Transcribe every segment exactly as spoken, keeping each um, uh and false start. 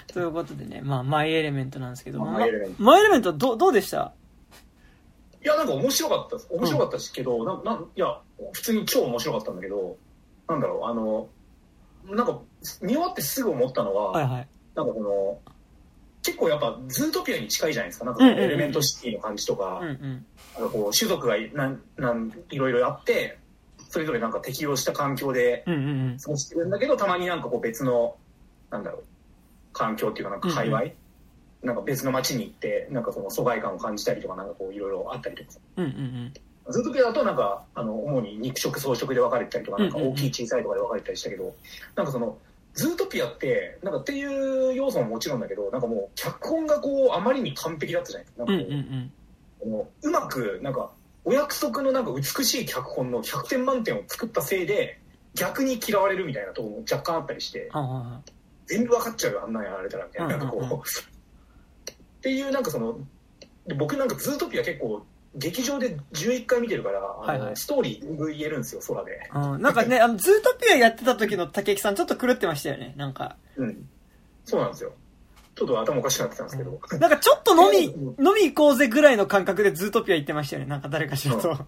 ということでね、まあ、マイエレメントなんですけど、 まあ、マイエレメント。 マイエレメントど、どうでした？ いや、なんか面白かったです。面白かったし、けど、な、な、いや、普通に超面白かったんだけど、なんだろう、あの、なんか、見終わってすぐ思ったのは、 はいはい。 なんかこの、結構やっぱ、ズートピアに近いじゃないですか。なんか、エレメントシティの感じとか、 うんうん、 なんかこう、種族がなん、なん、いろいろあって、それぞれなんか適応した環境で過ごしてるんだけど、たまになんかこう別の、なんだろう、環境っていうかなんか界隈、うんうん、なんか別の街に行って、なんかその疎外感を感じたりとか、なんかこういろいろあったりとか。うんうんうん、ズートピアだとなんか、あの、主に肉食草食で分かれてたりとか、なんか大きい小さいとかで分かれてたりしたけど、なんかその、ズートピアって、なんかっていう要素ももちろんだけど、なんかもう脚本がこう、あまりに完璧だったじゃないですか。なんかこう、うんうんうん、うまく、なんか、お約束のなんか美しい脚本のひゃくてん満点を作ったせいで、逆に嫌われるみたいなところも若干あったりして、全部分かっちゃうよ、あんなんやられたらみたいな、なんかこう、っていうなんかその、僕なんかズートピア結構、劇場でじゅういっかい見てるから、はいはい、ストーリー全部言えるんですよ、空で。 うん、なんかね、あの、ズートピアやってた時の竹木さん、ちょっと狂ってましたよね、なんか。 うん。そうなんですよ。ちょっと頭おかしくなってたんですけど。 うん、なんかちょっと飲み、飲み行こうぜぐらいの感覚でズートピア行ってましたよね、なんか誰かしらと。うん。うん、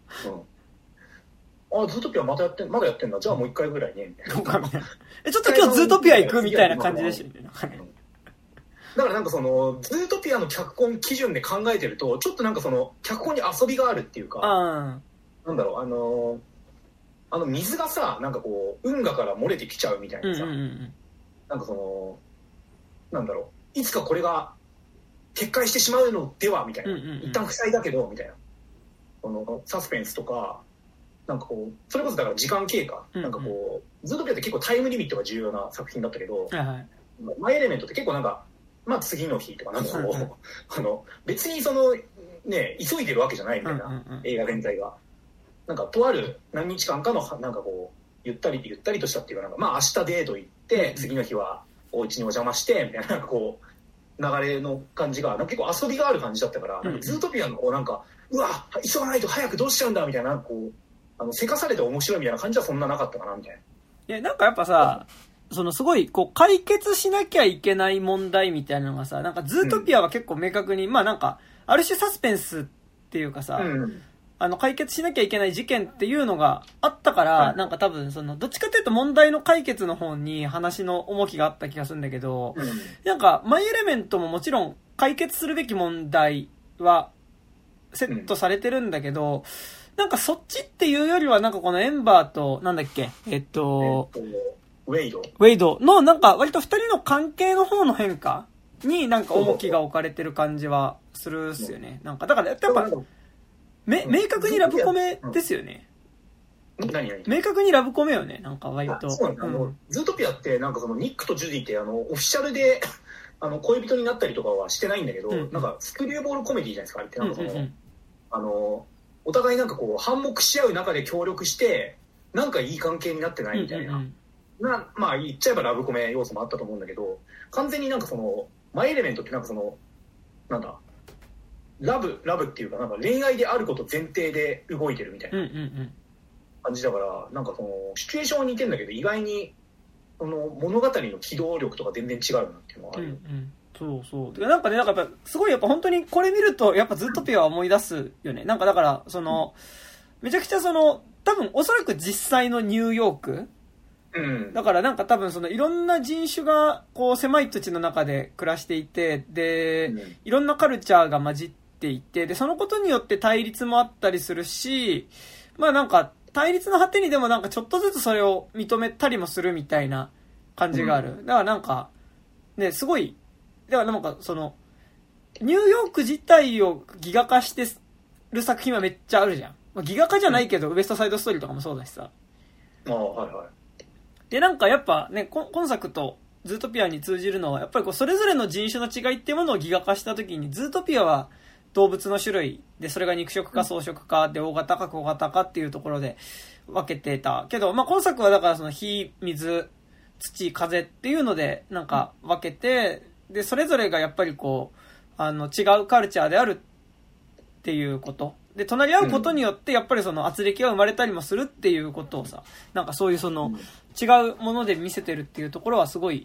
あ、ズートピアまたやってん、まだやってんだ。じゃあもう一回ぐらいね、みたいな。 え、ちょっと今日ズートピア行くみたいな感じでしたよね、なんかね。 だからなんかそのズートピアの脚本基準で考えてるとちょっとなんかその脚本に遊びがあるっていうか、なんだろう、あのあの水がさなんかこう運河から漏れてきちゃうみたいなさ、うんうんうん、なんかそのなんだろういつかこれが決壊してしまうのではみたいな、うんうんうん、一旦塞いだけどみたいなこのサスペンスとかなんかこうそれこそだから時間経過、うんうん、なんかこうズートピアって結構タイムリミットが重要な作品だったけど、はいはい、マイエレメントって結構なんかまあ次の日とかなんかこう、うんうん、あの別にそのね急いでるわけじゃないみたいな、うんうんうん、映画全体がなんかとある何日間かのなんかこうゆったりゆったりとしたっていうかなんかまあ明日デート行って、うんうん、次の日はお家にお邪魔してみたいななんかこう流れの感じがなんか結構遊びがある感じだったから、うんうん、なんかズートピアのこうなんかうわ急がないと早くどうしちゃうんだみたいなこうあのせかされて面白いみたいな感じはそんななかったかなみたいな。 いやなんかやっぱさ、そのすごい、こう、解決しなきゃいけない問題みたいなのがさ、なんかズートピアは結構明確に、うん、まあなんか、ある種サスペンスっていうかさ、うん、あの、解決しなきゃいけない事件っていうのがあったから、うん、なんか多分その、どっちかというと問題の解決の方に話の重きがあった気がするんだけど、うん、なんか、マイエレメントももちろん解決するべき問題はセットされてるんだけど、なんかそっちっていうよりはなんかこのエンバーと、なんだっけ、えっと、えっとウェイドウェイドのなんか割と二人の関係の方の変化になんか重きが置かれてる感じはするっすよね。なんかだからやっぱめ明確にラブコメですよね。 何何明確にラブコメよね。なんか割と。 そうなんだ、うん、あのズートピアってなんかそのニックとジュディってあのオフィシャルであの恋人になったりとかはしてないんだけど、うん、なんかスクリューボールコメディじゃないですかあれってなんかその、うんうんうん、あのお互いなんかこう反目し合う中で協力してなんかいい関係になってないみたいな。うんうんうんなまあ言っちゃえばラブコメ要素もあったと思うんだけど完全になんかそのマイエレメントってなんかそのなんだラブラブっていうかなんか恋愛であること前提で動いてるみたいな感じだから、うんうんうん、なんかそのシチュエーションは似てるんだけど意外にその物語の機動力とか全然違うなっていうのがある、うんうん、 そうそうなんかねなんかやっぱすごいやっぱ本当にこれ見るとやっぱズートピアは思い出すよねなんかだからその、うん、めちゃくちゃその多分おそらく実際のニューヨークうん、だからなんか多分そのいろんな人種がこう狭い土地の中で暮らしていてで、うん、いろんなカルチャーが混じっていてでそのことによって対立もあったりするしまあなんか対立の果てにでもなんかちょっとずつそれを認めたりもするみたいな感じがある、うん、だからなんかねすごいだからなんかそのニューヨーク自体をギガ化してる作品はめっちゃあるじゃん、まあ、ギガ化じゃないけど、うん、ウエストサイドストーリーとかもそうだしさあはいはいで、なんかやっぱね、今作とズートピアに通じるのは、やっぱりこうそれぞれの人種の違いっていうものをギガ化したときに、ズートピアは動物の種類で、それが肉食か草食かで、大型か小型かっていうところで分けてたけど、まあ今作はだからその火、水、土、風っていうのでなんか分けて、で、それぞれがやっぱりこう、あの違うカルチャーであるっていうこと。で、隣り合うことによって、やっぱりその圧力が生まれたりもするっていうことをさ、なんかそういうその、違うもので見せてるっていうところはすごい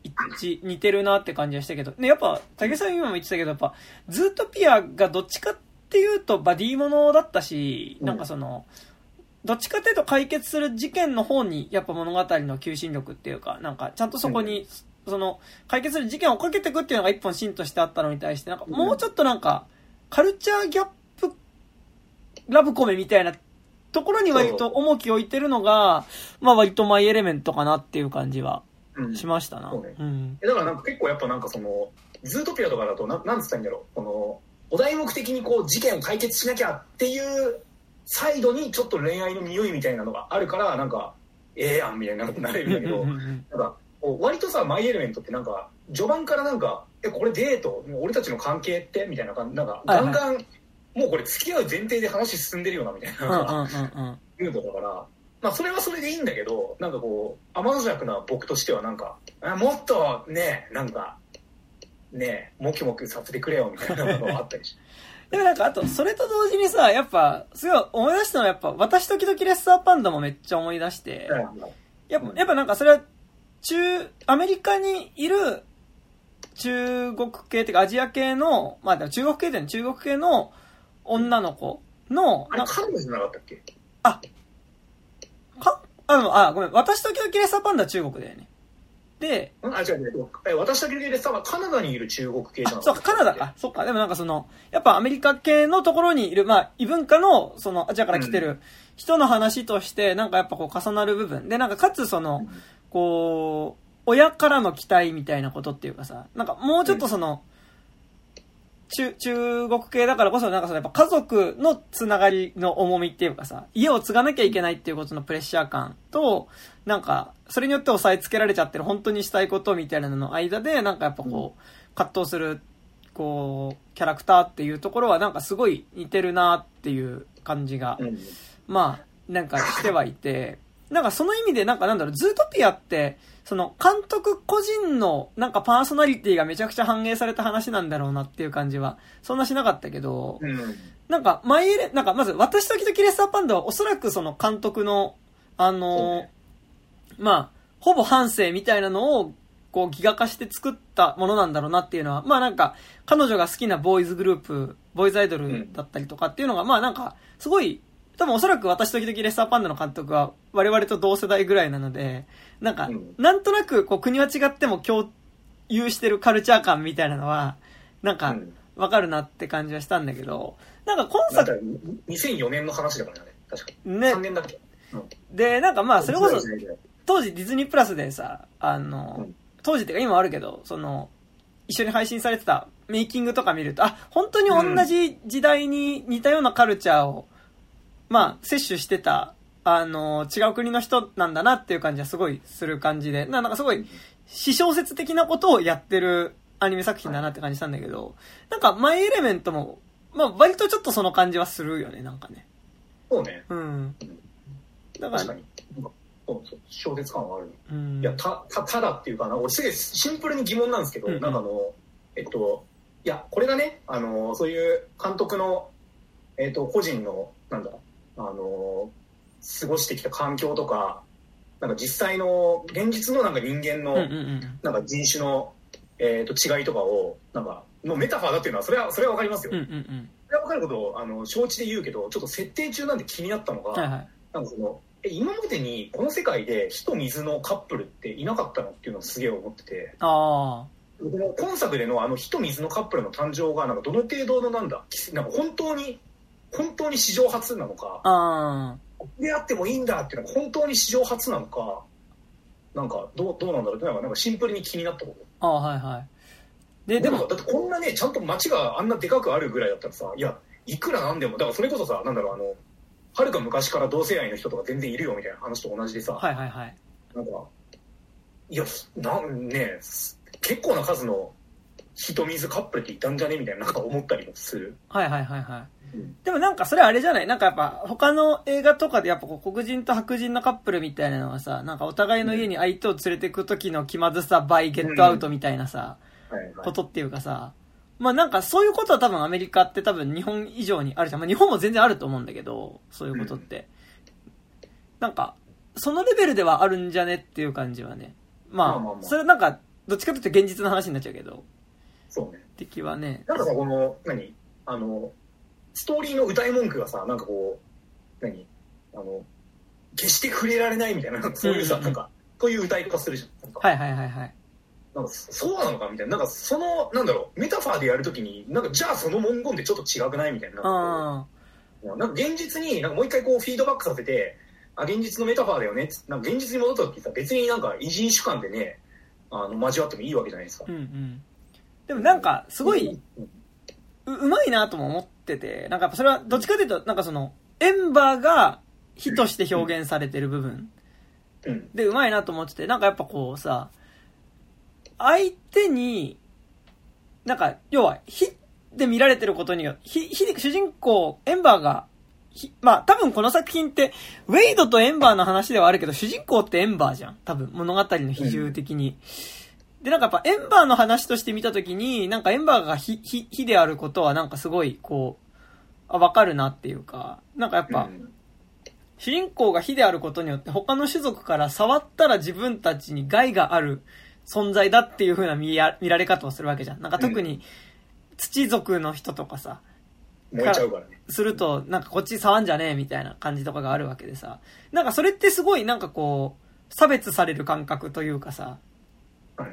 一致、似てるなって感じはしたけど、ね、やっぱ、竹さん今も言ってたけど、やっぱ、ズートピアがどっちかっていうとバディものだったし、なんかその、どっちかっていうと解決する事件の方に、やっぱ物語の求心力っていうか、なんか、ちゃんとそこに、うん、その、解決する事件を追っかけていくっていうのが一本芯としてあったのに対して、なんか、もうちょっとなんか、カルチャーギャップ、ラブコメみたいなところに割と重きを置いてるのが、まあ割とマイエレメントかなっていう感じはしましたな。うんねうん、だからなんか結構やっぱなんかその、ズートピアとかだと、ななんつったらいいんだろう、この、お題目的にこう事件を解決しなきゃっていうサイドにちょっと恋愛の匂いみたいなのがあるから、なんか、ええやんみたいなことになれるんだけど、なんか、割とさ、マイエレメントってなんか、序盤からなんか、え、これデート俺たちの関係ってみたいな感じ、なんか、ガンガン、はいはい、もうこれ付き合う前提で話進んでるよな、みたいな、いうのだから、まあそれはそれでいいんだけど、なんかこう、甘弱な僕としてはなんか、あもっとね、なんか、ね、もきもきさせてくれよ、みたいなのがあったりして。 でもなんか、あと、それと同時にさ、やっぱ、すごい思い出したのはやっぱ、私時々レッサーパンダもめっちゃ思い出して、やっぱ、やっぱなんかそれは、中、アメリカにいる中国系っていうかアジア系の、まあ中国系っていうの中国系の女の子の、 あれ、カナじゃなかったっけ？ あ、か、あの、あ、ごめん、私時々レッサーパンダは中国だよね。で、 あ、違う違う。え、私だけでさ、カナダにいる中国系じゃん。 そうか、カナダか。そっか。でもなんかその、やっぱアメリカ系のところにいる、まあ、異文化の、その、アジアから来てる人の話として、なんかやっぱこう重なる部分。で、なんかかつその、こう、親からの期待みたいなことっていうかさ、なんかもうちょっとその、中、中国系だからこそ、なんかそのやっぱ家族のつながりの重みっていうかさ、家を継がなきゃいけないっていうことのプレッシャー感と、なんか、それによって押さえつけられちゃってる本当にしたいことみたいなのの間で、なんかやっぱこう、葛藤する、こう、キャラクターっていうところはなんかすごい似てるなっていう感じが、まあ、なんかしてはいて、なんかその意味でなんかなんだろう、ズートピアって、その監督個人のなんかパーソナリティがめちゃくちゃ反映された話なんだろうなっていう感じはそんなしなかったけど、うん、なんかマイエレ、なんかまず私時々レッサーパンダはおそらくその監督のあの、ね、まあほぼ半生みたいなのをこうギガ化して作ったものなんだろうなっていうのは、まあなんか彼女が好きなボーイズグループ、ボーイズアイドルだったりとかっていうのが、まあなんかすごい多分おそらく私時々レッサーパンダの監督は我々と同世代ぐらいなので、なんか、なんとなくこう国は違っても共有してるカルチャー感みたいなのは、なんか、わかるなって感じはしたんだけど、なんか今作。 にせんよねんの話だからね、確かに。ね。さんねんだっけ、 うん、で、なんかまあそれこそ、当時ディズニープラスでさ、あの、うん、当時っていうか今あるけど、その、一緒に配信されてたメイキングとか見ると、あ、本当に同じ時代に似たようなカルチャーを、まあ、摂取してた、あの、違う国の人なんだなっていう感じはすごいする感じで、なんかすごい、私小説的なことをやってるアニメ作品だなって感じしたんだけど、なんか、マイエレメントも、まあ、割とちょっとその感じはするよね、なんかね。 そうね。 うん。 だから、確かに。そうそう、小説感はある。うん、いや、た、た、ただっていうかな、俺すげえシンプルに疑問なんですけど、うんうん、なんかあの、えっと、いや、これがね、あの、そういう監督の、えっと、個人の、なんだ、あの過ごしてきた環境とか、なんか実際の現実のなんか人間のなんか人種のえと違いとかをなんかのメタファーだっていうのはそれはそれはわかりますよ。それはわかることをあの承知で言うけど、ちょっと設定中なんで気になったのが、はいはい、なんかそのえ今までにこの世界で火と水のカップルっていなかったのっていうのをすげえ思ってて、あこの今作でのあの火と水のカップルの誕生がなんかどの程度のなんだなんか本当に本当に史上初なのか、あであってもいいんだっていうのは本当に史上初なのか、なんかどうどうなんだろうってなんかシンプルに気になったこと。 あはいはい。 ででもだってこんなねちゃんと街があんなでかくあるぐらいだったらさ、いやいくらなんでもだからそれこそさなんだろうあのはるか昔から同性愛の人とか全然いるよみたいな話と同じでさ、 はいはいはい。 なんかいやなんね結構な数の火と水カップルっていたんじゃねみたいななんか思ったりもする。 はいはいはいはい。でもなんかそれあれじゃないなんかやっぱ他の映画とかでやっぱこう黒人と白人のカップルみたいなのがさ、なんかお互いの家に相手を連れてく時の気まずさ、バイゲットアウトみたいなさ、ことっていうかさ、まあなんかそういうことは多分アメリカって多分日本以上にあるじゃん。まあ日本も全然あると思うんだけど、そういうことって。なんか、そのレベルではあるんじゃねっていう感じはね。まあ、それなんか、 どっちかというと現実の話になっちゃうけど。 そうね。 敵はね。 なんかさ、この、何あの、ストーリーの歌い文句がさ、なんかこう、何あの、決して触れられないみたいな、そういうさ、うんうんうん、なんか、そういう歌い方するじゃん。 はいはいはいはい。 なんか、そうなのかみたいな。なんか、その、なんだろう、メタファーでやるときに、なんか、じゃあその文言でちょっと違くないみたいな。なんか、なんか現実に、なんかもう一回こう、フィードバックさせて、あ、現実のメタファーだよね。なんか現実に戻ったときさ、別になんか、異人主観でね、あの、交わってもいいわけじゃないですか。 うんうん。でもなんか、すごい、う、うまいなとも思ってて、なんかそれは、どっちかというと、なんかその、エンバーが火として表現されてる部分でうまいなと思ってて、なんかやっぱこうさ、相手に、なんか、要は、火で見られてることによって、火、火で、主人公、エンバーが、まあ多分この作品って、ウェイドとエンバーの話ではあるけど、主人公ってエンバーじゃん。多分、物語の比重的に。うん、で、なんかやっぱエンバーの話として見たときに、なんかエンバーが火、火、火であることはなんかすごい、こう、あ、わかるなっていうか、なんかやっぱ、うん、主人公が火であることによって他の種族から触ったら自分たちに害がある存在だっていう風な見や、見られ方をするわけじゃん。なんか特に土族の人とかさ、 燃えちゃうからね。 すると、なんかこっち触んじゃねえみたいな感じとかがあるわけでさ、なんかそれってすごいなんかこう、差別される感覚というかさ、 はいはい、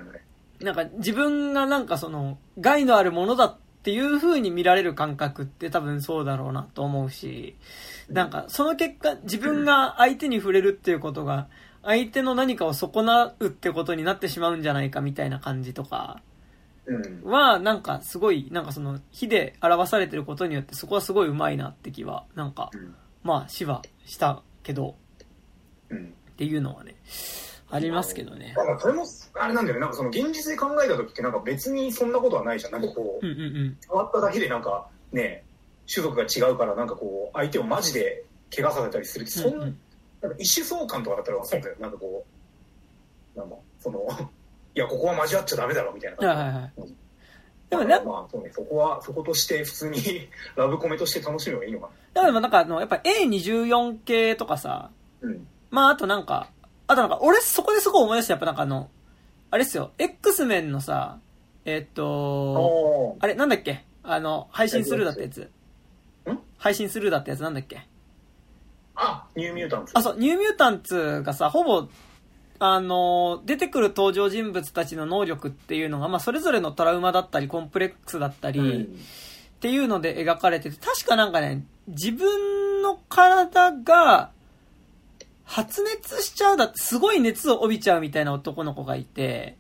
なんか自分がなんかその害のあるものだっていう風に見られる感覚って多分そうだろうなと思うし、なんかその結果自分が相手に触れるっていうことが相手の何かを損なうってことになってしまうんじゃないかみたいな感じとかはなんかすごいなんかその火で表されてることによってそこはすごい上手いなって気はなんかまあしはしたけどっていうのはねありますけどね。 なんかそれもあれなんだよね。なんかその現実で考えた時ってなんか別にそんなことはないじゃん。なんかこう、 うんうんうん、 変わっただけでなんかね種族が違うからなんかこう相手をマジで怪我させたりするってそん、うんうん、なんか一種相関とかだったら分かるんだよ。なんかこうなんかそのいやここは交わっちゃダメだろみたいな。 はいはいはい。 でもね、まあそうね、そこはそことして普通にラブコメとして楽しめばいいのかな。でもなんかあのやっぱ エーにじゅうよん 系とかさ、 うん、 まああとなんかあとなんか俺そこですごい思い出したやっぱなんかあのあれっすよ X メンのさえー、っとあれなんだっけあの配信スルーだったやつ。 ん配信スルーだったやつなんだっけ。 あニューミュータンツ。 あそうニューミュータンツがさほぼあの出てくる登場人物たちの能力っていうのが、まあ、それぞれのトラウマだったりコンプレックスだったり、うん、っていうので描かれてて確かなんかね自分の体が発熱しちゃうだってすごい熱を帯びちゃうみたいな男の子がいて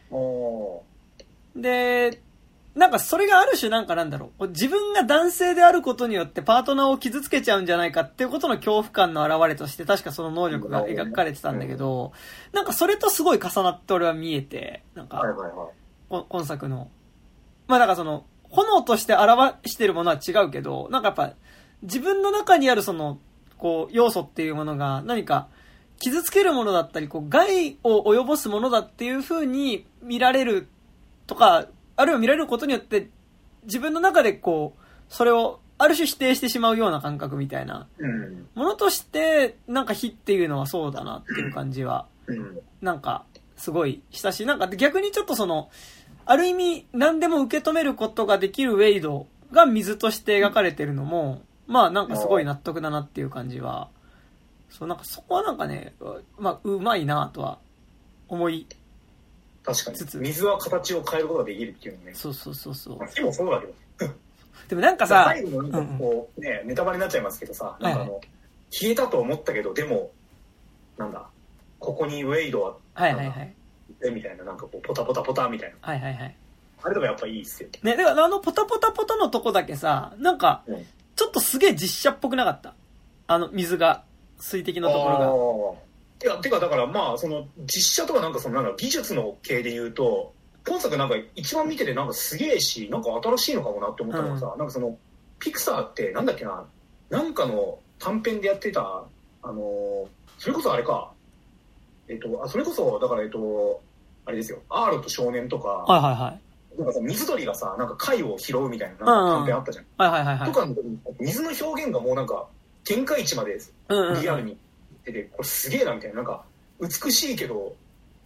でなんかそれがある種なんかなんだろう自分が男性であることによってパートナーを傷つけちゃうんじゃないかっていうことの恐怖感の表れとして確かその能力が描かれてたんだけどなんかそれとすごい重なって俺は見えてなんか今作のまあなんかその炎として表してるものは違うけどなんかやっぱ自分の中にあるそのこう要素っていうものが何か傷つけるものだったりこう害を及ぼすものだっていう風に見られるとかあるいは見られることによって自分の中でこうそれをある種否定してしまうような感覚みたいなものとしてなんか火っていうのはそうだなっていう感じはなんかすごいしたしなんか逆にちょっとそのある意味何でも受け止めることができるウェイドが水として描かれてるのもまあなんかすごい納得だなっていう感じはそうなんかそこはなんかねまあうまいなとは思い確かに水は形を変えることができるっていうのね。 そうそうそうそう。 まあ、火もそうだけど。 でもなんかさ、 最後のこう、うんうん、ねネタバレになっちゃいますけどさ、なんかあの、はい、消えたと思ったけどでもなんだここにウェイドははいはいはいみたいななんかこうポタポタポタみたいな。 はいはいはい。 あれとかやっぱいいっすよ。 ねだからあのポタポタポタのとこだけさなんか、うん、ちょっとすげえ実写っぽくなかった。あの水が水滴のところが。 いや、てかだからまあ、その実写とかなんかそのなんか技術の系で言うと、今作なんか一番見ててなんかすげえし、なんか新しいのかもなって思ったのがさ、うん、なんかその、ピクサーってなんだっけな、なんかの短編でやってた、あの、それこそあれか、えっと、あ、それこそ、だからえっと、あれですよ、アーロと少年とか、 はいはいはい。 なんかさ、水鳥がさ、なんか貝を拾うみたいな短編あったじゃん。 うんうん、はいはいはい、はい。 とか、水の表現がもうなんか、限界値までリアルに、でこれすげえなみたいななんか美しいけど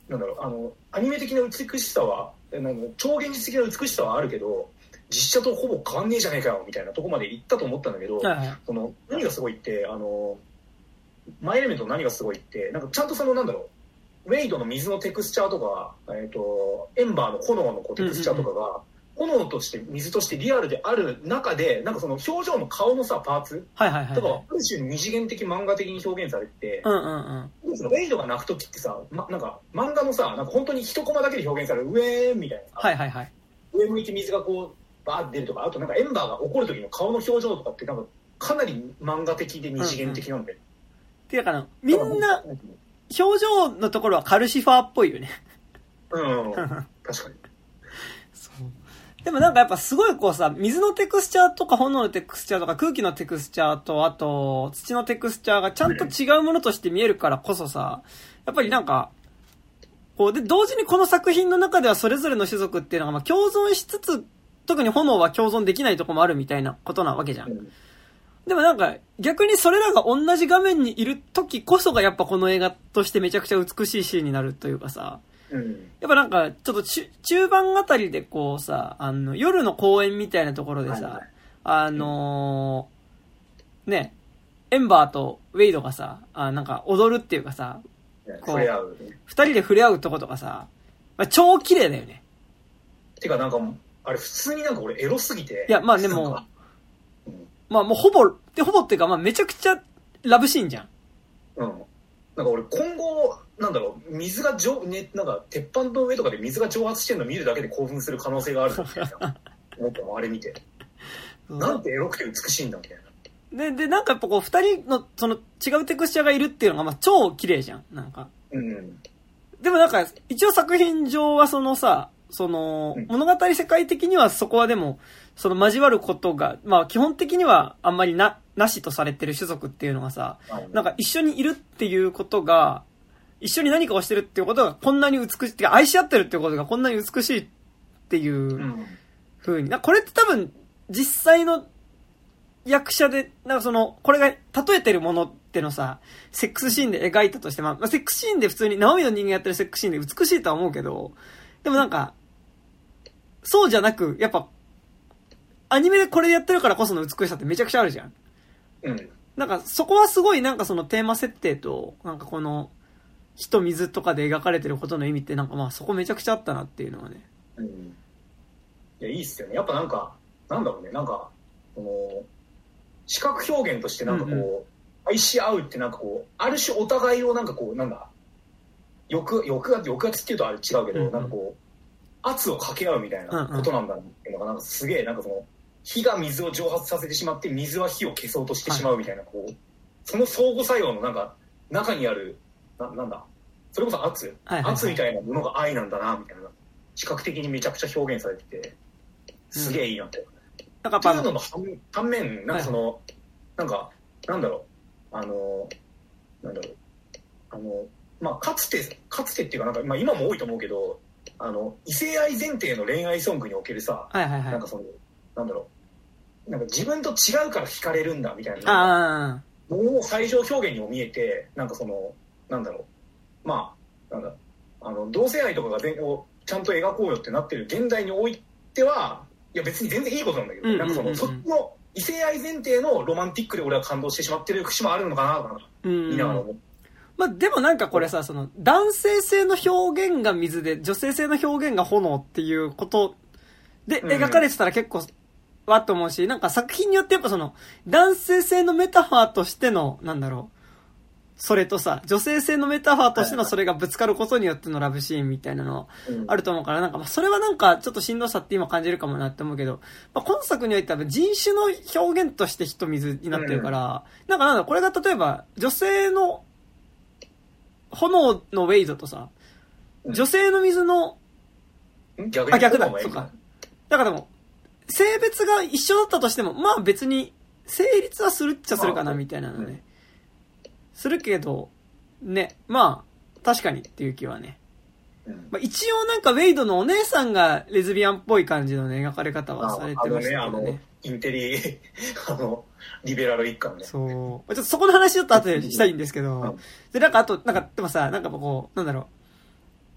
なんだろう、あのアニメ的な美しさはなんか超現実的な美しさはあるけど実写とほぼ変わんねえじゃねえかよみたいなとこまで行ったと思ったんだけど、はいはい、その何がすごいってあのマイエレメントの何がすごいってなんかちゃんとそのなんだろうウェイドの水のテクスチャーとか、えー、とエンバーの炎のこうテクスチャーとかが、うんうんうん炎として水としてリアルである中でなんかその表情の顔のさパーツとかはある種二次元的漫画的に表現されてて、うんうんうん、そのウェイドが泣く時ってさ、ま、なんか漫画のさなんか本当に一コマだけで表現される上みたいな、 はいはいはい、 上向いて水がこうバーって出るとかあとなんかエンバーが怒る時の顔の表情とかってなんかかなり漫画的で二次元的なんで、うんうん、 っていうかなみんな表情のところはカルシファーっぽいよねうん確かにそうでもなんかやっぱすごいこうさ、水のテクスチャーとか炎のテクスチャーとか空気のテクスチャーとあと土のテクスチャーがちゃんと違うものとして見えるからこそさ、やっぱりなんか、こうで同時にこの作品の中ではそれぞれの種族っていうのがまあ共存しつつ、特に炎は共存できないとこもあるみたいなことなわけじゃん。でもなんか逆にそれらが同じ画面にいる時こそがやっぱこの映画としてめちゃくちゃ美しいシーンになるというかさ、うん、やっぱなんかちょっと中盤あたりでこうさあの夜の公園みたいなところでさ、はいはい、あのー、ねエンバーとウェイドがさあなんか踊るっていうかさこう触れ合う、ね、 二人で触れ合うとことかさ、まあ、超綺麗だよね。 てかなんかあれ普通になんか俺エロすぎていやまあでも、うん、まあもうほぼでほぼっていうかまあめちゃくちゃラブシーンじゃん。 うんなんか俺今後なんだろう水が上、ね、なんか鉄板の上とかで水が蒸発してるの見るだけで興奮する可能性があるみたいな思ったのあれ見てなんてエロくて美しいんだみたいな。ででなんかやっぱこう二人のその違うテクスチャーがいるっていうのがまあ超綺麗じゃんなんか。うん。でもなんか一応作品上はそのさその物語世界的にはそこはでもその交わることがまあ基本的にはあんまりななしとされてる種族っていうのがさ、なんか一緒にいるっていうことが一緒に何かをしてるっていうことがこんなに美しいって愛し合ってるっていうことがこんなに美しいっていう風に、なこれって多分実際の役者でなんかそのこれが例えてるものってのさセックスシーンで描いたとしてまあセックスシーンで普通に生身の人間やってるセックスシーンで美しいとは思うけどでもなんかそうじゃなくやっぱアニメでこれでやってるからこその美しさってめちゃくちゃあるじゃん。うん、なんかそこはすごいなんかそのテーマ設定となんかこの火と水とかで描かれてることの意味ってなんかまあそこめちゃくちゃあったなっていうのはね。 うん、いやいいっすよね。やっぱなんかなんだろうねなんかこの視覚表現としてなんかこう、うんうん、愛し合うってなんかこうある種お互いをなんかこうなんだ欲欲圧欲圧っていうとあれ違うけど、うんうん、なんかこう圧を掛け合うみたいなことなんだっていうのがなんかすげえなんかその火が水を蒸発させてしまって水は火を消そうとしてしまうみたいな、はい、こうその相互作用のなんか中にある な, なんだそれこそ圧、はいはいはい、圧みたいなものが愛なんだなみたいな視覚的にめちゃくちゃ表現されててすげえいいなって、うん、なんかっていうのの反面なんかその、はい、なんかなんだろうあのなんだろうあのまあかつてかつてっていうかなんか、まあ、今も多いと思うけどあの異性愛前提の恋愛ソングにおけるさ、はいはいはい、なんかそのなんだろうなんか自分と違うから惹かれるんだみたいなもう最上表現にも見えてなんかそのなんだろうまあなんだあの同性愛とかが全をちゃんと描こうよってなってる現代においてはいや別に全然いいことなんだけど、うんうんうんうん、なんかそのそっちの異性愛前提のロマンティックで俺は感動してしまってる節もあるのかなとか見ながら思って。 まあ、でもなんかこれさ、その男性性の表現が水で女性性の表現が炎っていうことで描かれてたら結構わっと思うし、なんか作品によってやっぱその男性性のメタファーとしてのなんだろうそれとさ女性性のメタファーとしてのそれがぶつかることによってのラブシーンみたいなのあると思うからなんかまあそれはなんかちょっとしんどさって今感じるかもなって思うけど、まあ、今作においては人種の表現として火と水になってるからなんかなんだこれが例えば女性の炎のウェイドとさ、女性の水の、 うん、逆あ、逆だ、そっか。だからでも、性別が一緒だったとしても、まあ別に、成立はするっちゃするかな、みたいなのね、うん。するけど、ね、まあ、確かにっていう気はね。うんまあ、一応なんかウェイドのお姉さんがレズビアンっぽい感じのね、描かれ方はされてましたけどね。 あのね、あの、インテリ、あの、リベラル一家のね。 そう。ちょっとそこの話ちょっと後でしたいんですけど、うん、で、なんかあと、なんか、でもさ、なんかこう、なんだろ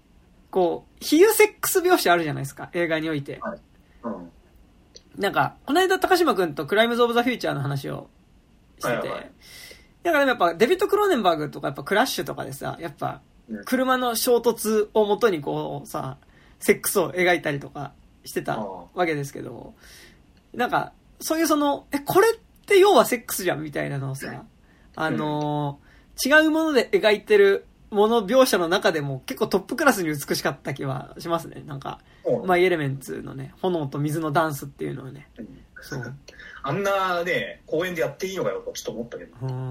こう、比喩セックス描写あるじゃないですか、映画において。はい。うん。なんか、この間高島くんとクライムズ・オブ・ザ・フューチャーの話をしてて、はいはい、だからやっぱデビッド・クローネンバーグとかやっぱクラッシュとかでさ、やっぱ、車の衝突をもとにこうさ、セックスを描いたりとかしてたわけですけど、なんか、そういうその、え、これって要はセックスじゃんみたいなのをさ、あのー、違うもので描いてるもの描写の中でも結構トップクラスに美しかった気はしますね。なんか、マイエレメンツのね、炎と水のダンスっていうのはね。 そう。あんなね、公園でやっていいのかよとちょっと思ったけど。うん。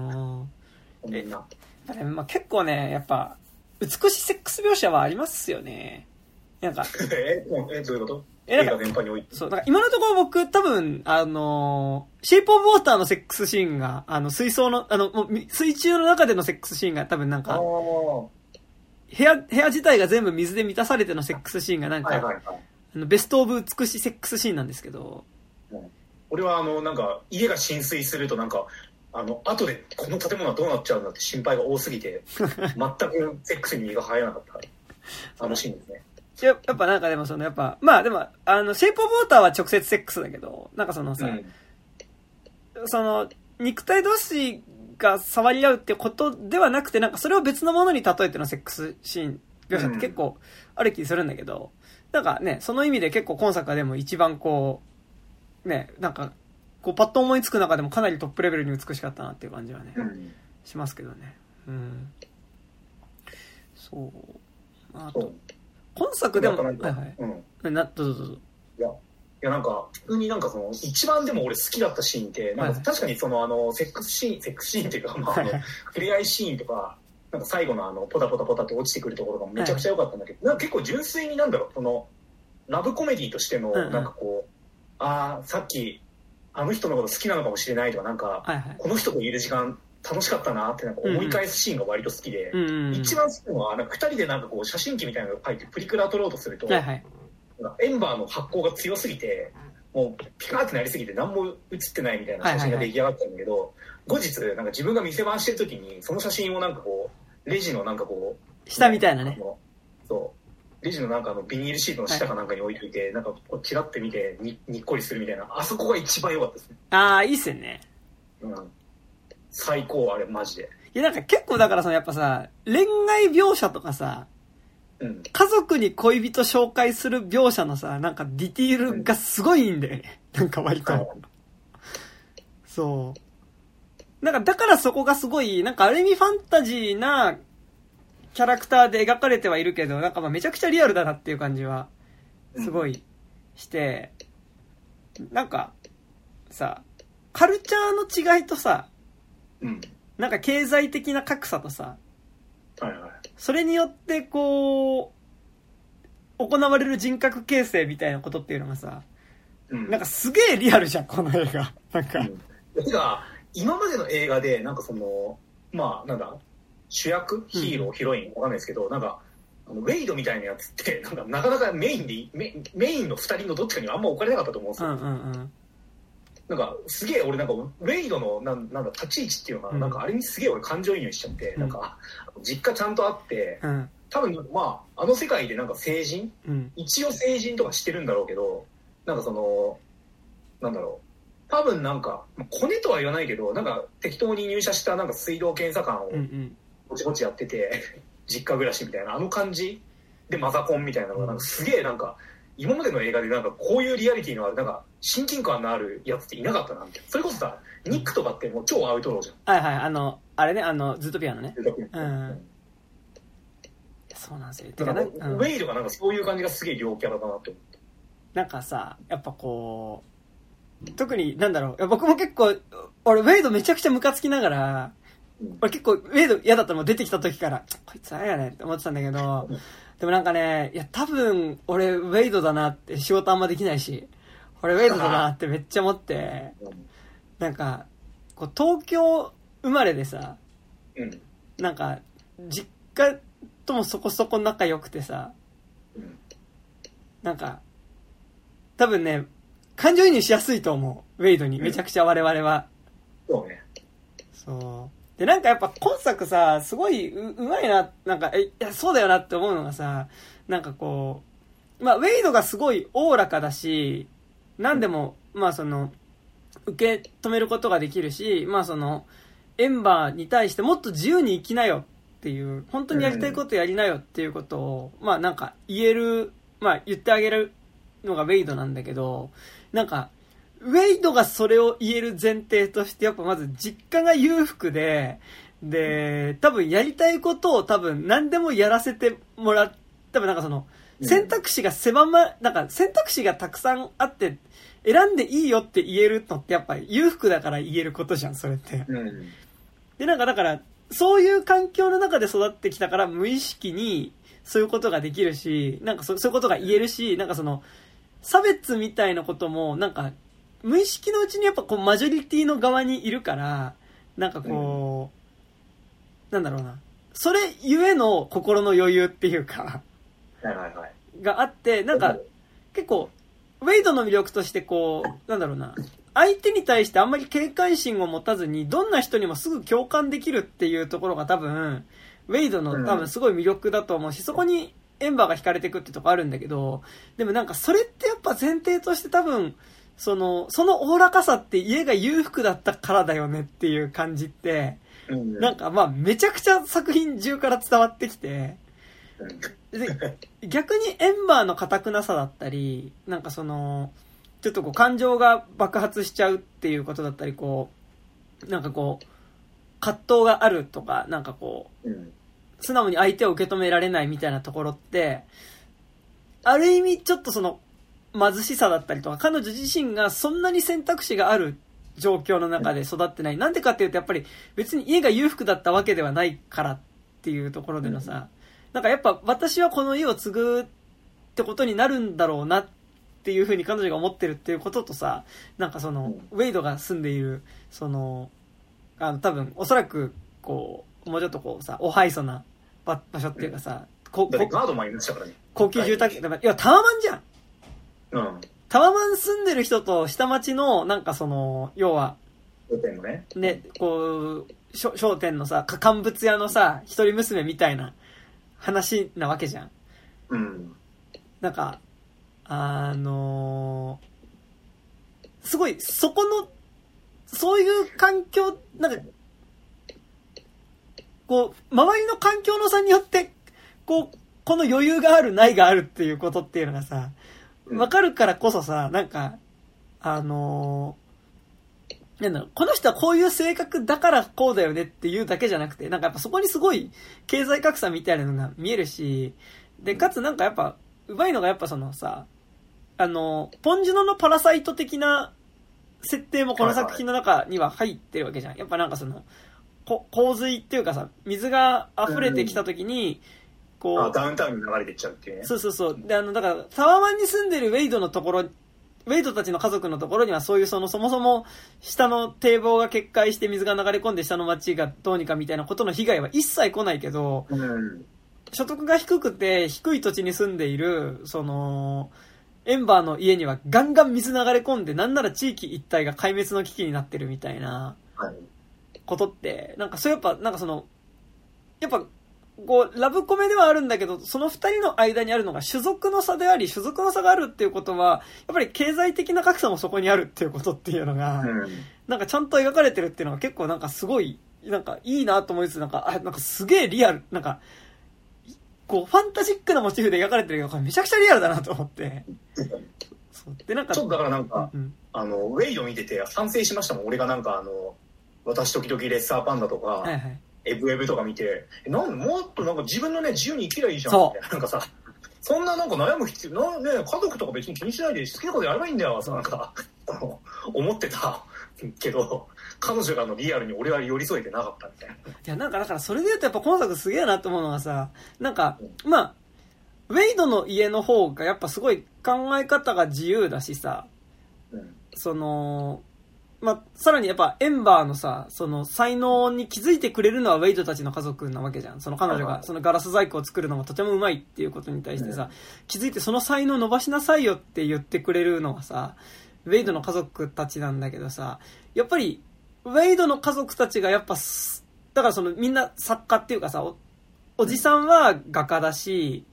みんな。まあ、結構ね、やっぱ、美しいセックス描写はありますよね。なんか。 え、え、どういうことえ、なんか、 そう、だから今のところ僕多分、あのー、シェイプオブウォーターのセックスシーンが、あの、水槽の、あの、もう水中の中でのセックスシーンが多分なんか、部屋、部屋自体が全部水で満たされてのセックスシーンがなんか、はいはいはい、あのベストオブ美しいセックスシーンなんですけど、 うん、俺はあの、なんか、家が浸水するとなんか、あの、後でこの建物はどうなっちゃうんだって心配が多すぎて、全くセックスに身が入らなかった、あのシーンですね。 やっぱなんかでもそのやっぱ、まあでも、あの、シェイプオブウォーターは直接セックスだけど、なんかそのさ、うん、その、肉体同士が触り合うってことではなくて、なんかそれを別のものに例えてのセックスシーン描写って結構ある気するんだけど、うん、なんかね、その意味で結構今作はでも一番こう、ね、なんか、こうパッと思いつく中でもかなりトップレベルに美しかったなっていう感じはね、うん、しますけどね。うん。そう。あと、今作でも、はいはい。うん。な、どうぞどうぞ。 いや、いやなんか、普通になんかその、一番でも俺好きだったシーンって、なんか確かにそのあの、セックスシーン、セックスシーンっていうか、まあ、あの、触れ合いシーンとか、なんか最後のあの、ポタポタポタって落ちてくるところがめちゃくちゃ良かったんだけど、なんか結構純粋になんだろう、その、ラブコメディとしての、なんかこう、ああ、さっき、あの人のこと好きなのかもしれないとか、なんか、この人といる時間、楽しかったなってなんか思い返すシーンが割と好きで、うんうん、一番好きなのはなんかふたりでなんかこう写真機みたいなのを描いてプリクラ撮ろうとすると、はいはい、エンバーの発光が強すぎてもうピカーってなりすぎて何も写ってないみたいな写真が出来上がったんだけど、はいはいはい、後日なんか自分が店番してる時にその写真をなんかこうレジのなんかこう下みたいなね、 そうレジのなんかのビニールシートの下かなんかに置いといて、はい、なんかこうチラって見て に, にっこりするみたいな、あそこが一番良かったですね。 ああいいっすよね。 うん最高あれマジで。 いやなんか結構だからそのやっぱさ恋愛描写とかさ、うん、家族に恋人紹介する描写のさなんかディティールがすごいいいんだよね、うん、なんか割と、はい、そうなんかだからそこがすごいなんかある意味ファンタジーなキャラクターで描かれてはいるけどなんかまあめちゃくちゃリアルだなっていう感じはすごいして、うん、なんかさカルチャーの違いとさうん、なんか経済的な格差とさ、はいはい、それによってこう行われる人格形成みたいなことっていうのがさ、うん、なんかすげえリアルじゃんこの映画なんか、 うん、てか今までの映画でなんかそのまあなんだ主役ヒーロー、うん、ヒロインわかんないですけどなんかあのウェイドみたいなやつってなんかなかなかメインで メ, メインのふたりのどっちかにはあんま置かれなかったと思うんですよ、うんうんうんなんかすげえ俺なんかウェイドのなんなんだ立ち位置っていうのが、うん、なんかあれにすげえ俺感情移入しちゃって、うん、なんか実家ちゃんとあって、うん、多分まああの世界でなんか成人、うん、一応成人とかしてるんだろうけどなんかそのなんだろう多分なんかコネとは言わないけどなんか適当に入社したなんか水道検査官をぼちぼちやってて、うんうん、実家暮らしみたいなあの感じでマザコンみたいなのがなんかすげえなんか今までの映画でなんかこういうリアリティのあるなんか親近感のあるやつっていなかったなみたいな。それこそさニックとかってもう超アウトローじゃん。はいはいあのあれねあのズートピアのね。ズートピア。うん。そうなんですよ。てかなんか、うん、ウェイドがなんかそういう感じがすげえ両キャラだなって思った。 なんかさやっぱこう特になんだろう僕も結構俺ウェイドめちゃくちゃムカつきながら、うん、俺結構ウェイド嫌だったのも出てきた時からこいつあれやねって思ってたんだけど。うんでもなんかね、いや多分俺ウェイドだなって仕事あんまできないし、俺ウェイドだなってめっちゃ思って、なんかこう東京生まれでさ、うん、なんか実家ともそこそこ仲良くてさ、うん、なんか多分ね感情移入しやすいと思うウェイドにめちゃくちゃ我々は。 うん、そうね。 そう。でなんかやっぱ今作さすごいう、うまいななんかえいやそうだよなって思うのがさなんかこう、まあ、ウェイドがすごいおおらかだし、何でも、まあその、受け止めることができるし、まあその、エンバーに対してもっと自由に生きなよっていう、本当にやりたいことやりなよっていうことを、まあなんか言える、まあ言ってあげるのがウェイドなんだけど、なんか、ウェイドがそれを言える前提として、やっぱまず実家が裕福で、で、多分やりたいことを多分何でもやらせてもらっ、多分なんかその、選択肢が狭ま、なんか選択肢がたくさんあって、選んでいいよって言えるのってやっぱり裕福だから言えることじゃん、それって。うん、で、なんかだから、そういう環境の中で育ってきたから無意識にそういうことができるし、なんかそそういうことが言えるし、なんかその、差別みたいなことも、なんか、無意識のうちにやっぱこうマジョリティの側にいるから、なんかこう、うん、なんだろうな。それゆえの心の余裕っていうか、 はいはいはい。 があって、なんか、結構、ウェイドの魅力としてこう、なんだろうな。相手に対してあんまり警戒心を持たずに、どんな人にもすぐ共感できるっていうところが多分、ウェイドの多分すごい魅力だと思うし、そこにエンバーが惹かれていくってとこあるんだけど、でもなんかそれってやっぱ前提として多分、その、そのおおらかさって家が裕福だったからだよねっていう感じって、なんかまあめちゃくちゃ作品中から伝わってきて、で逆にエンバーの堅くなさだったり、なんかその、ちょっとこう感情が爆発しちゃうっていうことだったり、こう、なんかこう、葛藤があるとか、なんかこう、素直に相手を受け止められないみたいなところって、ある意味ちょっとその、貧しさだったりとか、彼女自身がそんなに選択肢がある状況の中で育ってない。なんでかっていうと、やっぱり別に家が裕福だったわけではないからっていうところでのさ、なんかやっぱ私はこの家を継ぐってことになるんだろうなっていうふうに彼女が思ってるっていうこととさ、なんかその、ウェイドが住んでいる、その、あの多分おそらくこう、もうちょっとこうさ、おはいそな場所っていうかさ、 ここガードマンいましたからね。 高級住宅、いや、タワマンじゃん。 うん。 タワマン住んでる人と下町の、なんかその、要は、 商店のね。 ね、こう、商店のさ、乾物屋のさ、一人娘みたいな話なわけじゃん。 うん。 なんか、あのー、すごい、そこの、そういう環境、なんか、こう、周りの環境の差によって、こう、この余裕がある、ないがあるっていうことっていうのがさ、わかるからこそさ、なんか、あのー、なんだろう、この人はこういう性格だからこうだよねっていうだけじゃなくて、なんかやっぱそこにすごい経済格差みたいなのが見えるし、で、かつなんかやっぱ、うまいのがやっぱそのさ、あの、ポンジュノのパラサイト的な設定もこの作品の中には入ってるわけじゃん。やっぱなんかその、こ洪水っていうかさ、水が溢れてきた時に、 こう、あ、ダウンタウンに流れていっちゃうっていうね。 そうそうそう。で、あの、だから、タワマンに住んでるウェイドのところ、ウェイドたちの家族のところにはそういうその、そもそも下の堤防が決壊して水が流れ込んで下の町がどうにかみたいなことの被害は一切来ないけど、うん、所得が低くて低い土地に住んでいる、その、エンバーの家にはガンガン水流れ込んで、なんなら地域一帯が壊滅の危機になってるみたいなことって、なんかそうやっぱ、なんかその、やっぱ、こう、ラブコメではあるんだけど、その二人の間にあるのが種族の差であり、種族の差があるっていうことは、やっぱり経済的な格差もそこにあるっていうことっていうのが、うん、なんかちゃんと描かれてるっていうのが結構なんかすごい、なんかいいなと思いつつ、なんか、あ、なんかすげえリアル、なんか、こう、ファンタジックなモチーフで描かれてるけど、めちゃくちゃリアルだなと思って。 そうでなんかちょっとだからなんか、うんうん、あの、ウェイド見てて反省しましたもん。俺がなんかあの、私時々レッサーパンダとか、はいはい、エブエブとか見て、なんもっとなんか自分のね、自由に生きりゃいいじゃんみたいな。なんかさ、そんななんか悩む必要、なね、家族とか別に気にしないで好きなことやればいいんだよ、なんか、思ってたけど、彼女がのリアルに俺は寄り添えてなかったみたいな。いや、なんかだからそれで言うとやっぱ今作すげえなと思うのがさ、なんか、うん、まあ、ウェイドの家の方がやっぱすごい考え方が自由だしさ、うん、その、まあ、さらにやっぱエンバーのさ、その才能に気づいてくれるのはウェイドたちの家族なわけじゃん。その彼女がそのガラス細工を作るのもとてもうまいっていうことに対してさ、うん、気づいてその才能伸ばしなさいよって言ってくれるのはさ、ウェイドの家族たちなんだけどさ、やっぱりウェイドの家族たちがやっぱ、だからそのみんな作家っていうかさ、お、おじさんは画家だし、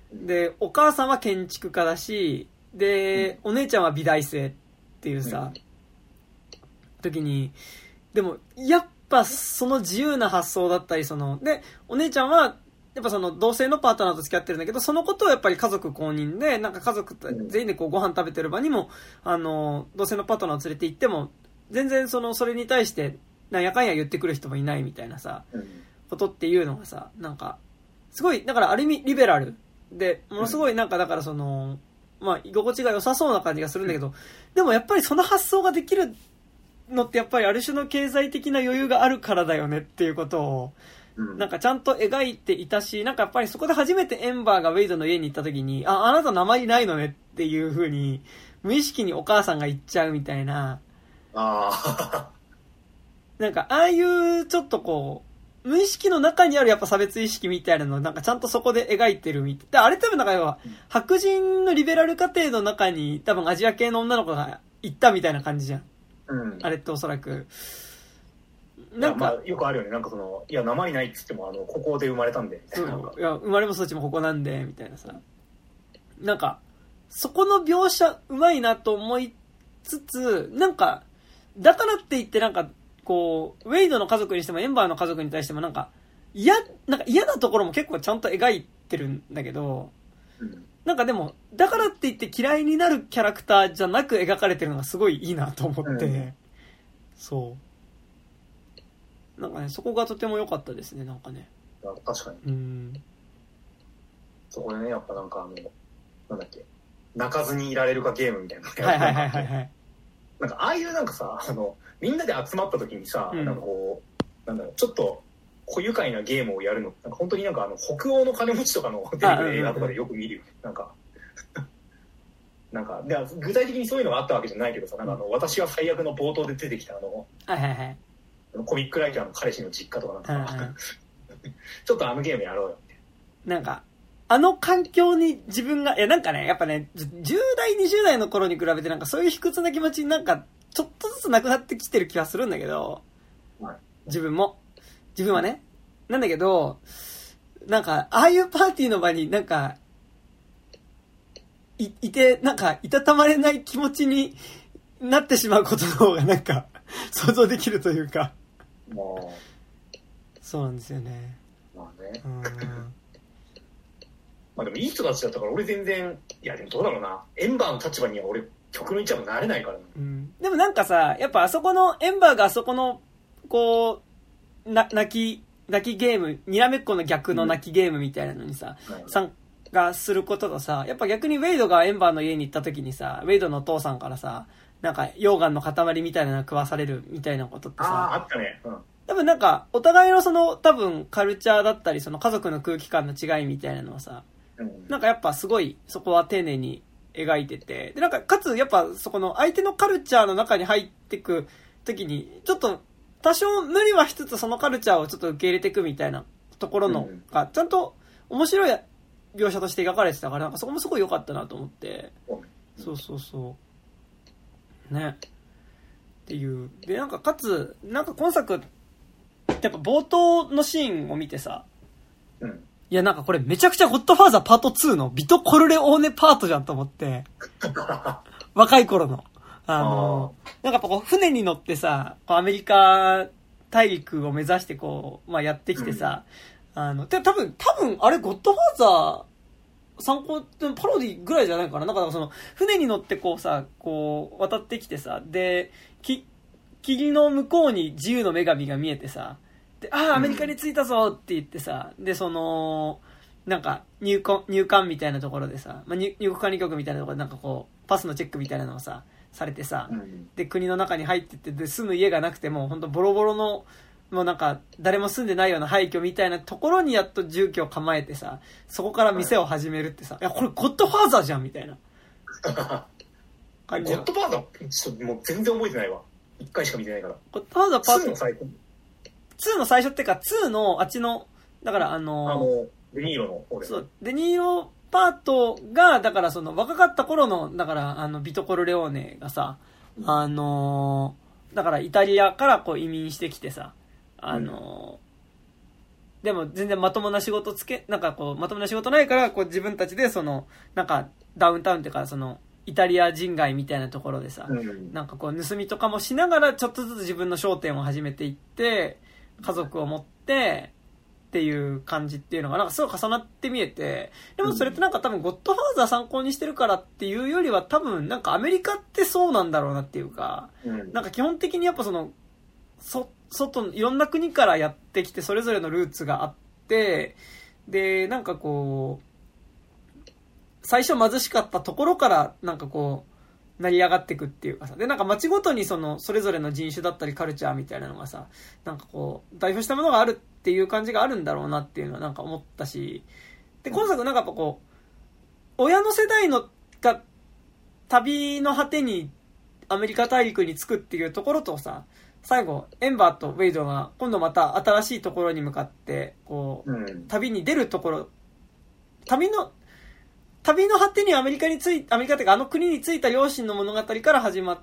で、お母さんは建築家だし、で、お姉ちゃんは美大生っていうさ、時に、でも、やっぱその自由な発想だったり、その、で、お姉ちゃんは、やっぱその同性のパートナーと付き合ってるんだけど、そのことをやっぱり家族公認で、なんか家族全員でこうご飯食べてる場にも、あの、同性のパートナーを連れて行っても、全然その、それに対して、なんやかんや言ってくる人もいないみたいなさ、ことっていうのがさ、なんか、すごい、だからある意味リベラルで、ものすごいなんかだからその、まあ、居心地が良さそうな感じがするんだけど、でもやっぱりその発想ができるのってやっぱりある種の経済的な余裕があるからだよねっていうことを、なんかちゃんと描いていたし、なんかやっぱりそこで初めてエンバーがウェイドの家に行った時に、あ、あなた名ないのねっていう風に、無意識にお母さんが言っちゃうみたいな。あなんか、ああいうちょっとこう、無意識の中にあるやっぱ差別意識みたいなのをなんかちゃんとそこで描いてるみたい。で、あれ多分なんか要は、白人のリベラル家庭の中に多分アジア系の女の子が行ったみたいな感じじゃん。うん、あれっておそらく。 なんか、まあ、よくあるよね。なんかその、いや、訛りないっつっても、あの、ここで生まれたんで、みたいな。 うん、いや、生まれも育ちもここなんで、みたいなさ。なんか、そこの描写、うまいなと思いつつ、なんか、だからって言ってなんか、こう、ウェイドの家族にしてもエンバーの家族に対してもなんか、嫌、なんか嫌なところも結構ちゃんと描いてるんだけど、うん、なんかでも、だからって言って嫌いになるキャラクターじゃなく描かれてるのがすごいいいなと思って、うん、そう。なんかね、そこがとても良かったですね、なんかね。 いや、確かに。うん。そこでね、やっぱなんかあの、なんだっけ、泣かずにいられるかゲームみたいな。はいはいはいはい、はい。なんかああいうなんかさ、あの、みんなで集まった時にさ、うん、なんかこう、なんだろう、ちょっと、小愉快なゲームをやるの、なんか本当になんかあの、北欧の金持ちとかの出てくる映画とかでよく見るよね。なんか、なんか、で具体的にそういうのがあったわけじゃないけどさ、なんかあの、私は最悪の冒頭で出てきたあの、はいはいはい。コミックライターの彼氏の実家とかなんか、うんうん、ちょっとあのゲームやろうよって。 なんか、あの環境に自分が、いやなんかね、やっぱね、じゅう代、にじゅう代の頃に比べてなんかそういう卑屈な気持ちになんか、ちょっとずつなくなってきてる気はするんだけど、はい、自分も。自分はね。なんだけど、なんか、ああいうパーティーの場になんか、い、いて、なんか、いたたまれない気持ちになってしまうことの方がなんか、想像できるというか。まあ、そうなんですよね。まあね。うん。 まあでもいい人たちだったから俺全然、いやでもどうだろうな。エンバーの立場には俺、曲の一番なれないからな、 うん。でもなんかさ、やっぱあそこの、エンバーがあそこの、こう、な、泣き、泣きゲーム、にらめっこの逆の泣きゲームみたいなのにさ、うん、参加することとさ、やっぱ逆にウェイドがエンバーの家に行った時にさ、ウェイドのお父さんからさ、なんか溶岩の塊みたいなの食わされるみたいなことってさ、 ああ、あったね。うん。 多分なんか、お互いのその、多分カルチャーだったり、その家族の空気感の違いみたいなのはさ、うん、なんかやっぱすごい、そこは丁寧に描いてて、で、なんか、かつやっぱそこの相手のカルチャーの中に入ってく時に、ちょっと、多少無理はしつつそのカルチャーをちょっと受け入れていくみたいなところのが、ちゃんと面白い描写として描かれてたから、なんかそこもすごい良かったなと思って、そうそうそう。ね。っていう。で、なんかかつ、なんか今作、やっぱ冒頭のシーンを見てさ、うん、いやなんかこれめちゃくちゃゴッドファーザーパートツーのビト・コルレオーネパートじゃんと思って、若い頃の。あの、なんかやっぱこう船に乗ってさ、アメリカ大陸を目指してこう、まあやってきてさ、うん、あの、で、多分、多分、あれゴッドファーザー参考ってパロディぐらいじゃないかな。なんかその、船に乗ってこうさ、こう、渡ってきてさ、で、き、霧の向こうに自由の女神が見えてさ、で、ああ、アメリカに着いたぞって言ってさ、で、その、なんか入管、入管みたいなところでさ、まあ、入国管理局みたいなところでなんかこう、パスのチェックみたいなのをさ、されてさ、うん、で国の中に入ってってで住む家がなくても本当ボロボロのもうなんか誰も住んでないような廃墟みたいなところにやっと住居を構えてさ、そこから店を始めるってさ、いやこれゴッドファーザーじゃんみたいな感じ。ゴッドファーザーちょっともう全然覚えてないわ。いっかいしか見てないから。 ゴッドファーザーパートツーの最初ツーの最初ってかツーのあっちのだからあのー、 あのデニーロの方で、そうデニーロパートが、だからその若かった頃の、だからあのビトコルレオーネがさ、あのー、だからイタリアからこう移民してきてさ、あのー、 でも全然まともな仕事つけ、なんかこう、まともな仕事ないから、こう自分たちでその、なんかダウンタウンっていうか、その、イタリア人街みたいなところでさ、うん、なんかこう盗みとかもしながらちょっとずつ自分の商店を始めていって、家族を持ってっていう感じっていうのがなんかすごい重なって見えて、でもそれってなんか多分ゴッドファーザー参考にしてるからっていうよりは多分なんかアメリカってそうなんだろうなっていうか、うん、なんか基本的にやっぱその、そ、外、いろんな国からやってきてそれぞれのルーツがあって、で、なんかこう、最初貧しかったところからなんかこう成り上がっていくっていうかさ、でなんか街ごとにそのそれぞれの人種だったりカルチャーみたいなのがさ、なんかこう代表したものがあるっていう感じがあるんだろうなっていうのはなんか思ったし、で今作なんかやっぱこう親の世代のが旅の果てにアメリカ大陸に着くっていうところとさ、最後エンバーとウェイドが今度また新しいところに向かってこう、うん、旅に出るところ、旅の旅の果てにアメリカについアメリカっていうかあの国に着いた両親の物語から始まって、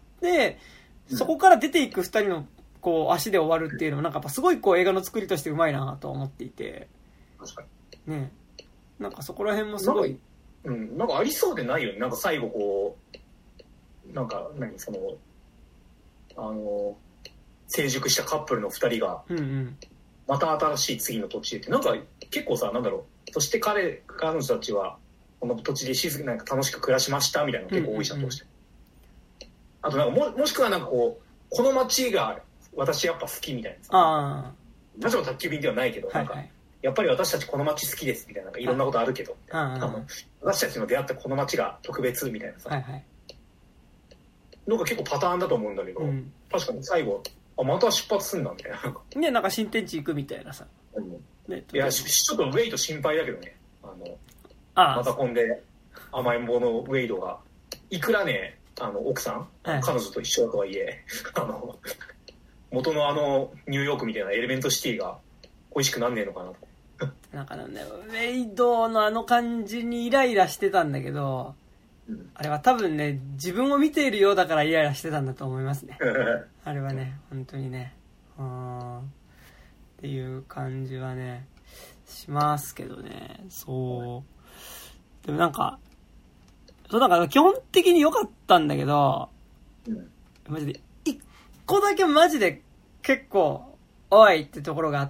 そこから出ていく二人のこう足で終わるっていうのもなんかやっぱすごいこう映画の作りとしてうまいなと思っていて、 確かにね、なんかそこら辺もすごい、 なんか、うん、なんかありそうでないよね。なんか最後こうなんか何そのあの成熟したカップルの二人がまた新しい次の土地へってなんか結構さ、なんだろう、そして彼彼女たちはこの土地で静かなんか楽しく暮らしましたみたいなの結構多いじゃん、どうしても。あとなんか も, もしくはなんかこうこの街が私やっぱ好きみたいなさ、あ魔女の宅急便ではないけど、はいはい、なんかやっぱり私たちこの街好きですみたいな、なんかいろんなことあるけど、あの私たちの出会ったこの街が特別みたいなさ、はいはい、のが結構パターンだと思うんだけど、うん、確かに最後あまた出発すんだみたいな、 ね、なんか新天地行くみたいなさ、うん、 ね、いやちょっとウェイト心配だけどね、あのああまた今で甘えん坊のウェイドがいくらね、あの奥さん、はい、彼女と一緒だとはいえあの元のあのニューヨークみたいなエレメントシティが恋しくなんねえのかなとなんかね、ウェイドのあの感じにイライラしてたんだけど、うん、あれは多分ね自分を見ているようだからイライラしてたんだと思いますねあれはね本当にね、あっていう感じはねしますけどね。そうでもなんか、そうなんか基本的に良かったんだけど、うん、マジで一個だけマジで結構おいってところがあって、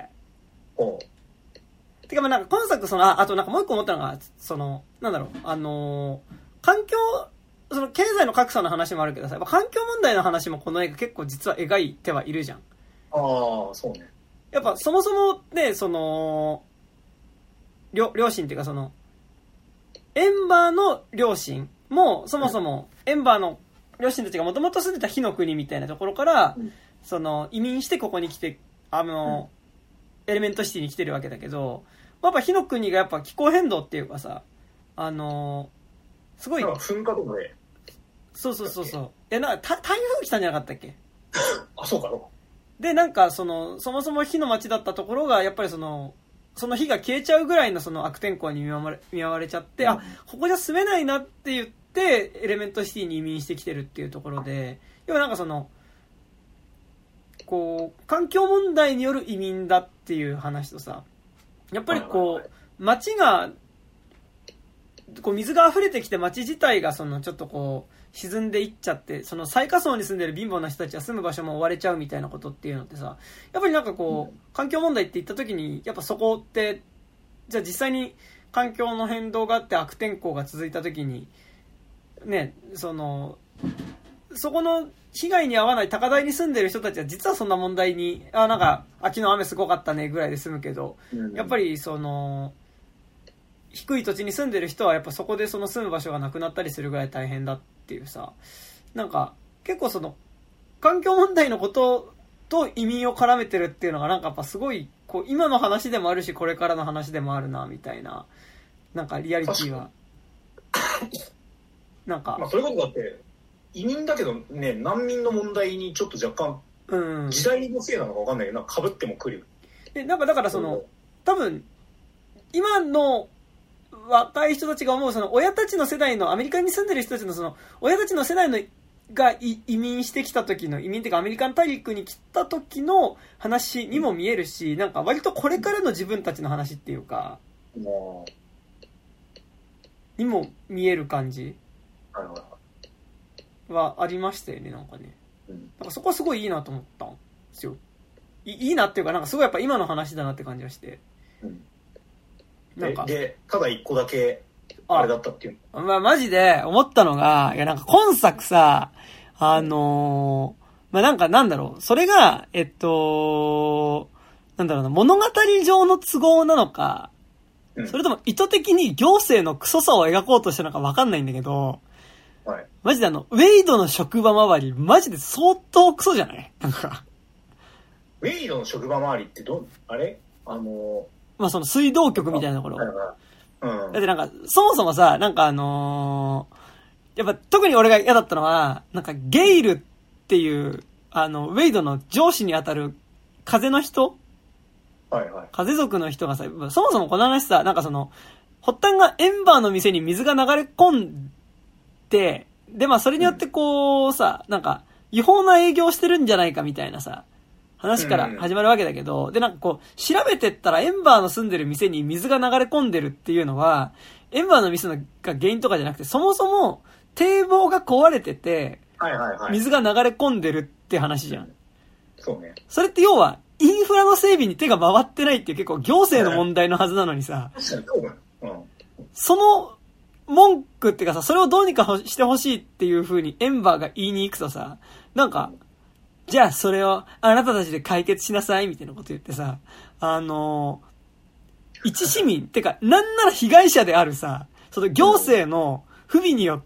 おてかまあなんか今作その あ, あとなんかもう一個思ったのがそのなんだろうあのー、環境その経済の格差の話もあるけどさ、やっぱ環境問題の話もこの映画結構実は描いてはいるじゃん。 ああそうね。 やっぱそもそもねその両両親っていうかそのエンバーの両親もそもそもエンバーの両親たちがもともと住んでた火の国みたいなところから、うん、その移民してここに来てあの、うん、エレメントシティに来てるわけだけど、やっぱ火の国がやっぱ気候変動っていうかさ、あのすごい噴火とかね。 そうそうそうそう。えなんか台風来たんじゃなかったっけ？ あそうかの。 でなんかそのそもそも火の町だったところがやっぱりそのその火が消えちゃうぐらいのその悪天候に見舞われ、見舞われちゃって、うん、あ、ここじゃ住めないなって言って、エレメントシティに移民してきてるっていうところで、要はなんかその、こう、環境問題による移民だっていう話とさ、やっぱりこう、街が、こう水が溢れてきて街自体がそのちょっとこう、沈んでいっちゃって、その最下層に住んでる貧乏な人たちは住む場所も追われちゃうみたいなことっていうのってさ、やっぱりなんかこう、環境問題って言った時に、やっぱそこって、じゃあ実際に環境の変動があって悪天候が続いた時に、ね、その、そこの被害に遭わない高台に住んでる人たちは実はそんな問題に、あ、なんか秋の雨すごかったねぐらいで済むけど、やっぱりその、低い土地に住んでる人はやっぱそこでその住む場所がなくなったりするぐらい大変だっていうさ、なんか結構その環境問題のことと移民を絡めてるっていうのがなんかやっぱすごいこう今の話でもあるしこれからの話でもあるなみたいな、なんかリアリティはなんか、 まあ、それこそだって移民だけどね、難民の問題にちょっと若干、うん、時代のせいなのか分かんないけどなんか被ってもくる。 でなんかだからその多分今の若い人たちが思うその親たちの世代のアメリカに住んでる人たちのその親たちの世代のが移民してきた時の、移民っていうかアメリカン大陸に来た時の話にも見えるし、なんか割とこれからの自分たちの話っていうか、にも見える感じはありましたよね、なんかね。なんかそこはすごいいいなと思ったんですよ。いいいなっていうか、なんかすごいやっぱ今の話だなって感じがして。 なんかで、ただ一個だけ、あれだったっていう。 まあ、マジで思ったのが、いや、なんか今作さ、あのー、まあ、なんかなんだろう、それが、えっと、なんだろうな、物語上の都合なのか、うん、それとも意図的に行政のクソさを描こうとしたのかわかんないんだけど、はい、マジであの、ウェイドの職場周り、マジで相当クソじゃないなんか。 ウェイドの職場周りってど、あれあのー、 まあ、その水道局みたいなところ。うん、だってなんか、そもそもさ、なんかあのー、やっぱ特に俺が嫌だったのは、なんかゲイルっていう、あの、ウェイドの上司にあたる風の人はいはい。 風族の人がさ、そもそもこの話さ、なんかその、発端がエンバーの店に水が流れ込んで、で、まあそれによってこうさ、なんか、違法な営業してるんじゃないかみたいなさ、話から始まるわけだけど、うん、で、なんかこう、調べてったらエンバーの住んでる店に水が流れ込んでるっていうのは、エンバーの店が原因とかじゃなくて、そもそも堤防が壊れてて、 はいはいはい、 水が流れ込んでるって話じゃん。 そうね。 それって要は、インフラの整備に手が回ってないっていう結構行政の問題のはずなのにさ、 うん、 その文句っていうかさ、それをどうにかしてほしいっていう風にエンバーが言いに行くとさ、なんか、じゃあそれをあなたたちで解決しなさいみたいなこと言ってさ、あのー、一市民ってか、なんなら被害者であるさ、その行政の不備によって、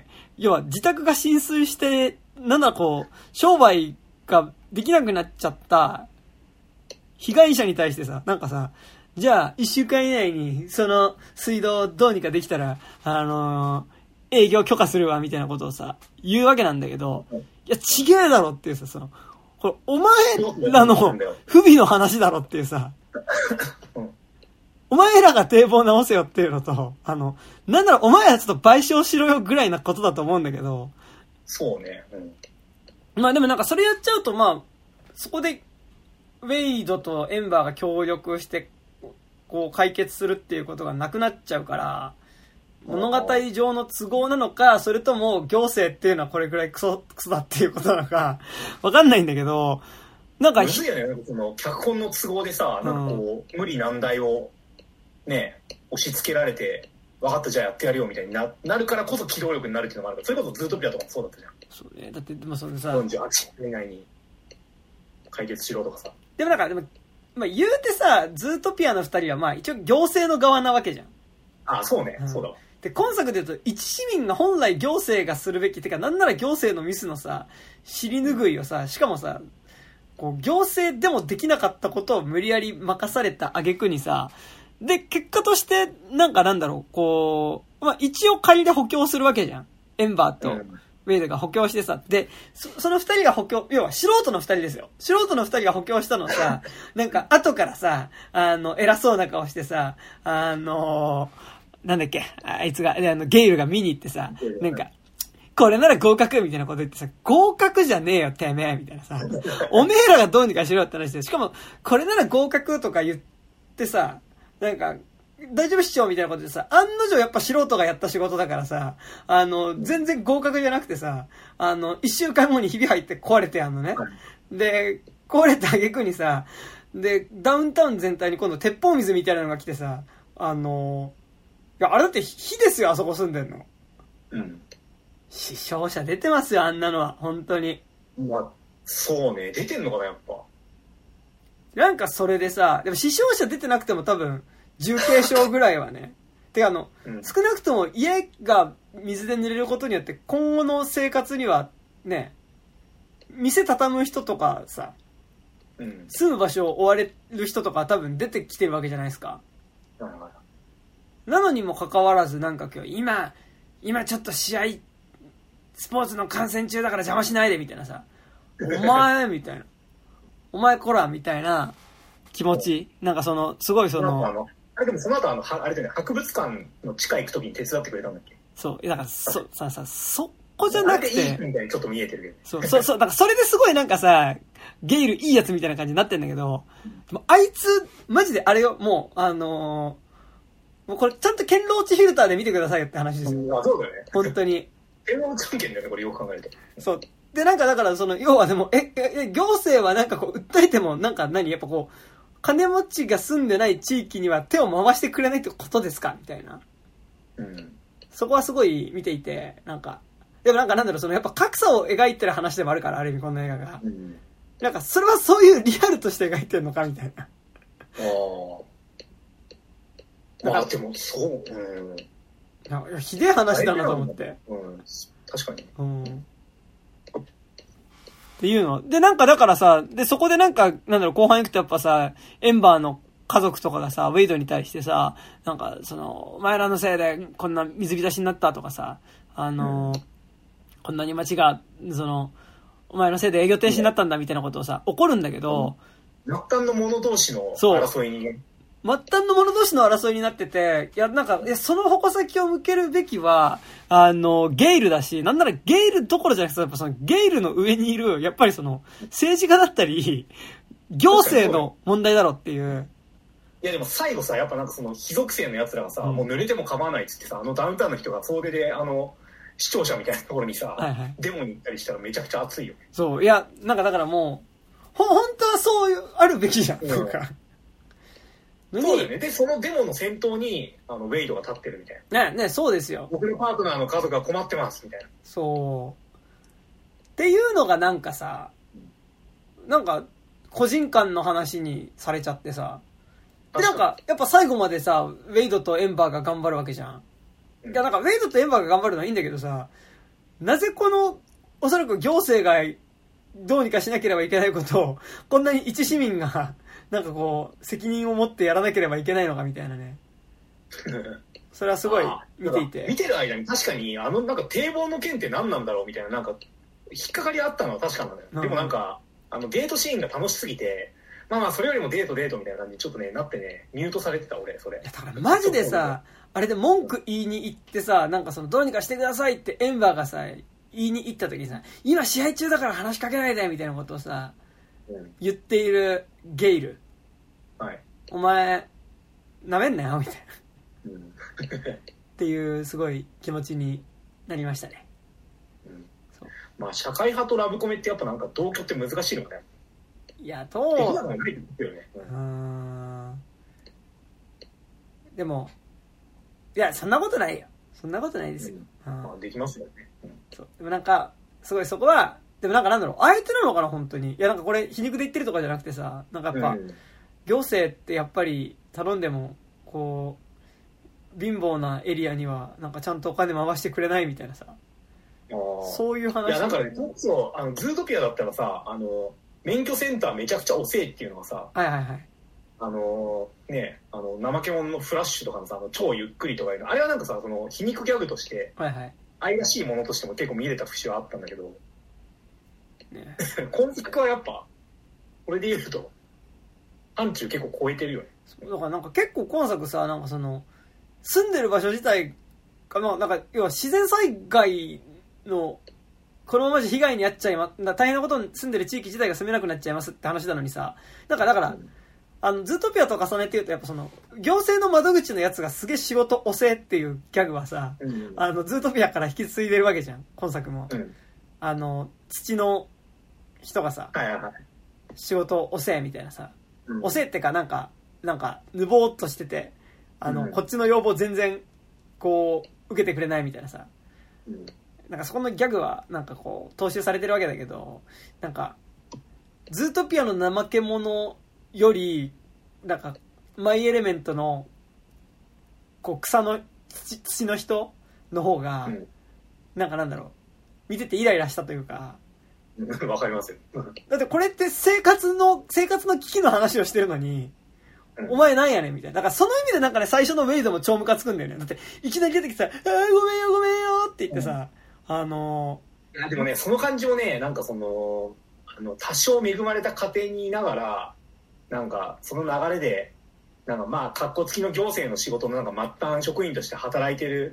要は自宅が浸水して、なんだこう、商売ができなくなっちゃった被害者に対してさ、なんかさ、じゃあ一週間以内にその水道どうにかできたら、あのー、営業許可するわみたいなことをさ、言うわけなんだけど、いや、ちげえだろっていうさ、その、これ、お前らの不備の話だろっていうさ、お前らが堤防直せよっていうのと、あの、なんならお前らちょっと賠償しろよぐらいなことだと思うんだけど。 そうね。 うん、まあでもなんかそれやっちゃうと、まあ、そこで、ウェイドとエンバーが協力して、こう解決するっていうことがなくなっちゃうから、物語上の都合なのか、それとも行政っていうのはこれくらいクソ、クソだっていうことなのか、わかんないんだけど、なんか、 むずいよね、なんかその、脚本の都合でさ、なんかこう、うん、無理難題を、ね、押し付けられて、分かった、じゃあやってやるよみたいに な, なるからこそ機動力になるっていうのがあるから、それこそズートピアとかもそうだったじゃん。 そうね、だって、でもそれさ、 よんじゅうはちねん以内に解決しろとかさ。 でもなんか、でも、まあ言うてさ、ズートピアの二人はまあ一応行政の側なわけじゃん。 ああ、そうね、うん、そうだわ。 で、今作で言うと、一市民が本来行政がするべき、てか、なんなら行政のミスのさ、尻拭いをさ、しかもさ、こう、行政でもできなかったことを無理やり任された挙句にさ、で、結果として、なんかなんだろう、こう、まあ、一応仮で補強するわけじゃん。エンバーとウェイドが補強してさ、で、そ, その二人が補強、要は素人の二人ですよ。素人の二人が補強したのさ、なんか後からさ、あの、偉そうな顔してさ、あのなんだっけ、あいつが、あの、ゲイルが見に行ってさ、なんか、これなら合格みたいなこと言ってさ、合格じゃねえよ、てめえみたいなさ、おめえらがどうにかしろって話で、しかも、これなら合格とか言ってさ、なんか、大丈夫っしょみたいなことでさ、案の定やっぱ素人がやった仕事だからさ、あの、全然合格じゃなくてさ、あの、一週間後にひび入って壊れてやんのね。で、壊れた挙句にさ、で、ダウンタウン全体に今度鉄砲水みたいなのが来てさ、あの、いや、あれだって火ですよ、あそこ住んでんの。 うん。 死傷者出てますよ、あんなのは、本当に。 まあ、そうね、出てんのかな、やっぱ。 なんかそれでさ、でも死傷者出てなくても多分、重軽傷ぐらいはね。てかあの、うん、少なくとも家が水で濡れることによって今後の生活にはね、店畳む人とかさ、うん、住む場所を追われる人とか多分出てきてるわけじゃないですか。 うん、 なのにもかかわらずなんか今日今、今ちょっと試合、スポーツの観戦中だから邪魔しないでみたいなさ、お前みたいな、お前こらみたいな気持ち、なんかその、すごいその、 あれでもその後あのあれだよね、博物館の地下行くときに手伝ってくれたんだっけ。 そうだからそささそこじゃなくて。 いいみたいにちょっと見えてるけど。 そう、そう、そう、だからそれですごいなんかさ、ゲイルいいやつみたいな感じになってんだけど、あいつ、マジであれよ、もう、あのー、もうこれちゃんと堅牢地フィルターで見てくださいよって話ですよ。 あ、そうだよね。 本当に。 堅牢地案件だよね、これよく考えると。 そう。で、なんかだからその、要はでも、え、え、行政はなんかこう、訴えても、なんか何やっぱこう、金持ちが住んでない地域には手を回してくれないってことですかみたいな。 うん。 そこはすごい見ていて、なんか、でもなんかなんだろう、そのやっぱ格差を描いてる話でもあるから、ある意味この映画が。うん、なんかそれはそういうリアルとして描いてるのかみたいな。ああ。まあでもそう、うん。いや、ひでえ話だなと思って。 うん。確かに。 うん。っていうの。で、なんかだからさ、で、そこでなんか、なんだろう、後半行くとやっぱさ、エンバーの家族とかがさ、ウェイドに対してさ、なんか、その、お前らのせいでこんな水浸しになったとかさ、あの、うん、こんなに街が、その、お前のせいで営業停止になったんだみたいなことをさ、怒るんだけど、 末端の者同士の争いにね。 末端の者同士の争いになってて、いや、なんか、いや、その矛先を向けるべきは、あの、ゲイルだし、なんならゲイルどころじゃなくて、やっぱそのゲイルの上にいる、やっぱりその、政治家だったり、行政の問題だろっていう。 いやでも最後さ、やっぱなんかその、非属性の奴らがさ、うん、もう濡れても構わないっつってさ、あのダウンタウンの人が総出で、あの、視聴者みたいなところにさ、はいはい、デモに行ったりしたらめちゃくちゃ熱いよ。 そう、いや、なんかだからもう、ほ、本当はそういう、あるべきじゃん、というか。 そうだよね。で、そのデモの先頭に、あの、ウェイドが立ってるみたいな。ね、ね、そうですよ。 僕のパートナーの家族が困ってます、みたいな。 そう。っていうのがなんかさ、なんか、個人間の話にされちゃってさ、で、なんか、やっぱ最後までさ、ウェイドとエンバーが頑張るわけじゃん。うん、いや、なんか、ウェイドとエンバーが頑張るのはいいんだけどさ、なぜこの、おそらく行政がどうにかしなければいけないことを、こんなに一市民が、なんかこう、責任を持ってやらなければいけないのかみたいなね。それはすごい見ていて。 見てる間に確かに、あのなんか堤防の件って何なんだろうみたいな、なんか、引っかかりあったのは確かなんだよ。うん、でもなんか、あの、デートシーンが楽しすぎて、まあまあ、それよりもデートデートみたいな感じにちょっとね、なってね、ミュートされてた俺、それ。いや、だからマジでさ、あれで文句言いに行ってさ、なんかその、どうにかしてくださいってエンバーがさ、言いに行った時にさ、今試合中だから話しかけないでみたいなことをさ、うん、言っているゲイル。 はい。 お前、なめんなよみたいな。うん、っていう、すごい気持ちになりましたね。 うん、そうまあ、社会派とラブコメってやっぱなんか同居って難しいのかね。 いや、どう、 できなくはないですよね。 うん。でも、いや、そんなことないよ。そんなことないですよ。 うん、まあ、できますよね。 うん、そう。でもなんか、すごいそこは、でもなんかなんだろう、相手なのかな、本当に。いや、なんかこれ、皮肉で言ってるとかじゃなくてさ、なんかやっぱ、うん、行政ってやっぱり頼んでも、こう、貧乏なエリアには、なんかちゃんとお金回してくれないみたいなさ。そういう話。 いや、なんかね、そう、あの、ズートピアだったらさ、あの、免許センターめちゃくちゃ遅いっていうのがさ、 はいはいはい。 あのー、ね、あの、怠け者のフラッシュとかのさ、あの超ゆっくりとかいうの、あれはなんかさ、その、皮肉ギャグとして、 はいはい。 愛らしいものとしても結構見れた節はあったんだけど、 ね、 今作はやっぱ、これで言うと、範疇結構超えてるよね。 だからなんか結構今作さ、なんかその、住んでる場所自体が、まあなんか、要は自然災害の、このままじゃ被害に遭っちゃいます、大変なことに住んでる地域自体が住めなくなっちゃいますって話なのにさ、なんかだから、うん、あの、ズートピアと重ねて言うと、やっぱその、行政の窓口のやつがすげえ仕事遅えっていうギャグはさ、うん、あの、ズートピアから引き継いでるわけじゃん、今作も。うん、あの、土の人がさ、 はいはいはい、 仕事遅えみたいなさ、うん、遅えってかなんか、なんか、ぬぼーっとしてて、あの、うん、こっちの要望全然、こう、受けてくれないみたいなさ、うんなんかそこのギャグはなんかこう踏襲されてるわけだけど、なんかズートピアの怠け者よりなんかマイエレメントのこう草の土の人の方がなんかなんだろう見ててイライラしたというか、 わかりますよ。 だってこれって生活の生活の危機の話をしてるのに。お前なんやねんみたいな。だからその意味でなんかね最初のウェイドも超ムカつくんだよね。だっていきなり出てきてさ、あーごめんよごめんよって言ってさ。うんあのー、でもねその感じもねなんかそのあの多少恵まれた家庭にいながらなんかその流れでなんかまあ格好付きの行政の仕事のなんか末端職員として働いてる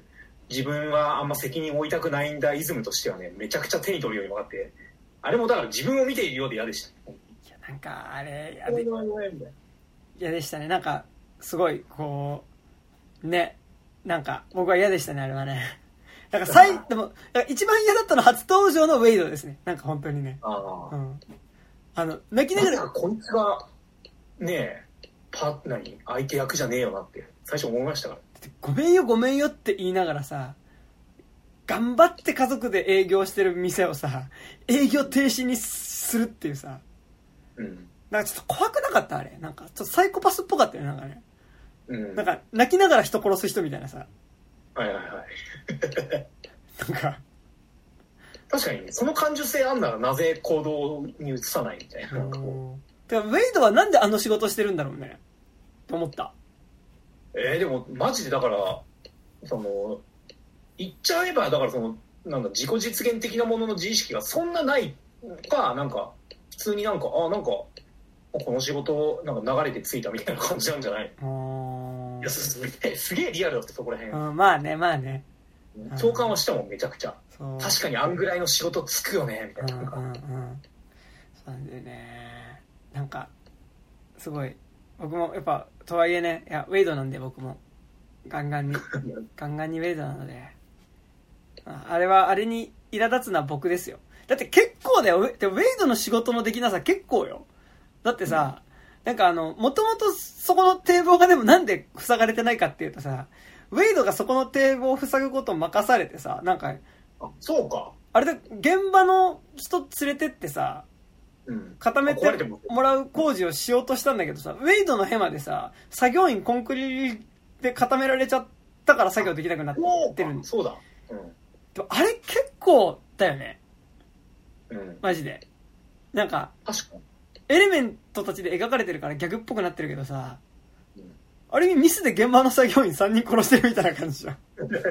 自分はあんま責任を負いたくないんだイズムとしてはね、めちゃくちゃ手に取るように分かって、あれもだから自分を見ているようで嫌でした。 いやなんかあれ嫌で嫌でしたね。なんかすごいこうね、なんか僕は嫌でしたねあれはね。なんか最でも一番嫌だったのは初登場のウェイドですね。なんか本当にね。あ、うん、あの泣きながらこいつがねえパートナーに相手役じゃねえよなって最初思いましたから。 ごめんよごめんよって言いながらさ、頑張って家族で営業してる店をさ営業停止にするっていうさ、うん、なんかちょっと怖くなかったあれ。なんかちょっとサイコパスっぽかったよなんかね、うん、なんか泣きながら人殺す人みたいなさ。 はいはいはいなんか確かにその感受性あんならなぜ行動に移さないみたいな。なんかこうてかウェイドはなんであの仕事してるんだろうねと思った。 えー、でもマジでだからその言っちゃえばだからそのなんだ自己実現的なものの自意識がそんなないか、なんか普通になんかあなんかこの仕事なんか流れてついたみたいな感じなんじゃない？いやすげえすげえリアルだってそこら辺。 うん、まあねまあね。 共感はしたもんめちゃくちゃ。確かにあんぐらいの仕事つくよねみたいな。うんうんうん。 そうなんでね、なんかすごい僕もやっぱとはいえね、いやウェイドなんで僕もガンガンにガンガンにウェイドなので、あれはあれに苛立つのは僕ですよ。だって結構だよ、ウェイドの仕事のできなさ結構よ。だってさ、うん、なんかあのもともとそこの堤防がでもなんで塞がれてないかっていうとさ、ウェイドがそこの堤防を塞ぐことを任されてさ、なんかあそうかあれで現場の人連れてってさ、うん、固めてもらう工事をしようとしたんだけどさ、ウェイドのヘマでさ作業員コンクリで固められちゃったから作業できなくなってるん。 そうだ、うん、 でもあれ結構だよね、 うん、 マジで。なんか確かにエレメントたちで描かれてるからギャグっぽくなってるけどさ、うん、ある意味ミスで現場の作業員さんにん殺してるみたいな感じじゃん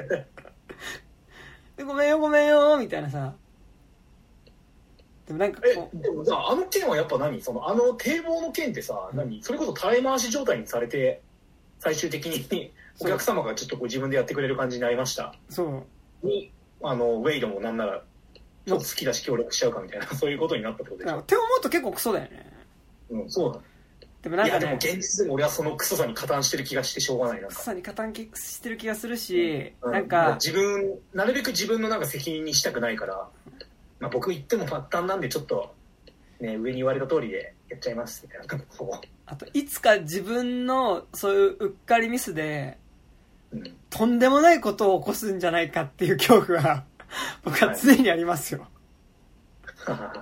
でごめんよごめんよみたいなさ。でもなんかこうえでもさあの件はやっぱ何そのあの堤防の件ってさ、うん、何それこそたらい回し状態にされて最終的にお客様がちょっとこう自分でやってくれる感じになりましたそうに、あのウェイドもなんならちょっと好きだし協力しちゃうかみたいなそういうことになったってことでしょ。 って思うと結構クソだよね。 うんそうだ。 でもなんか、ね、 いやでも現実でも俺はそのクソさに加担してる気がしてしょうがない。なんかクソさに加担してる気がするし、 うん、 なんか自分なるべく自分のなんか責任にしたくないから、まあ、僕言っても末端なんでちょっとね上に言われた通りでやっちゃいますみたいな。 あといつか自分のそういううっかりミスで、うん、とんでもないことを起こすんじゃないかっていう恐怖は僕は常にありますよ、はい、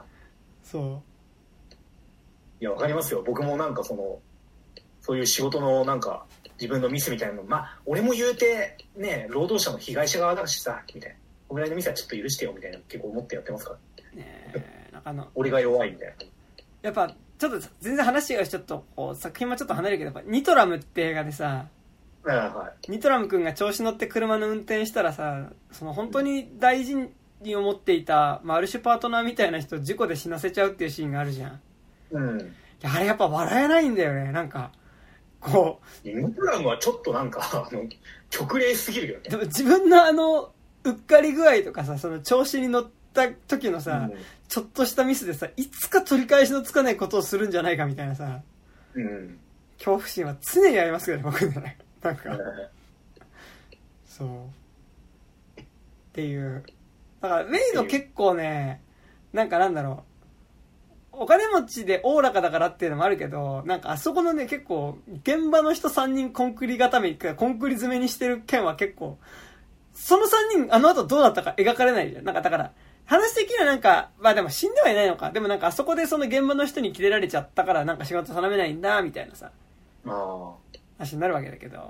そういやわかりますよ。僕もなんかそのそういう仕事のなんか自分のミスみたいなの、まあ俺も言うてね労働者の被害者側だしさみたいな、このぐらいのミスはちょっと許してよみたいな結構思ってやってますからね。えなんかあの俺が弱いみたいな。 やっぱちょっと全然話がちょっとこう作品もちょっと離れるけど、やっぱニトラムって映画でさ、 はいはい、 ニトラム君が調子乗って車の運転したらさ、その本当に大事に思っていた、まあ、ある種パートナーみたいな人を事故で死なせちゃうっていうシーンがあるじゃん。うん、いやあれやっぱ笑えないんだよね。なんかこうニトラムはちょっとなんかあの極例すぎるよね。 でも自分のあのうっかり具合とかさ、その調子に乗った時のさ、うん、ちょっとしたミスでさ、いつか取り返しのつかないことをするんじゃないかみたいなさ、うん、恐怖心は常にありますけどね僕ね。なんかそうっていうだからウェイド結構ね、なんかなんだろう、お金持ちでおおらかだからっていうのもあるけど、なんかあそこのね結構現場の人さんにんコンクリ固めコンクリ詰めにしてる件は結構そのさんにんあの後どうだったか描かれないじゃん。なんかだから話的にはなんかまあでも死んではいないのか、でもなんかあそこでその現場の人にキレられちゃったからなんか仕事頼めないんだみたいなさあ話になるわけだけど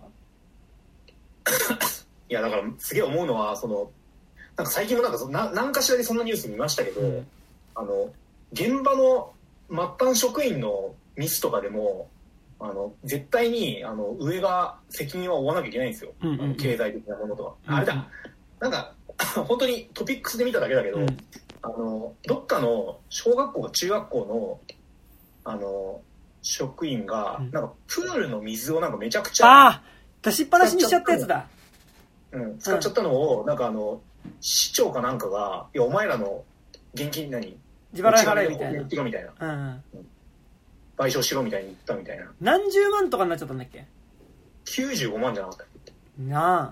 いやだからすげえ思うのはそのなんか最近もなんかな何かしらでそんなニュース見ましたけど、うん、あの現場の末端職員のミスとかでもあの絶対にあの上が責任は負わなきゃいけないんですよ、うんうんうん、あの経済的なものとか、うんうん、あれだなんか本当にトピックスで見ただけだけど、うん、あのどっかの小学校か中学校のあの職員が、うん、なんかプールの水をなんかめちゃくちゃあ出しっぱなしにしちゃったやつだ。 うん、使っちゃったのを、うん、なんかあの市長かなんかが、いやお前らの現金何自腹払えみたいな、 みたいな、 うんうん、 賠償しろみたいに言ったみたいな。 何十万とかになっちゃったんだっけ？ きゅうじゅうごまんじゃなかったな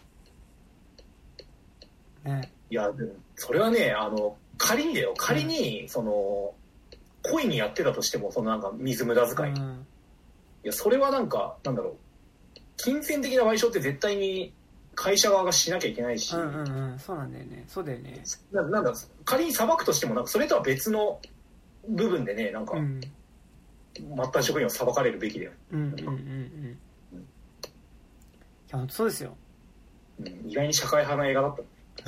あ、ね、 いやそれはね、あの仮にだよ、仮に、うん、その故意にやってたとしても、そのなんか水無駄遣い、うん、いやそれはなんかなんだろう、金銭的な賠償って絶対に会社側がしなきゃいけないし、 うんうんうん、そうなんだよね、そうだよね。 ななんだ仮に裁くとしてもなんかそれとは別の部分でね、なんか、うん、末端職員は裁かれるべきだよ。 うんうんうんうん。いや本当そうですよ。 うん、意外に社会派な映画だった。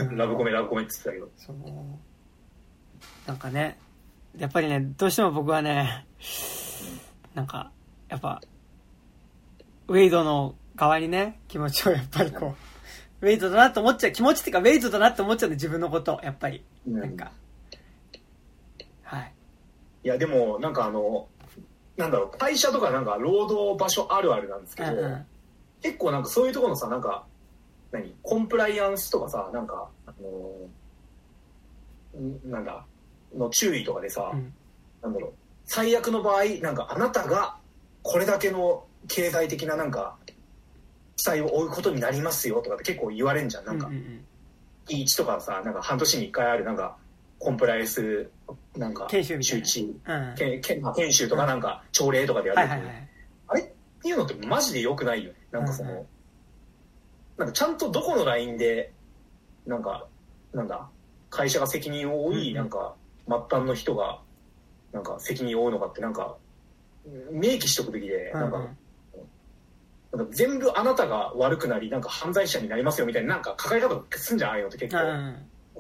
うん、ラブコメラブコメって言ってたけど。 そう。なんかね、やっぱりね、どうしても僕はね、なんかやっぱウェイドの側にね、気持ちをやっぱりこう、ウェイドだなと思っちゃう、気持ちっていうかウェイドだなって思っちゃうんで、自分のことやっぱり、うん、なんかはい。 いやでもなんかあのなんだろう、会社とかなんか労働場所あるあるなんですけど、うんうん、結構なんかそういうところのさ、なんか何コンプライアンスとかさ、なんかあのー、なんだの注意とかでさ、うん、なんだろう、最悪の場合なんかあなたがこれだけの経済的ななんか負債を負うことになりますよとかって結構言われんじゃん。なんか、うんうんうん、いちとかさ、なんか半年にいっかいあるなんかコンプライアンスなんか研修みたいな、 周知、うん、けけ研修とかなんか朝礼とかでやる、うんはいはいはい、あれっていうのってマジで良くないよね。なんかその、うんうん、なんかちゃんとどこのラインでなんかなんだ会社が責任を負い、うんうん、なんか末端の人がなんか責任を負うのかってなんか明記しとくべきで、なんか、うんうん、なんか全部あなたが悪くなりなんか犯罪者になりますよみたいななんか抱え方すんじゃないのって結構、うんうん、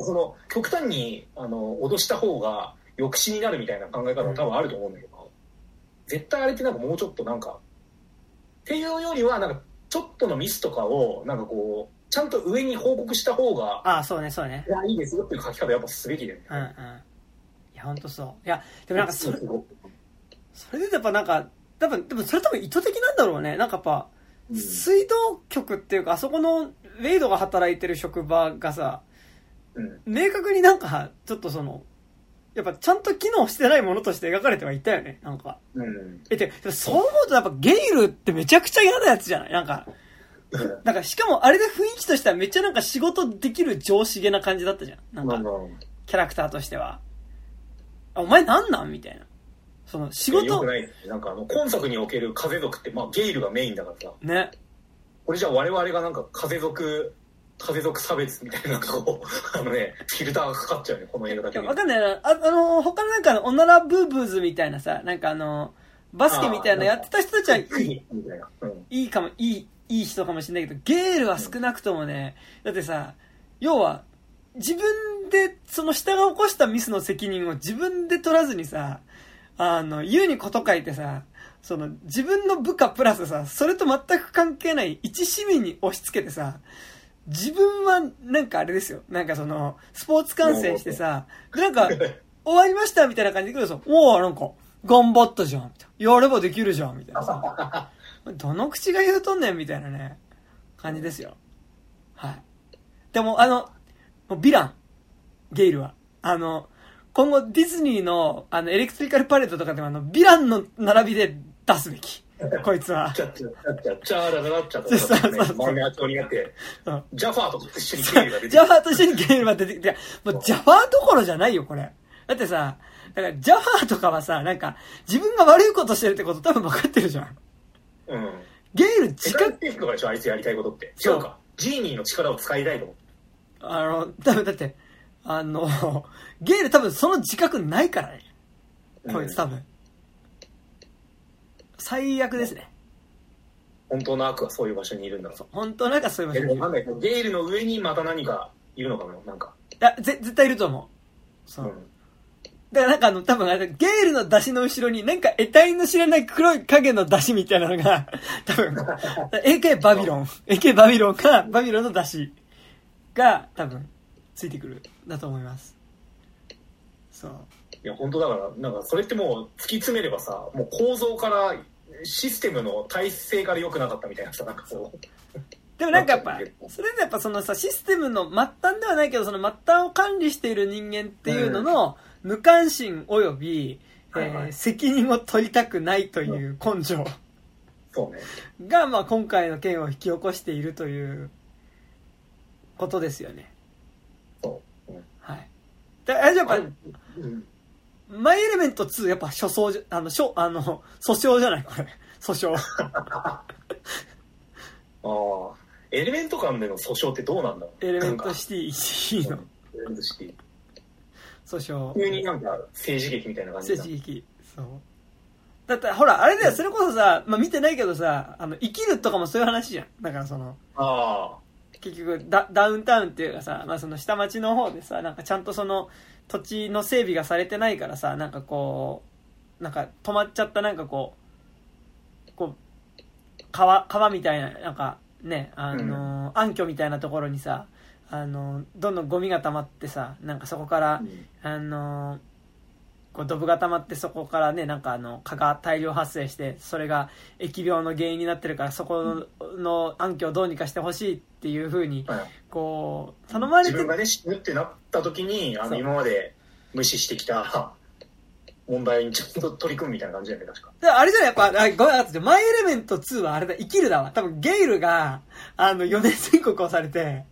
その極端にあの脅した方が抑止になるみたいな考え方は多分あると思うんだけど、うん、絶対あれってなんかもうちょっとなんかっていうよりはなんかちょっとのミスとかをなんかこうちゃんと上に報告した方が、 ああそうねそうね、 いやいいですよっていう書き方やっぱすべきだよね。 うんうん、いや本当そう。いやでもなんかそれそれでやっぱなんか多分でもそれ多分意図的なんだろうね。なんかやっぱ、うん、水道局っていうかあそこのウェイドが働いてる職場がさ、うん、明確になんかちょっとそのやっぱちゃんと機能してないものとして描かれてはいたよね。なんか、うん、えでそう思うとやっぱゲイルってめちゃくちゃ嫌なやつじゃない。なんかなんかしかもあれで雰囲気としてはめっちゃなんか仕事できる上司げな感じだったじゃん。なんかキャラクターとしてはあお前なんなんみたいな。その仕事よくないなんかあの今作における風俗ってまあゲイルがメインだからさね。 これじゃあ我々がなんか風俗風俗差別みたいななんかこうあのねフィルターがかかっちゃうねこの映画だけで。 わかんないな あ, あの他のなんかオナラブーブーズみたいなさなんかあのバスケみたいなやってた人たちはいい、うん、いいかもいいいい人かもしれないけどゲールは少なくともね、うん、だってさ要は自分でその下が起こしたミスの責任を自分で取らずにさあの言うにこと書いてさその自分の部下プラスさそれと全く関係ない一市民に押し付けてさ自分はなんかあれですよなんかそのスポーツ観戦してさでなんか終わりましたみたいな感じで来るとおーなんか頑張ったじゃんみたいなやればできるじゃんみたいなさどの口が言うとんねんみたいなね感じですよ。はいでもあのもうヴィランゲイルはあの今後ディズニーのあのエレクトリカルパレードとかでもあのヴィランの並びで出すべきこいつはチャッチャチャッチャーラララッチャとかマンガ調になってジャファーと一緒にゲイルが出てジャファーと一緒にゲイルが出てきてもうジャファーどころじゃないよこれだってさだからジャファーとかはさなんか自分が悪いことしてるってこと多分分かってるじゃん。うん。ゲイル自覚っていうかでしょあいつやりたいことって違うかジーニーの力を使いたいと思う。 あの多分だってあのゲイル多分その自覚ないからねこいつ多分、うん、最悪ですね。 本当の悪はそういう場所にいるんだろう。そう本当の悪はそういう場所にいる。 なんだゲイルの上にまた何かいるのかななんかいやぜ絶対いると思うそう、うん、だからなんかあの多分あれゲイルの出汁の後ろになんか得体の知らない黒い影の出汁みたいなのが多分 エーケー バビロン エーケー バビロンかバビロンの出汁が多分ついてくるだと思います。そういや本当だからなんかそれってもう突き詰めればさもう構造からシステムの体制から良くなかったみたいなさなんかそうでもなんかやっぱ、それでやっぱそのさ、システムの末端ではないけど、その末端を管理している人間っていうのの無関心及び、うんえーはいはい、責任を取りたくないという根性、うんそうね、 が、まあ今回の件を引き起こしているということですよね。 そう。うん、 はい。で、あれじゃやっぱ、うん、マイエレメントツーやっぱ訴訟じゃ、あの、しょ、あの、訴訟じゃないこれ。訴訟。 ああ。エレメント間での訴訟ってどうなんだろう。 エレメントシティいちの。 エレメントシティ。 訴訟。 急になんか政治劇みたいな感じだ。 政治劇。そう。だってほら、あれだよ、それこそさ、まあ見てないけどさ、あの、生きるとかもそういう話じゃん。だからその、 ああ。 結局ダ、ダウンタウンっていうかさ、まあその下町の方でさ、なんかちゃんとその、土地の整備がされてないからさ、なんかこう、なんか止まっちゃったなんかこう、こう、川、川みたいな、なんかね、あの、うん、暗渠みたいなところにさ、あの、どんどんゴミが溜まってさ、なんかそこから、うん、あの、こうドブが溜まってそこからね、なんかあの、蚊が大量発生して、それが疫病の原因になってるから、そこの暗渠をどうにかしてほしいっていう風に、こう、頼まれて、 自分がね、死ぬってなった時に、あの、今まで無視してきた問題にちゃんと取り組むみたいな感じだよね、確か。 あれじゃないやっぱ、あごめんなさい、マイエレメントツーはあれだ、生きるだわ。多分ゲイルが、あの、よねん宣告をされて、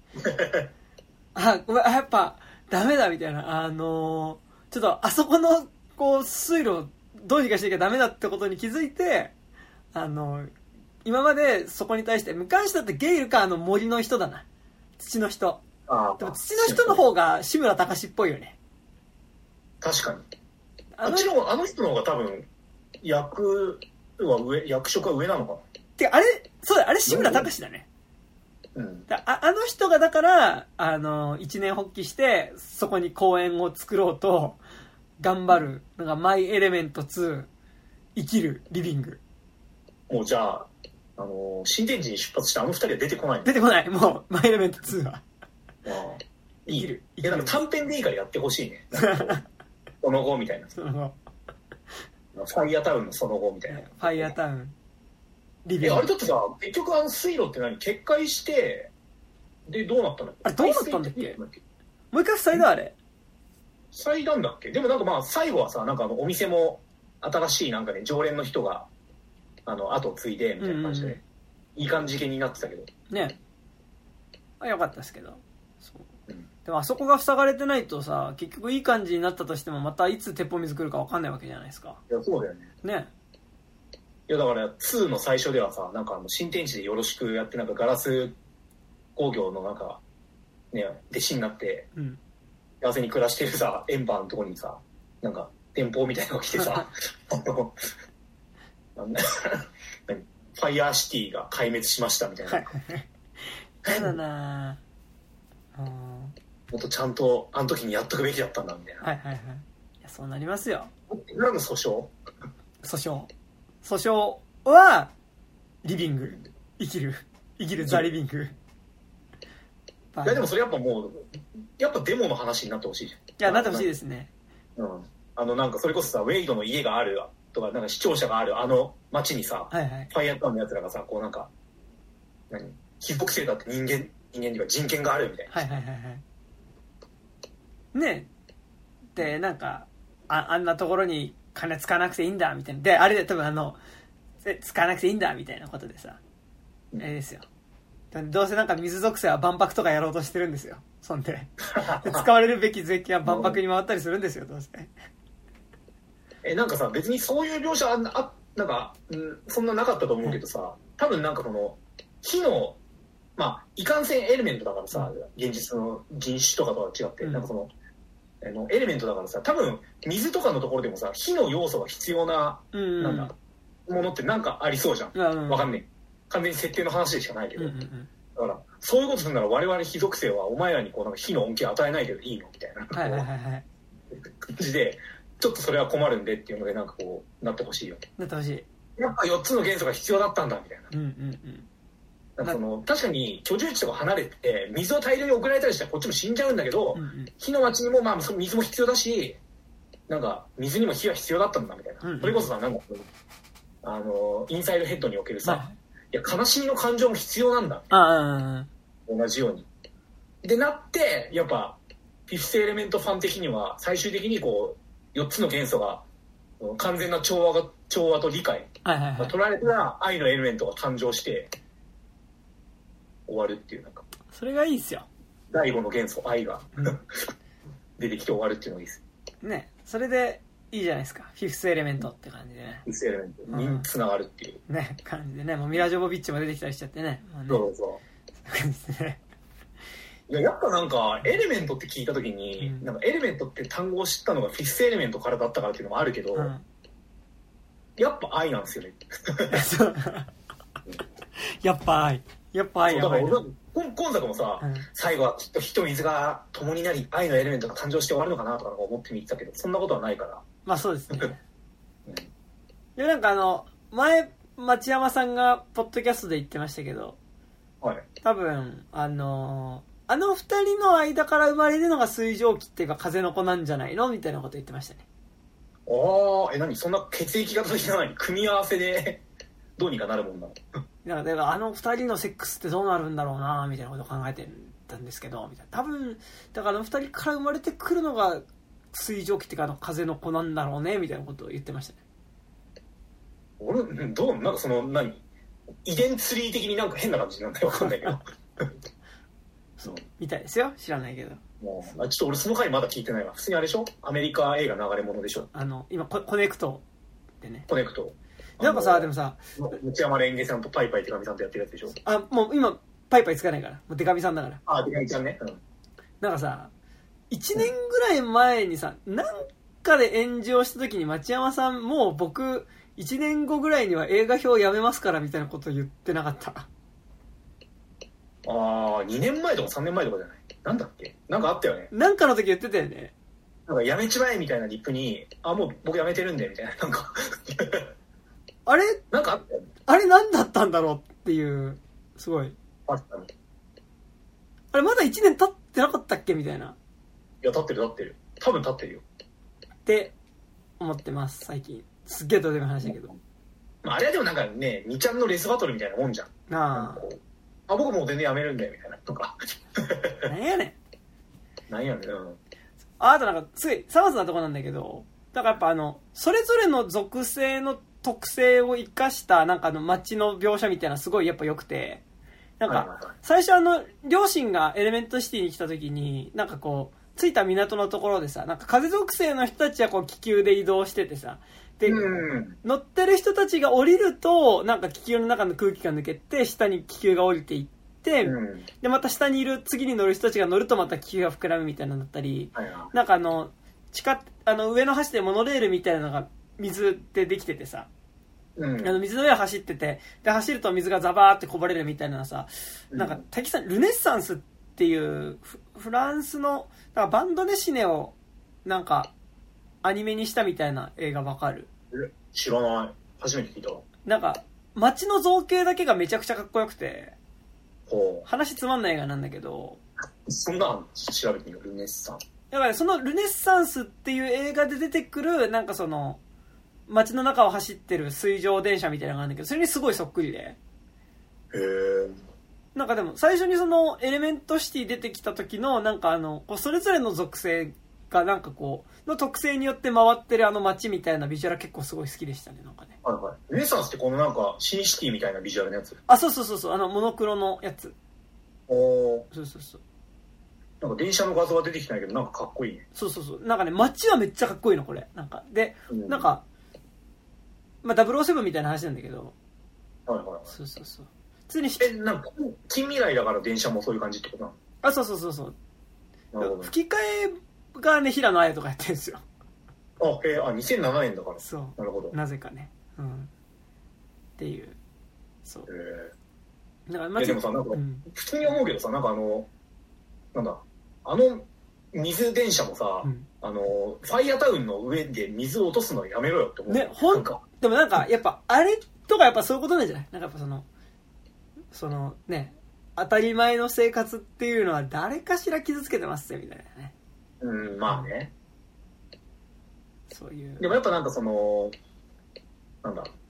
あ、ごめん、やっぱ、ダメだ、みたいな。あのー、ちょっと、あそこの、こう、水路をどうにかしなきゃダメだってことに気づいて、あの、今までそこに対して、無関心だってゲイルか、あの森の人だな。土の人。 あでも土の人の方が志村隆っぽいよね。 確かに。あの人の、あの人の方が多分、役は上、役職は上なのかな。 てか、あれ、そうだ、あれ志村隆だね。 うん、 だあ, あの人がだからあの一年発起してそこに公園を作ろうと頑張るのがマイエレメントツー生きるリビング。 もうじゃあ、あのー、新天地に出発してあの二人は出てこないの？ 出てこない。もうマイエレメントツーはあいい。いいいやなんか短編でいいからやってほしいね。その後みたいな。その後ファイアタウンのその後みたいな。 ファイアタウンえあれだってさ結局あの水路って何決壊してでどうなったんだっけ？ あれどうなったんだっけ？もう一回塞いだあれ塞いだんだっけ？でもなんかまあ最後はさなんかあのお店も新しいなんかね常連の人があの後を継いでみたいな感じで、うんうん、いい感じになってたけどねあよかったですけどそう、うん、でもあそこが塞がれてないとさ結局いい感じになったとしてもまたいつ鉄砲水来るか分かんないわけじゃないですか。 いやそうだよね。 ねいやだからツーの最初ではさなんかあの新天地でよろしくやってなんかガラス工業のなんかね弟子になって幸せに暮らしてるさエンバーのところにさなんか電報みたいなのが来てさあのファイヤーシティが壊滅しましたみたいなやだなぁもっとちゃんとあの時にやっとくべきだったんだみたいな。 はいはいはいいやそうなりますよ。 何の訴訟？ 訴訟訴訟はリビング生きる生きるザリビング。いやでもそれやっぱもうやっぱデモの話になってほしいじゃん。いやなってほしいですね。 うんあのなんかそれこそさウェイドの家があるとかなんか視聴者があるあの町にさ、 はいはい、 ファイアータウンのやつらがさこうなんか何非属性だって人間人間には人権があるみたいな。 はいはいはいはいねえでなんか あ, あんなところに金使わなくていいんだみたいなであれで多分あの使わなくていいんだみたいなことでさ、うん、あれですよどうせなんか水属性は万博とかやろうとしてるんですよそん で, で使われるべき税金は万博に回ったりするんですよどうせえなんかさ別にそういう描写あなんか、うん、そんななかったと思うけどさ、はい、多分なんかこの火のまあいかんせんエレメントだからさ、うん、現実の人種とかとは違って、うん、なんかそのあのエレメントだからさ多分水とかのところでもさ火の要素が必要な、うん、なんだものってなんかありそうじゃん、うんうん、わかんねえ完全に設定の話でしかないけど、うんうんうん、だからそういうことするなら我々非属性はお前らにこうなんか火の恩恵与えないけどいいのみたいな、 はいはいはいはい、 感じでちょっとそれは困るんでっていうのでなんかこうなってほしいよなってほしいやっぱよっつの元素が必要だったんだみたいな、 うんうんうんなんかその確かに居住地とか離れて水を大量に送られたりしたらこっちも死んじゃうんだけど、うんうん、火の町にもまあその水も必要だしなんか水にも火が必要だったんだみたいな、うんうん、それこそさなんかあのインサイドヘッドにおけるさ、まあ、 いや悲しみの感情も必要なんだ、 あ同じようにでなって、やっぱフィフスエレメントファン的には最終的にこうよっつの元素が完全な調和が調和と理解が取られたら愛のエレメントが誕生して終わるっていう、なんかそれがいいっすよ。 第五の元素愛が出てきて終わるっていうのがいいですね。それでいいじゃないですか、フィフスエレメントって感じでね。 フィフスエレメントにつながるっていう、 うん、ね感じでね。もうミラ・ジョボビッチも出てきたりしちゃってね。まあ、ねそうそうねいややっぱなんかエレメントって聞いた時に、うん、なんかエレメントって単語を知ったのがフィフスエレメントからだったからっていうのもあるけど、うん、やっぱ愛なんですよねやっぱ愛やっぱ愛やばいな。 今作もさ、うん、最後はきっと火と水が共になり愛のエレメントが誕生して終わるのかなとか思って見てたけど、そんなことはないから。 まあそうですね、うん、でなんかあの前町山さんがポッドキャストで言ってましたけど、 はい、 多分あのあの二人の間から生まれるのが水蒸気っていうか風の子なんじゃないのみたいなこと言ってましたね。 ああ、え何そんな血液型的な何組み合わせでどうにかなるもんなのだからあの二人のセックスってどうなるんだろうなみたいなことを考えてたんですけどみたいな。多分だからあの二人から生まれてくるのが水蒸気っていうかあの風の子なんだろうねみたいなことを言ってましたね。 俺どうなんかその何遺伝ツリー的になんか変な感じなんだよ、分かんないけどそうみたいですよ、知らないけど。 もうあちょっと俺その回まだ聞いてないわ。普通にあれでしょ、アメリカ映画流れ物でしょ。 あの今コネクトでね。 コネクトなんかさ、でもさ、 内山レンゲさんとパイパイ手紙さんとやってるやつでしょ。 あ、もう今パイパイつかないから、もう手紙さんだから。 あ、手紙ちゃんね、うん、 なんかさいちねんぐらい前にさ、なんかで炎上した時に町山さんもう僕いちねんごぐらいには映画表やめますからみたいなこと言ってなかった？ ああ、にねんまえとかさんねんまえとかじゃない？なんだっけ？なんかあったよね。 なんかの時言ってたよね。 なんかやめちまえみたいなリップに、あ、もう僕やめてるんでみたいな、なんかあれなんかあったよね。 あれ何だったんだろうっていう、すごい。 あったね。 あれまだいちねん経ってなかったっけみたいな。 いや、経ってる経ってる。多分経ってるよ。 って思ってます、最近。すっげえどうでもいい話だけど。 あれはでもなんかね、にちゃんのレスバトルみたいなもんじゃん。 ああ。あ、僕もう全然やめるんだよみたいなとか。 なんやねん。なんやねん。うん。 あ、あとなんかすごいさまつなとこなんだけど、だからやっぱあのそれぞれの属性の特性を生かしたなんかあの街の描写みたいなすごいやっぱ良くて、なんか最初あの両親がエレメントシティに来た時になんかこう着いた港のところでさ、なんか風属性の人たちはこう気球で移動しててさ、で、乗ってる人たちが降りるとなんか気球の中の空気が抜けて下に気球が降りていって、でまた下にいる次に乗る人たちが乗るとまた気球が膨らむみたいなのだったり、なんかあの地下あの上の橋でモノレールみたいなのが水でできててさ、うん、あの水の上を走ってて、で走ると水がザバーってこぼれるみたいなさ、なんか滝さんルネッサンスっていうフランスのなんかバンドデシネをなんかアニメにしたみたいな映画わかる？ え、知らない。初めて聞いた。 なんか街の造形だけがめちゃくちゃかっこよくて、 ほう、 話つまんない映画なんだけど、 そんな調べてみよう。ルネッサンス。 だからそのルネッサンスっていう映画で出てくるなんかその街の中を走ってる水上電車みたいなのがあるんだけど、それにすごいそっくりで、へー、 なんかでも最初にそのエレメントシティ出てきた時のなんかあのこうそれぞれの属性がなんかこうの特性によって回ってるあの街みたいなビジュアル結構すごい好きでしたね。なんかね、 はいはい。ルネッサンスってこのなんかシンシティみたいなビジュアルのやつ？ あ、そうそうそうそう、あのモノクロのやつ。 おー、 そうそうそう、 なんか電車の画像は出てきてないけどなんかかっこいいね。 そうそうそう、なんかね街はめっちゃかっこいいのこれ。なんかで、うん、なんかまあダブルオーセブンみたいな話なんだけど、 はいはいはい、 そうそうそう、普通にえ、なんか近未来だから電車もそういう感じってことなの？ あ、そうそうそうそう、なるほど。吹き替えがね平野綾とかやってるんですよ。 あ、へー、あ、にせんななねんだから。 そう、 なるほど、 なぜかね、うん、っていう、そう、 へー、 だからまあ、でもさ、なんか、うん、普通に思うけどさ、なんかあのなんだあの水電車もさ、うん、あのファイアタウンの上で水を落とすのやめろよって思うね。ほんかでもなんかやっぱあれとかやっぱそういうことなんじゃない？なんかやっぱそのそのね、当たり前の生活っていうのは誰かしら傷つけてますよみたいなね。 うん、まあね、 そういう。 でもやっぱなんかそのなんだ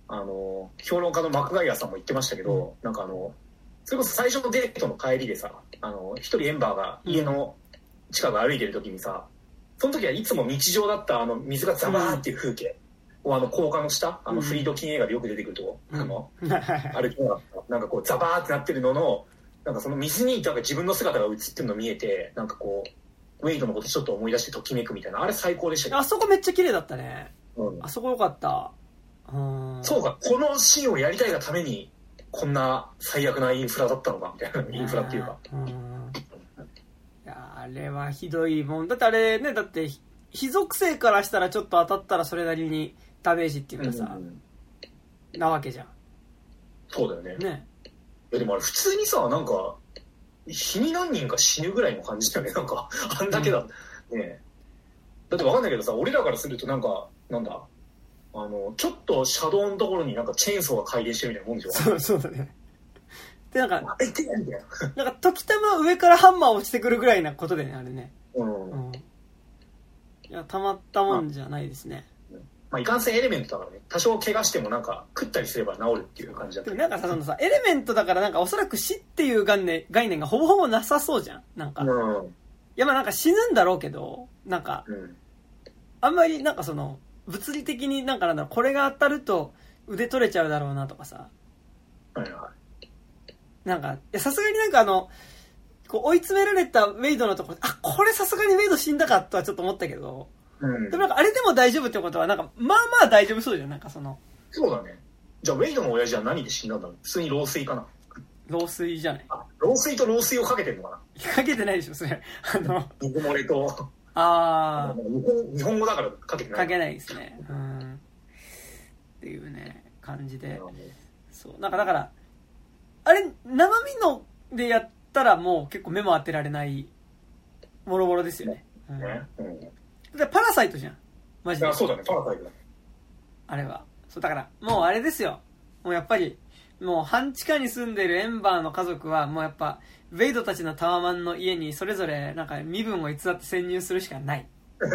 あの評論家のマクガイアさんも言ってましたけど、うん、なんかあのそれこそ最初のデートの帰りでさ、あの一人エンバーが家の近く歩いてる時にさ、その時はいつも日常だったあの水がザバーっていう風景を、あの高架の下、あのフリードキン映画でよく出てくるとこ、うん、あの歩きながらなんかこうザバーってなってるのの、なんかその水になんか自分の姿が映ってるの見えて、なんかこうウェイドのことちょっと思い出してときめくみたいな、あれ最高でしたけど。 あそこめっちゃ綺麗だったね、うん、あそこよかった。 うん、そうか、このシーンをやりたいがためにこんな最悪なインフラだったのかみたいな、インフラっていうか、うん、いやあれはひどいもんだって。あれね、だって非属性からしたらちょっと当たったらそれなりにダメージっていうかさ、うんうん、なわけじゃん。 そうだよね。 ね、 いやでもあれ普通にさ、なんか日に何人か死ぬぐらいの感じだよね、なんかあんだけだ、うん、ね。だって分かんないけどさ、俺らからするとなんかなんだあのちょっと車道のところになんかチェーンソーが回転してるみたいなもんでしょ。 そうそうだね。でなんかなんか時たま上からハンマー落ちてくるぐらいなことでね、あれね。うん。うん、いやたまったもんじゃないですね。 まあいかんせんエレメントだからね。多少怪我してもなんか食ったりすれば治るっていう感じだった。 でもなんかさ、そのさエレメントだからなんかおそらく死っていう概念概念がほぼほぼなさそうじゃん。なんか。うん、いやまあなんか死ぬんだろうけど、なんか、うん、あんまりなんかその。物理的になんかなんだろう、これが当たると腕取れちゃうだろうなとかさ、はいはい、なんかさすがになんかあのこう追い詰められたウェイドのところ、あこれさすがにウェイド死んだかとはちょっと思ったけど、うん、でもなんかあれでも大丈夫ってことはなんかまあまあ大丈夫そうじゃん。なんかそのそうだね。じゃあウェイドの親父は何で死んだんだろう。普通に老衰かな。 老衰じゃない。 あ老衰と老衰をかけてるのかな。かけてないでしょそれ。あの水漏れとああ、 日本語だからかけてない。 かけないですね。うん。っていうね感じで、そうなんかだからあれ生身のでやったらもう結構目も当てられないボロボロですよね。うん。ねうん、でパラサイトじゃん。マジで。 あそうだねパラサイトだ。 あれはそうだからもうあれですよ。もうやっぱりもう半地下に住んでるエンバーの家族はもうやっぱウェイドたちのタワマンの家にそれぞれなんか身分を偽って潜入するしかない。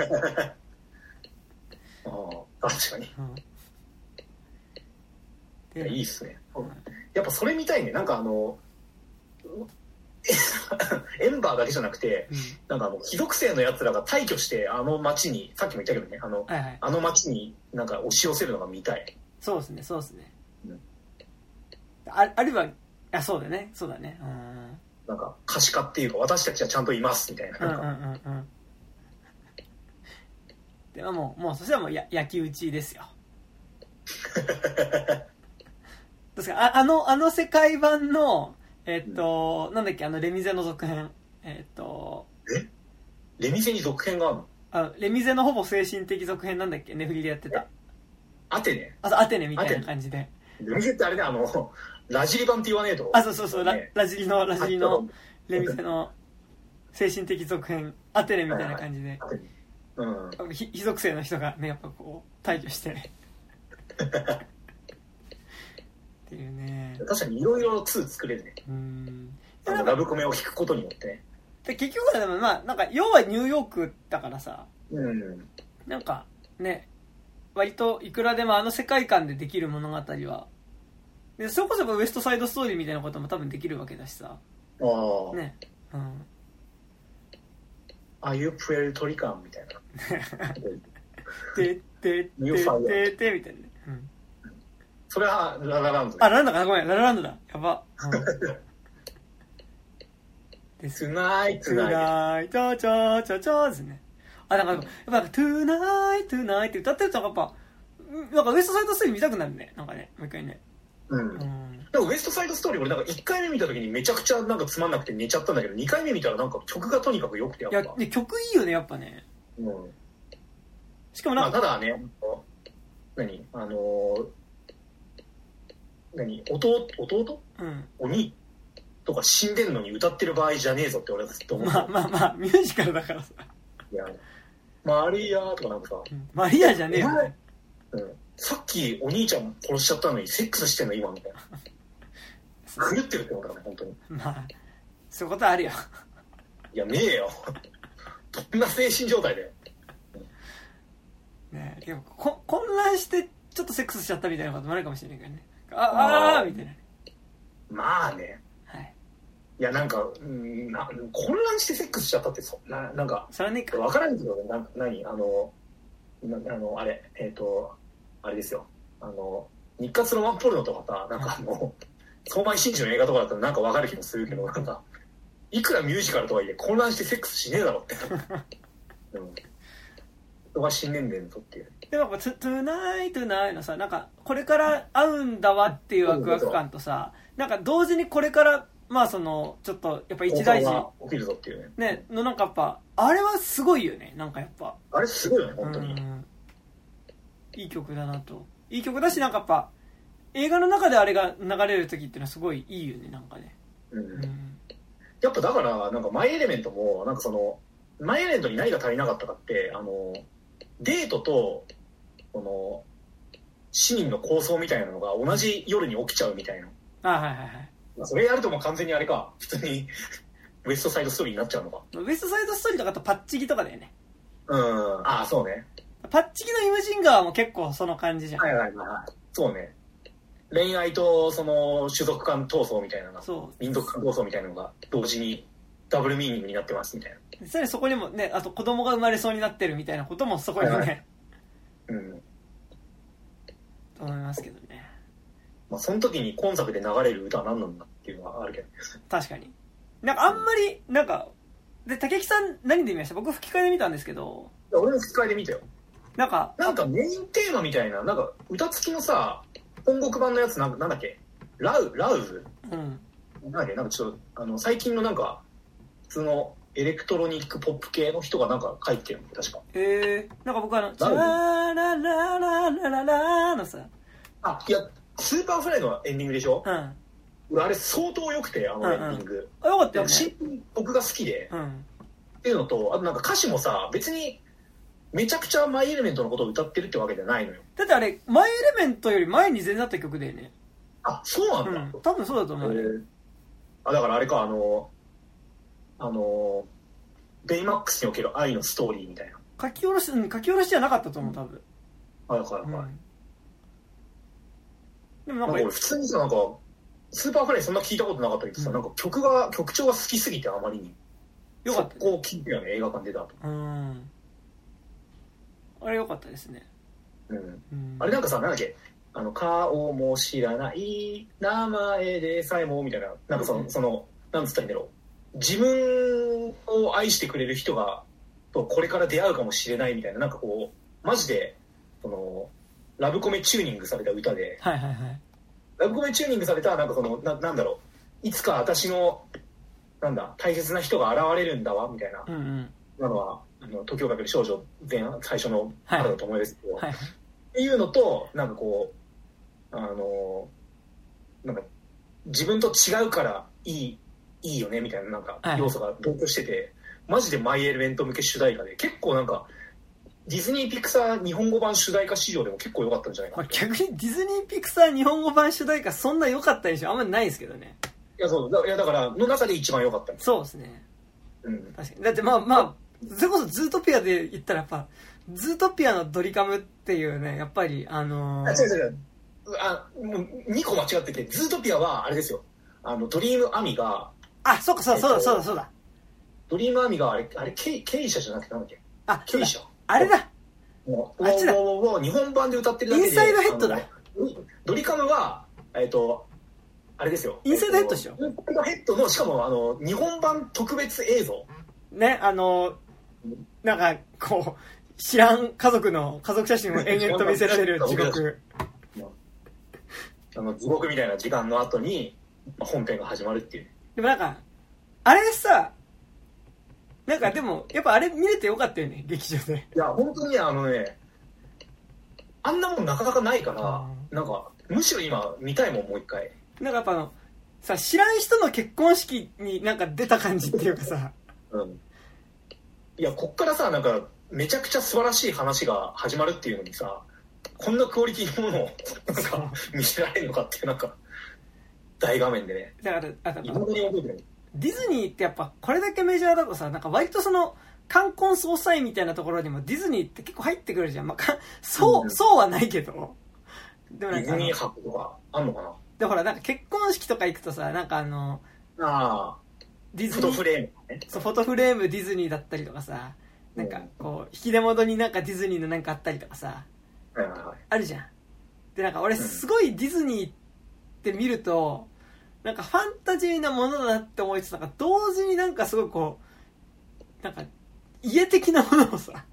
ああ確かに、うん、いやいいっすね、うん、やっぱそれ見たいね。なんかあのエンバーだけじゃなくて、うん、なんかあの非属性のやつらが退去してあの街にさっきも言ったけどねあの、はいはい、あの街になんか押し寄せるのが見たい。 そうですねそうですね、うん、あ, あるいはあそうだねそうだねうんなんか可視化っていうか私たちはちゃんといますみたいな、なんか、うんうんうん、 でももうもうそしたらもうや焼き討ちですよ。ですか あ, あのあの世界版のえっと、うん、なんだっけあのレミゼの続編えっとえレミゼに続編があるの？ あレミゼのほぼ精神的続編なんだっけネフリでやってたアテネあそうアテネみたいな感じでレミゼってあれねあのラジリ版って言わねえとあそうそうそう、ね、ラ, ラジリのラジリのレミゼの精神的続編アテネみたいな感じで、はいはいうん、非, 非属性の人がねやっぱこう退去してねっていうね。 確かにいろいろツー作れるね。うんラブコメを引くことによってね。 で結局はでもまあなんか要はニューヨークだからさ、うん、なんかね割といくらでもあの世界観でできる物語はでそれこそウエストサイドストーリーみたいなことも多分できるわけだしさあねうんああいうプエルトリカンみたいなてってってってってみたいな、うん、 それはララランド、ね、 あラランドかごめんララランドだやば、 うん、トゥナイトゥナイトチャチャチャですね。あなんかやっぱトゥナイトゥナイって歌ってるとやっぱなんかウエストサイドストーリー見たくなるねなんかねもう一回ねうん、うん、でもウエストサイドストーリー俺なんかいっかいめ見た時にめちゃくちゃなんかつまんなくて寝ちゃったんだけどにかいめ見たらなんか曲がとにかく良くてやっぱいや曲いいよねやっぱね、うん、しかもなんか、まあ、ただね何あのー、何弟弟、うん、鬼とか死んでんのに歌ってる場合じゃねえぞって俺はずっと思ってまあまあまあミュージカルだからさいやマリアとかなんかさ、 うん、マリアじゃねえよね、 うん、さっきお兄ちゃん殺しちゃったのにセックスしてんの今みたいな狂ってるってことだね本当にまあそういうことあるよいやねえよどんな精神状態でねえでもこ混乱してちょっとセックスしちゃったみたいなこともあるかもしれないからね。ああーみたいな。 まあね。 はい。 いや、なんか、んな混乱してセックスしちゃったって、そななんか、 それはねえか。 わからんけど、な何あの、なあの、あれ、えっ、ー、と、あれですよ。あの、日活ロマンポルノとかさ、なんかあの、相馬真司の映画とかだったらなんかわかる気もするけど、なんか、いくらミュージカルとはいえ混乱してセックスしねえだろって。うん。人が死んねんねんとっていう。 でも、トゥナイトゥナイのさ、なんか、これから会うんだわっていうワクワク感とさ、なんか同時にこれから、まあその、ちょっと、やっぱ一大事。 起きるぞっていうね。 ね、のなんかやっぱ、あれはすごいよね、なんかやっぱ。 あれすごいよね、本当に。 いい曲だなと。いい曲だし、なんかやっぱ、映画の中であれが流れる時っていうのはすごいいいよね、なんかね。うん。うん、 やっぱだから、なんかマイエレメントも、なんかその、マイエレメントに何が足りなかったかって、あの、デートと、この、市民の構想みたいなのが同じ夜に起きちゃうみたいな。 あ、はいはいはい。 それやるともう完全にあれか、普通にウエストサイドストーリーになっちゃうのか。 ウエストサイドストーリーとかとパッチギとかだよね。 うん、ああ、そうね。 パッチギのイムジンガーも結構その感じじゃん。 はいはいはい。そうね。恋愛とその種族間闘争みたいなのが、民族間闘争みたいなのが同時にダブルミーニングになってますみたいな。 さらにそこにもね、あと子供が生まれそうになってるみたいなこともそこにもね、はいはい、うん。と思いますけどね。 まあその時に今作で流れる歌は何なんだっていうのはあるけど。 確かに。なんかあんまり、なんか、で、竹木さん何で見ました？僕吹き替えで見たんですけど。 いや俺も吹き替えで見たよ。 なんか、 なんかメインテーマみたいな、なんか歌付きのさ、本国版のやつなんなんだっけラウ、ラウズ、うん、なんだっけなんかちょっと、あの、最近のなんか、普通のエレクトロニックポップ系の人がなんか書いてるの確か。 へえー、なんか僕あの、チャラララララララのさ。 あ、いや、スーパーフライのエンディングでしょうん。俺あれ相当良くて、あのエンディング。うんうん、 あ、よかったよね。 シンプルに僕が好きで、うん、っていうのと、あとなんか歌詞もさ、別に、めちゃくちゃマイエレメントのことを歌ってるってわけじゃないのよ。 だってあれ、マイエレメントより前に全然あった曲だよね。 あ、そうなんだ。 うん、多分そうだと思う、ね。えー、 あ、だからあれか、あの、あの、ベイマックスにおける愛のストーリーみたいな。 書き下ろし、うん、書き下ろしじゃなかったと思う、多分。 はいはいはい。うん、 でもなんか、 なんか俺普通にさ、なんか、スーパーフライそんな聞いたことなかったけどさ、うん、なんか曲が、曲調が好きすぎてあまりに。よかった、ね。そこを聞いてよね、映画館出た後。うん。 あれ良かったですね。 うん。うん、あれなんかさ、なんだっけ、あの、顔も知らない名前でさえも、みたいな、なんかその、うん、その、なんつったらいいんだろう。自分を愛してくれる人が、とこれから出会うかもしれないみたいな、なんかこう、マジで、その、ラブコメチューニングされた歌で、 はいはいはい。 ラブコメチューニングされた、なんかその、な、なんだろう、いつか私の、なんだ、大切な人が現れるんだわ、みたいな、うんうん、なのは、あの時をかける少女前最初の原田知世ですけど、はいはい、っていうのとなんかこうあのなんか自分と違うからいいいいよねみたいななんか要素が同居してて、はい、マジでマイエレメント向け主題歌で結構なんかディズニーピクサー日本語版主題歌史上でも結構良かったんじゃないかな。 逆にディズニーピクサー日本語版主題歌そんな良かった印象あんまりないですけどね。 いやそうだいやだからの中で一番良かった。 そうですね。うん、確かにだってまあまあそれこそズートピアで言ったらやっぱズートピアのドリカムっていうねやっぱりあのー、 あ違う違うあもうにこ間違っててズートピアはあれですよあのドリームアミがあそうかそうそうだそうだそうだドリームアミがあれあれケイケイシャじゃなくてなんだっけあケイシャあれだもうあっちだもう日本版で歌ってるだけでインサイドヘッドだドリカムはえっとあれですよインサイドヘッドでしょインサイドヘッドのしかもあの日本版特別映像ねあのなんかこう知らん家族の家族写真を延々と見せられる地獄あの地獄みたいな時間の後に本編が始まるっていう。 でもなんかあれさなんかでもやっぱあれ見れてよかったよね劇場で。 いや本当にあのねあんなもんなかなかないから、うん、なんかむしろ今見たいもんもう一回。 なんかやっぱあのさ知らん人の結婚式になんか出た感じっていうかさうんいやこっからさなんかめちゃくちゃ素晴らしい話が始まるっていうのにさこんなクオリティのものをなんか見せられるのかっていうなんか大画面でねだからあ今までに覚えてるディズニーってやっぱこれだけメジャーだとさなんか割とその冠婚葬祭みたいなところにもディズニーって結構入ってくるじゃん、まあ、そう、うん、そうはないけどでもなんかディズニー博とかあんのかな。 でほらなんか結婚式とか行くとさ、なんかあのあディズニーフォトフレーム、 ね、そうフォトフレームディズニーだったりとかさ、なんかこう引き出物になんかディズニーのなんかあったりとかさ、 はいはいはい、 あるじゃん。でなんか俺すごいディズニーって見ると、うん、なんかファンタジーなものだなって思いつつ、なんか同時になんかすごいこうなんか家的なものをさ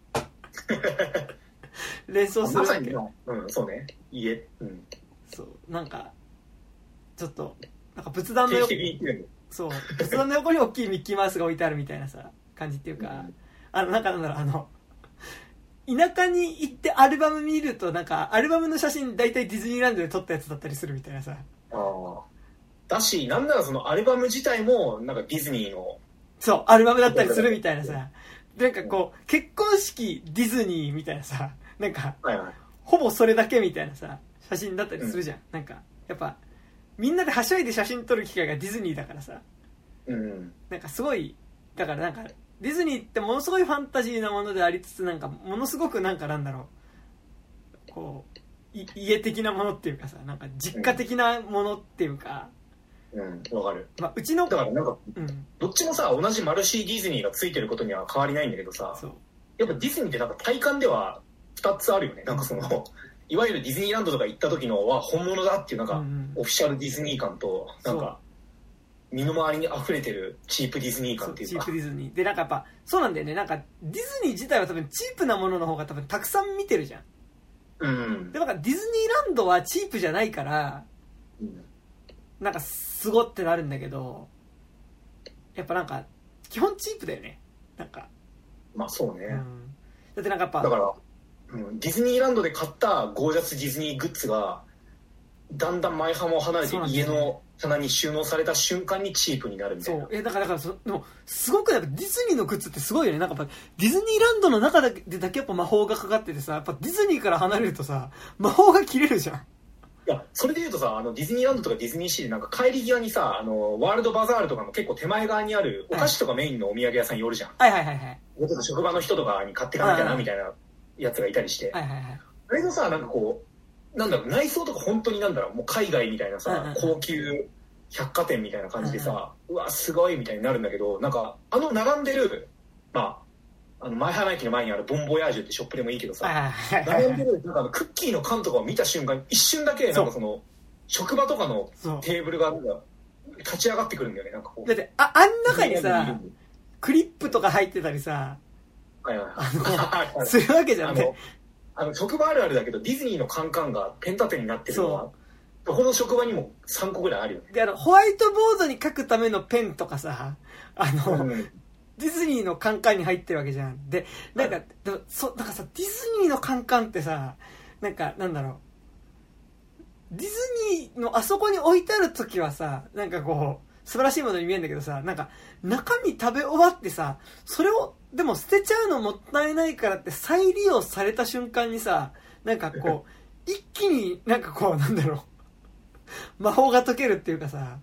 連想するわけ。 まうん、そうね、家、うん、 そうなんかちょっとなんか仏壇の横にそう仏壇の横に大きいミッキーマウスが置いてあるみたいなさ感じっていうか、うん、あのなんかなんだろう、あの田舎に行ってアルバム見るとなんかアルバムの写真大体ディズニーランドで撮ったやつだったりするみたいなさ。 あだし、なんならそのアルバム自体もなんかディズニーのそうアルバムだったりするみたいなさ、なんかこう結婚式ディズニーみたいなさ、なんか、はいはい、ほぼそれだけみたいなさ写真だったりするじゃん、うん、なんかやっぱみんなではしゃいで写真撮る機会がディズニーだからさ、うん、なんかすごいだからなんかディズニーってものすごいファンタジーなものでありつつ、なんかものすごくなんかなんだろう、こう家的なものっていうかさ、なんか実家的なものっていうか、 うん、わかる。 まあ、うちのだからなんか、うん、どっちもさ同じマルシーディズニーがついてることには変わりないんだけどさ、そうやっぱディズニーってなんか体感ではふたつあるよね。なんかそのいわゆるディズニーランドとか行った時のは本物だっていうなんか、うん、オフィシャルディズニー感となんか身の回りに溢れてるチープディズニー感っていうか、 チープディズニーでなんかやっぱそうなんだよね。なんかディズニー自体は多分チープなものの方が多分たくさん見てるじゃん。うん。でなんかディズニーランドはチープじゃないから、うん、なんかすごってなるんだけど、やっぱなんか基本チープだよね。なんかまあそうね。うん、 だってなんかやっぱだから、うん、ディズニーランドで買ったゴージャスディズニーグッズがだんだん前浜を離れて家の棚に収納された瞬間にチープになるみたいな。 そうえだからだからそでもすごくやっぱディズニーのグッズってすごいよね。なんかやっぱディズニーランドの中でだけやっぱ魔法がかかっててさ、やっぱディズニーから離れるとさ魔法が切れるじゃん。いやそれでいうとさ、あのディズニーランドとかディズニーシーでなんか帰り際にさ、あのワールドバザールとかの結構手前側にあるお菓子とかメインのお土産屋さん寄るじゃん。 はいはいはいはい。 職場の人とかに買ってかなきゃなみたいなやつがいたりして、はいはいはい、あれのさなんかこうなんだろう、内装とか本当になんだろう、もう海外みたいなさ、うんうん、高級百貨店みたいな感じでさ、うんうん、うわすごいみたいになるんだけど、なんかあの並んでる、まああの前浜駅の前にあるボンボヤージュってショップでもいいけどさ、並んでるなんかあのクッキーの缶とかを見た瞬間一瞬だけなんかその職場とかのテーブルが立ち上がってくるんだよね。なんかこうだってああん中にさクリップとか入ってたりさ、はいはいはい、するわけじゃんね。 あの職場あるあるだけどディズニーのカンカンがペン立てになってるのはどこの職場にもさんこぐらいあるよね。 であのホワイトボードに書くためのペンとかさ、あの、うん、ディズニーのカンカンに入ってるわけじゃん。でなんか、はい、でもそなんかさディズニーのカンカンってさ、なんかなんだろう、ディズニーのあそこに置いてある時はさなんかこう素晴らしいものに見えるんだけどさ、なんか中身食べ終わってさそれをでも捨てちゃうのもったいないからって再利用された瞬間にさ、なんかこう一気になんかこうなんだろう魔法が解けるっていうかさ、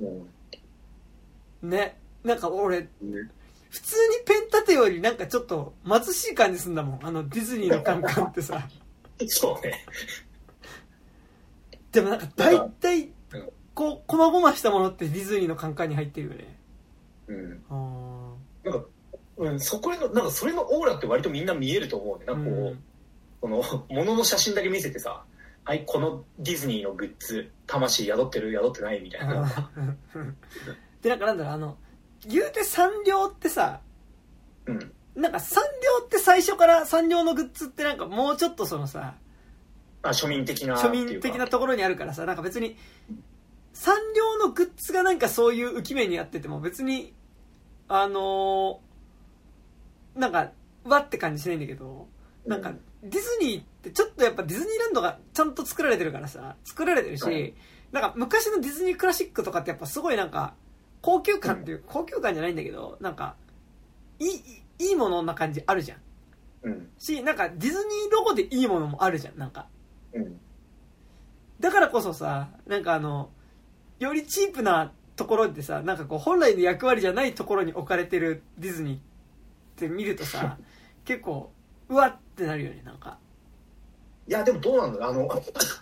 ね、なんか俺普通にペン立てよりなんかちょっと貧しい感じすんだもん、あのディズニーのカンカンってさそうね。 でもなんか大体こう細々したものってディズニーのカンカンに入ってるよね。うん。 ああ。なんかうん、そこのなんかそれのオーラって割とみんな見えると思うね。なんかこう、うん、この物の写真だけ見せてさ、はいこのディズニーのグッズ魂宿ってる宿ってないみたいな。 でなんかなんだろう、あの言うてサンリオってさ、うん、なんかサンリオって最初からサンリオのグッズってなんかもうちょっとそのさ、 あ庶民的な庶民的なところにあるからさ、なんか別にサンリオのグッズがなんかそういう浮き目にあってても別にあのーなんかわって感じしないんだけど、なんかディズニーってちょっとやっぱディズニーランドがちゃんと作られてるからさ、作られてるし、はい、なんか昔のディズニークラシックとかってやっぱすごいなんか高級感っていう、うん、高級感じゃないんだけど、なんかいいいいものな感じあるじゃん、うん、しなんかディズニーロゴでいいものもあるじゃん、なんか、うん、だからこそさ、なんかあのよりチープなところでさ、なんかこう本来の役割じゃないところに置かれてるディズニーって見るとさ結構うわってなるよね。なんかいやでもどうなんだろう、あの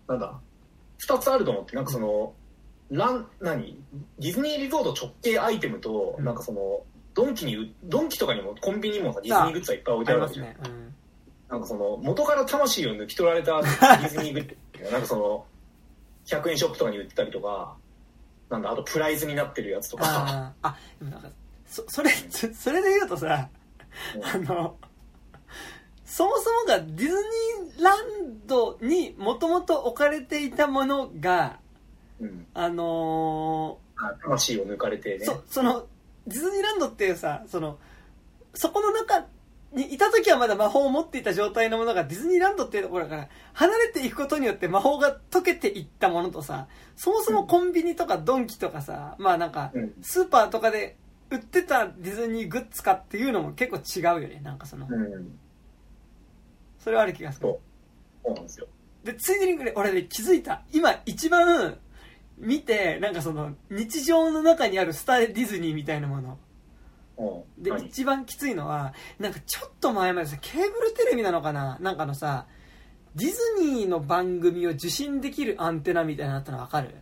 なんだふたつあると思って、なんかそのラン何ディズニーリゾート直系アイテムと、うん、なんかそのドンキにドンキとかにもコンビニにもさディズニーグッズはいっぱい置いてあるわけじゃん、ね、うん、なんかその元から魂を抜き取られたディズニーグッズなんかそのひゃくえんショップとかに売ってたりとか、なんだあとプライズになってるやつとか、 ああでもなんか そ, それそれで言うとさ、うん、あのそもそもがディズニーランドにもともと置かれていたものが、うん、あのー、魂を抜かれてね、 そそのディズニーランドっていうさ、そのそこの中にいた時はまだ魔法を持っていた状態のものがディズニーランドっていうところから離れていくことによって魔法が解けていったものとさ、そもそもコンビニとかドンキとかさ、まあなんかスーパーとかで売ってたディズニーグッズかっていうのも結構違うよね。なんかその、うん、それはある気がする。 そうそうなんですよ。 でついでに俺ね気づいた、今一番見てなんかその日常の中にあるスターディズニーみたいなもので一番きついのは、なんかちょっと前までさケーブルテレビなのかな、なんかのさディズニーの番組を受信できるアンテナみたいなのあったの分かる？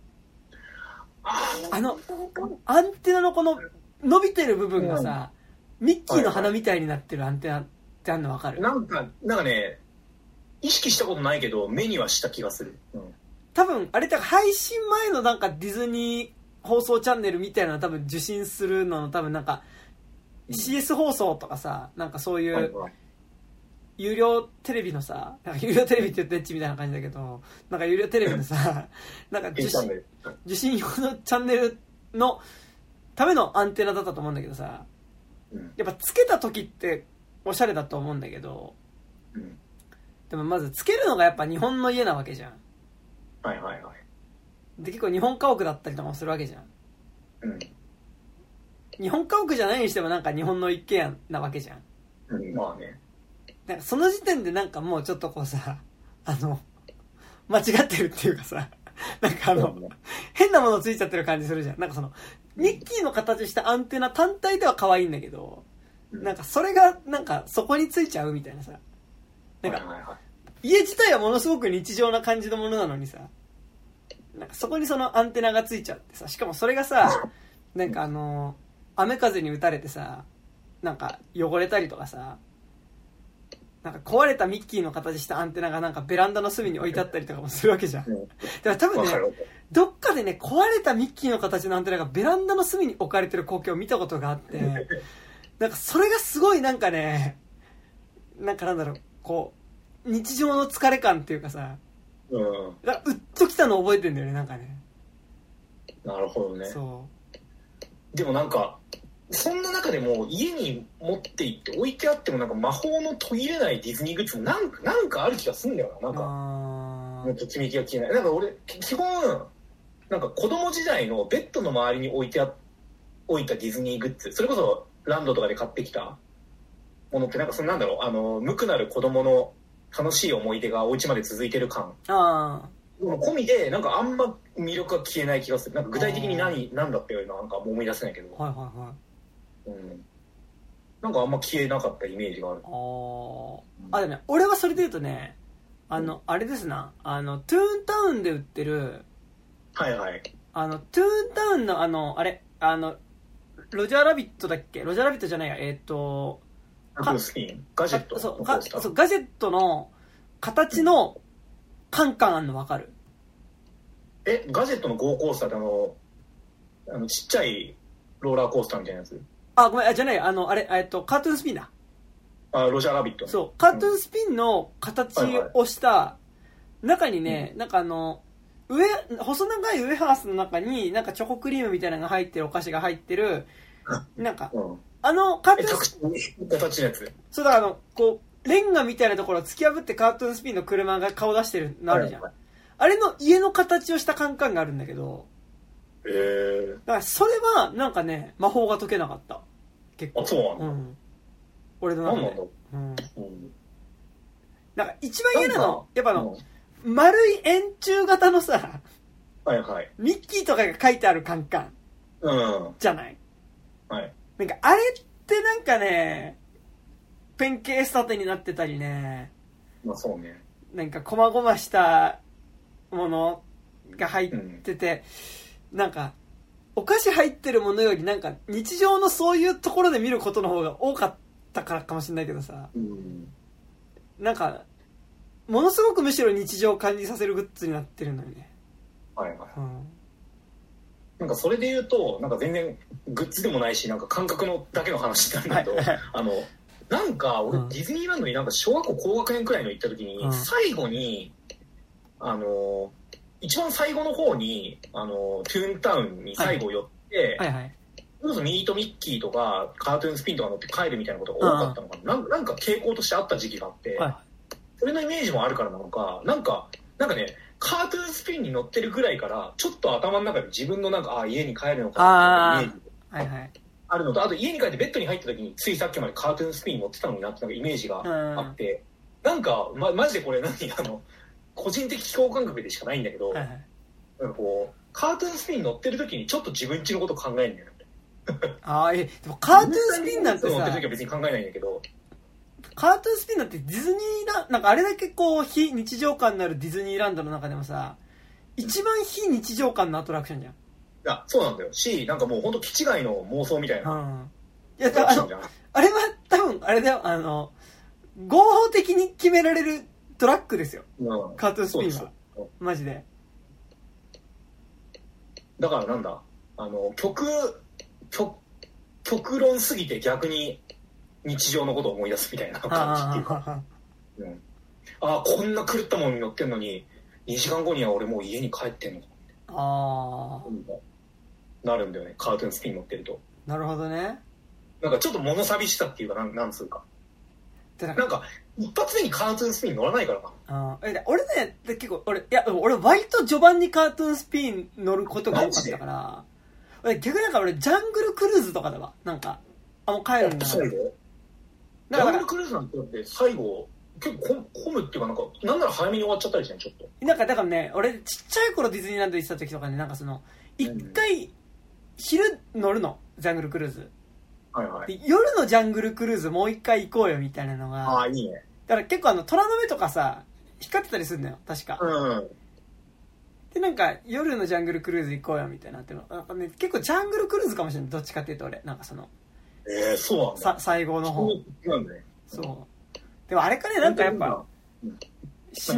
あのアンテナのこの伸びてる部分がさ、うん、ミッキーの鼻みたいになってるアンテナってあるの分かる？ なんかなんかね意識したことないけど目にはした気がする、うん、 多分あれって配信前のなんかディズニー放送チャンネルみたいなの多分受信するのの多分なんか シーエス 放送とかさ、なんかそういう有料テレビのさ、なんか有料テレビって言ってエッチみたいな感じだけど、なんか有料テレビのさなんか受信受信用のチャンネルのためのアンテナだったと思うんだけどさ、やっぱつけた時っておしゃれだと思うんだけど、でもまずつけるのがやっぱ日本の家なわけじゃん。 はいはいはい。 で結構日本家屋だったりとかもするわけじゃん、うん、日本家屋じゃないにしてもなんか日本の一軒家なわけじゃん、 うん、まあね、 なんかその時点でなんかもうちょっとこうさあの間違ってるっていうかさ、なんかあの、ね、変なものついちゃってる感じするじゃん。なんかそのミッキーの形したアンテナ単体では可愛いんだけど、うん、なんかそれがなんかそこについちゃうみたいなさ、なんか、はいはいはい、家自体はものすごく日常な感じのものなのにさ、なんかそこにそのアンテナがついちゃってさ、しかもそれがさ、なんかあの雨風に打たれてさ、なんか汚れたりとかさ、なんか壊れたミッキーの形したアンテナがなんかベランダの隅に置いてあったりとかもするわけじゃん。だから多分ね、どっかでね壊れたミッキーの形のアンテナがベランダの隅に置かれてる光景を見たことがあって、なんかそれがすごいなんかね、なんかなんだろう、こう日常の疲れ感っていうかさ。うん、だからうっときたの覚えてんだよね、なんかね。 なるほどね。 そうでもなんかそんな中でも家に持って行って置いてあってもなんか魔法の途切れないディズニーグッズもなんかなんかある気がするんだよな。なんかもうときめきが消えない。なんか俺基本なんか子供時代のベッドの周りに置いてあ置いたディズニーグッズ、それこそランドとかで買ってきたものってなんかそのなんだろう、あの無垢なる子供の楽しい思い出がお家まで続いてる感、あ込みでなんかあんま魅力が消えない気がする。なんか具体的に何何だったようななんかもう思い出せないけど、はいはいはい、うん、なんかあんま消えなかったイメージがある。 ああでもね、俺はそれで言うとね、あの、うん、あれですな、あのトゥーンタウンで売ってる、 はいはい、 あのトゥーンタウンのあのあれあのロジャーラビットだっけ、ロジャーラビットじゃないや、えー、っとスピンガジェット、 そうガそうガジェットの形のカンカンあんの分かる？ えガジェットのゴーコースターってあのあのちっちゃいローラーコースターみたいなやつ？ あごめん、あじゃないあのあれえっとカートゥーンスピンだ。 あロジャーラビット、ね、 そうカートゥーンスピンの形をした中にね、うん、なんかあの上細長いウエハースの中になんかチョコクリームみたいなのが入ってるお菓子が入ってるなんか、うん、あのカートゥーンスピン形のやつ、 そうだからあのこうレンガみたいなところを突き破ってカートゥーンスピンの車が顔出してるのあるじゃん、はいはい、あれの家の形をしたカンカンがあるんだけど、 へえ。 だからそれはなんかね魔法が解けなかった結構。 あそうなんだ、うん、 俺の中でなんなんだ、うん、 なんか一番嫌なのやっぱあの、うん、丸い円柱型のさ、 はいはい、 ミッキーとかが書いてあるカンカン、うん、じゃない、 はい、 なんかあれってなんかねペンケース立てになってたりね、 まあそうね、 なんか細々したものが入ってて、うん、なんかお菓子入ってるものよりなんか日常のそういうところで見ることの方が多かったからかもしれないけどさ、うん、なんかものすごくむしろ日常を感じさせるグッズになってるのよね。 はいはい、うん、なんかそれで言うとなんか全然グッズでもないしなんか感覚のだけの話なんだけど、はい、あのなんか俺、うん、ディズニーランドになんか小学校高学年くらいの行った時に、うん、最後にあの一番最後の方にあのトゥーンタウンに最後寄って、はいはいはい、それこそミートミッキーとかカートゥーンスピンとか乗って帰るみたいなことが多かったのかな、うん、なんか傾向としてあった時期があって、はい、それのイメージもあるからなのかなんかなんかねカートゥーンスピンに乗ってるぐらいからちょっと頭の中で自分のなんかあ家に帰るのかっていうイメージがあるのと あ,、はいはい、あと家に帰ってベッドに入った時についさっきまでカートゥーンスピン乗ってたのになってなんかイメージがあって、うん、なんか、ま、マジでこれ何あの個人的気候感覚でしかないんだけど、はいはい、なんかこうカートゥーンスピン乗ってる時にちょっと自分家のこと考えるんだよねあえでもカートゥーンスピンなんてさ乗ってる時は別に考えないんだけどカートゥーンスピンなんてディズニーランドなんかあれだけこう非日常感のあるディズニーランドの中でもさ一番非日常感のアトラクションじゃん。いやそうなんだよしなんかもうほんと気違いの妄想みたいな、うん、 いやだあのあれは多分あれだよあの合法的に決められるトラックですよ、うん、カートゥーンスピンはマジでだからなんだあの極極極論すぎて逆に日常のことを思い出すみたいな感じっていうか、うん、ああこんな狂ったものに乗ってんのににじかんごには俺もう家に帰ってんのかああなるんだよねカートゥーンスピン乗ってると。 なるほどね。 なんかちょっと物寂しさっていうかなんなんつうかなんか一発目にカートゥーンスピン乗らないからかなあえ俺ね結構俺いや俺割と序盤にカートゥーンスピン乗ることが多かったから俺逆になんか俺ジャングルクルーズとかだわなんかあもう帰るんだからジャングルクルーズなんてだって最後結構混むっていうかなんかなんなら早めに終わっちゃったりしてんちょっとなんかだからね俺ちっちゃい頃ディズニーランド行ってた時とかねなんかその一回昼乗るのジャングルクルーズ、はいはい、で夜のジャングルクルーズもう一回行こうよみたいなのがああいいねだから結構あの虎の目とかさ光ってたりするんだよ確か、うん、でなんか夜のジャングルクルーズ行こうよみたいなってのなんか、ね、結構ジャングルクルーズかもしれないどっちかっていうと俺なんかそのえー、そうなんださ最後の方なんだねそうでもあれかねなんかやっぱ、 うん、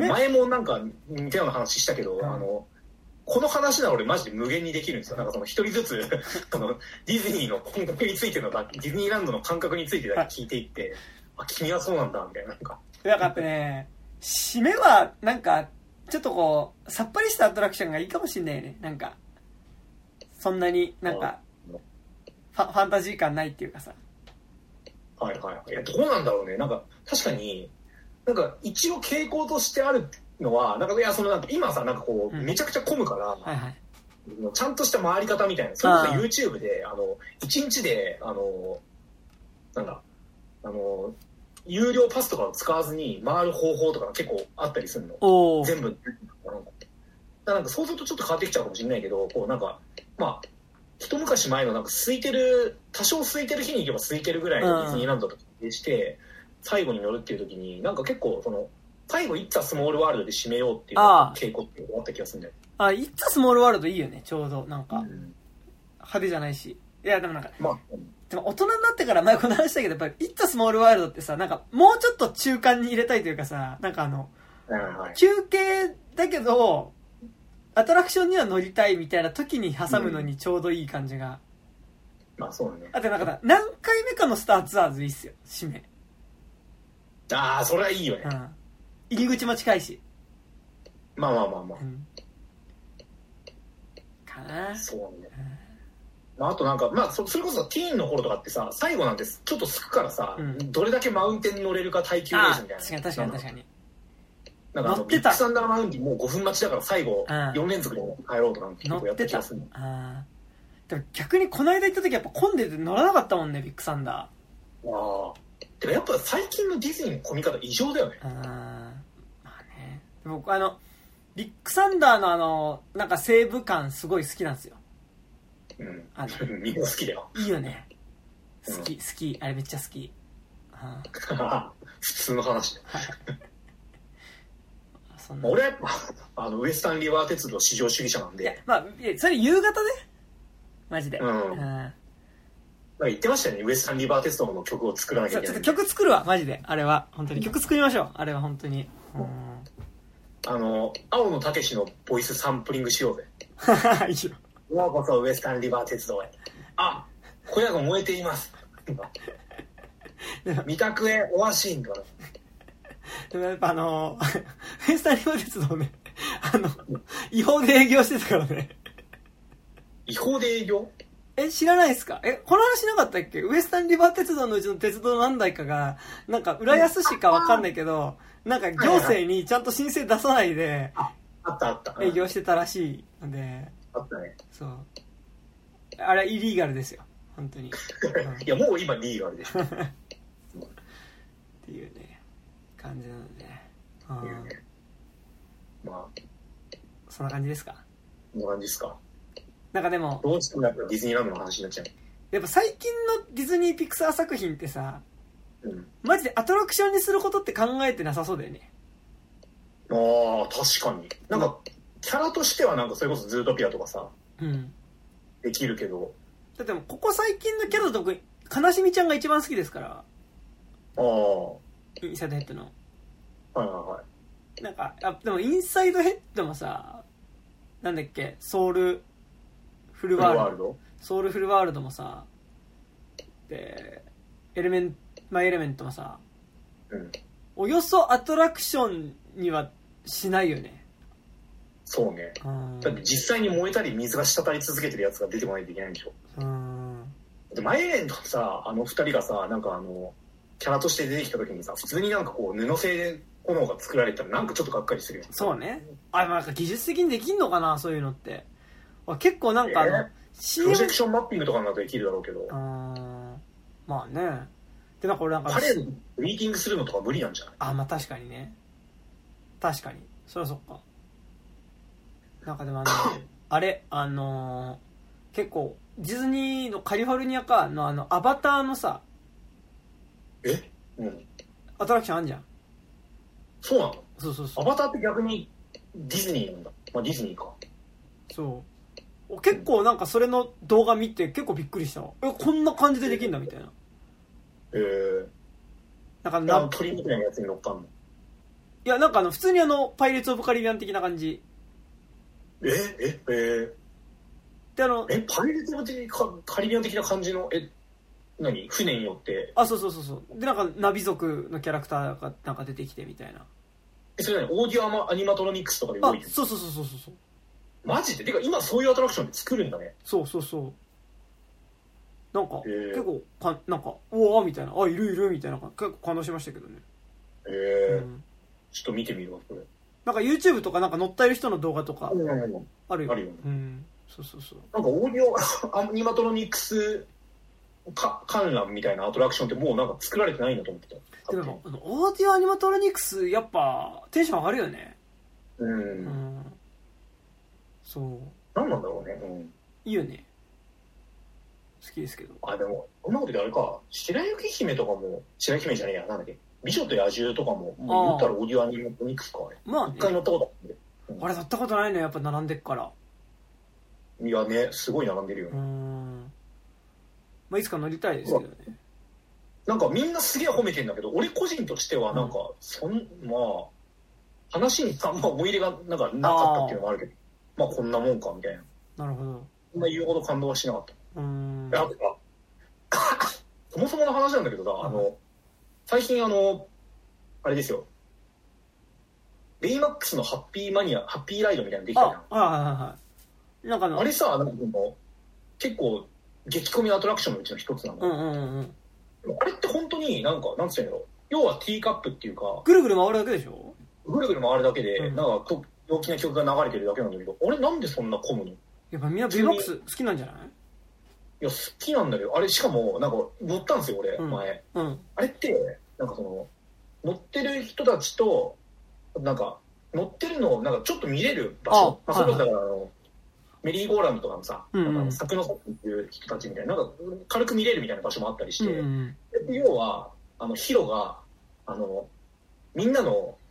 前もなんか似たような話したけど、うん、あのこの話なら俺マジで無限にできるんですよなんかその一人ずつそのディズニーの感覚についてのディズニーランドの感覚についてだけ聞いていってあ君はそうなんだみたいななんかだからね締めはなんかちょっとこうさっぱりしたアトラクションがいいかもしんないねなんかそんなになんかファ、ファンタジー感ないっていうかさはいはいはいいやどうなんだろうねなんか確かになんか一応傾向としてあるのはなんかいやそのなんか今さなんかこう、うん、めちゃくちゃ混むから、はいはい、ちゃんとした回り方みたいなそれこそ YouTube であのいちにちであのなんだあの有料パスとかを使わずに回る方法とか結構あったりするの全部なんかそうするとちょっと変わってきちゃうかもしれないけどこうなんかまあ一昔前のなんか空いてる多少空いてる日に行けば空いてるぐらいのディズニーランドとかでして最後に乗るっていう時になんか結構その最後「イッツ・ア・スモール・ワールド」で締めようっていう傾向ってあった気がするんだよ。 ああ、イッツ・ア・スモール・ワールドいいよねちょうどなんか、うん、派手じゃないしいやでもなんか、まあ、でも大人になってから前この話したけどやっぱり「イッツ・ア・スモール・ワールド」ってさなんかもうちょっと中間に入れたいというかさなんかあの、はいはい、休憩だけどアトラクションには乗りたいみたいな時に挟むのにちょうどいい感じが、 うん、まあそうだね。 あとなんか何回目かのスターツアーズいいっすよ締め。 ああそれはいいよね、うん、 入り口も近いしまあまあまあまあ、うん、 かなそうね、うんまあ、あとなんかまあ そ, それこそティーンの頃とかってさ最後なんてちょっとすくからさ、うん、どれだけマウンテンに乗れるか耐久レースみたいな。 確かに確かに確かになんかあのビッグサンダーマウンテンもうごふん待ちだから最後よん連続で帰ろうとか結構やった気がするの。 あでも逆にこの間行った時やっぱ混んでて乗らなかったもんねビッグサンダー。ああてかやっぱ最近のディズニーの混み方異常だよね。あまあね僕あのビッグサンダーのあのなんか西部感すごい好きなんですよ。 うんあのみんな好きだよ。 いいよね好き、うん、好きあれめっちゃ好き。 普通の話だ、はいそんな。 俺はやっぱあのウエスタンリバー鉄道至上主義者なんで。いやまあそれ夕方でマジで。うん。うん、 なんか言ってましたよね、ウエスタンリバー鉄道の曲を作らなきゃいけない。 ちょっと曲作るわマジで、あれは本当に曲作りましょう、あれは本当に。うん、 あの青野武のボイスサンプリングしようぜ。いいよ。ようこそウエスタンリバー鉄道へ。あ、小屋が燃えています。三択へオアシーンとか。 でもやっぱあのウエスタンリバー鉄道ね、あの違法で営業してたからね。 違法で営業？ え、知らないですか？え、この話なかったっけ？ウエスタンリバー鉄道のうちの鉄道何台かが、なんか浦安市かわかんないけど、なんか行政にちゃんと申請出さないで、 あったあった。 営業してたらしいので。 あったね。 そう。あれはイリーガルですよ。本当に。 うん、いや、もう今リーガルでしょ。 っていうね、感じなので。あいうね。まあ。 そんな感じですか？ そんな感じですか。 なんかでもどうしてもなんかディズニーランドの話になっちゃう。 やっぱ最近のディズニーピクサー作品ってさ、 うん、 マジでアトラクションにすることって考えてなさそうだよね。 ああ、確かに。なんかキャラとしてはなんかそれこそズートピアとかさ、 うん、 できるけど。 だってもここ最近のキャラと僕悲しみちゃんが一番好きですから。ああ。 インサイドヘッドの。 はいはいはい。 なんかあでもインサイドヘッドもさ、なんだっけ、ソウルフルワールド、ソウルフルワールドもさ、でエレメンマイエレメントもさ、 うん、 およそアトラクションにはしないよね。 そうね。だって実際に燃えたり水が滴り続けてるやつが出てこないといけないんでしょ。うん。でマイエレメントさ、あの二人がさ、なんかあのキャラとして出てきた時にさ、普通になんかこう布製で炎が作られたらなんかちょっとがっかりするよね。 そうね。あ、なんか技術的にできんのかな、そういうのって。結構なんかあの、えー、 シーエム プロジェクションマッピングとかになるとできるだろうけど。 あまあね。でなんか俺なんかパレードブリーディングするのとか無理なんじゃない？ あ、まあ確かにね。確かに。そりゃそっか。なんかでもあのあれあのー、結構ディズニーのカリフォルニアかのあのアバターのさ、 え、うん、 アトラクションあんじゃん。 そうなの？ そうそうそう。 アバターって逆にディズニーなんだ。まあディズニーか。 そう。結構なんかそれの動画見て結構びっくりした。え、こんな感じでできるんだみたいな。 へえー。 なんかな鳥みたいなやつに乗っかんの？ いやなんかあの普通にあのパイレーツオブカリビアン的な感じ。 えええー、 であのえパイレーツオブカリビアン的な感じのえ何船に乗って。 あ、そうそうそうそう。でなんかナビ族のキャラクターがなんか出てきてみたいな。 えそれ何オーディオアニマトロニクスとかで動いてる？ あ、そうそうそうそうそう。 マジで？てか今そういうアトラクションで作るんだね。 そうそうそう。なんか、えー、結構かなんかおおみたいな、あいるいるみたいな結構感動しましたけどね。 へえーうん、ちょっと見てみるわこれ。 なんか YouTube とかなんか乗ってる人の動画とかあるよ。 あるよね。 うん。そうそうそう。 なんかオーディオアニマトロニクスか観覧みたいなアトラクションってもうなんか作られてないんだと思ってた。 でもオーディオアニマトロニクスやっぱテンション上がるよね。 うん。うんうんそう。 なんなんだろうね。うん。 いいよね。好きですけど。 あ、でも、こんなことであれか、白雪姫とかも、白雪姫じゃねえや、なんだっけ、美女と野獣とかも、もう言ったらオーディオアニマトロニクスか、あれ。 まあ、ね、 一回乗ったことあるんで。 うん、あれ乗ったことないのやっぱ並んでっから。 いやね、すごい並んでるよね。 うん。まあ、いつか乗りたいですけどね。 なんかみんなすげえ褒めてんだけど、俺個人としてはなんか、うん、そん、まあ、話にあんま思い入れがなんかなかったっていうのもあるけど、まあこんなもんかみたいな。なるほど。 そんな言うほど感動はしなかった。 うーん。 あとかそもそもの話なんだけどさ、あの最近あのあれですよ、ベイマックスのハッピーマニアハッピーライドみたいなのできたじゃん。 あ、はいはいはい。なんかのあれさ、なんかも結構激コミアトラクションのうちの一つなの。 うんうんうん。 あれって本当になんかなんつうんやろ、要はティーカップっていうかぐるぐる回るだけでしょ。 ぐるぐる回るだけで、うん、なんか陽気な曲が流れてるだけなんだけど、あれなんでそんな混むの？ やっぱみんなベイマックス好きなんじゃない？ いや好きなんだけど、あれしかもなんか乗ったんですよ俺、うん、前、うん、あれってなんかその乗ってる人たちとなんか乗ってるのをなんかちょっと見れる場所、あ、まあ、それこそだからあの、はいはい、メリーゴーランドとかのさ、うんうん、なんか柵の先にいる人たちみたいな、なんか軽く見れるみたいな場所もあったりして、うんうん、で要はあのヒロがあのみんなの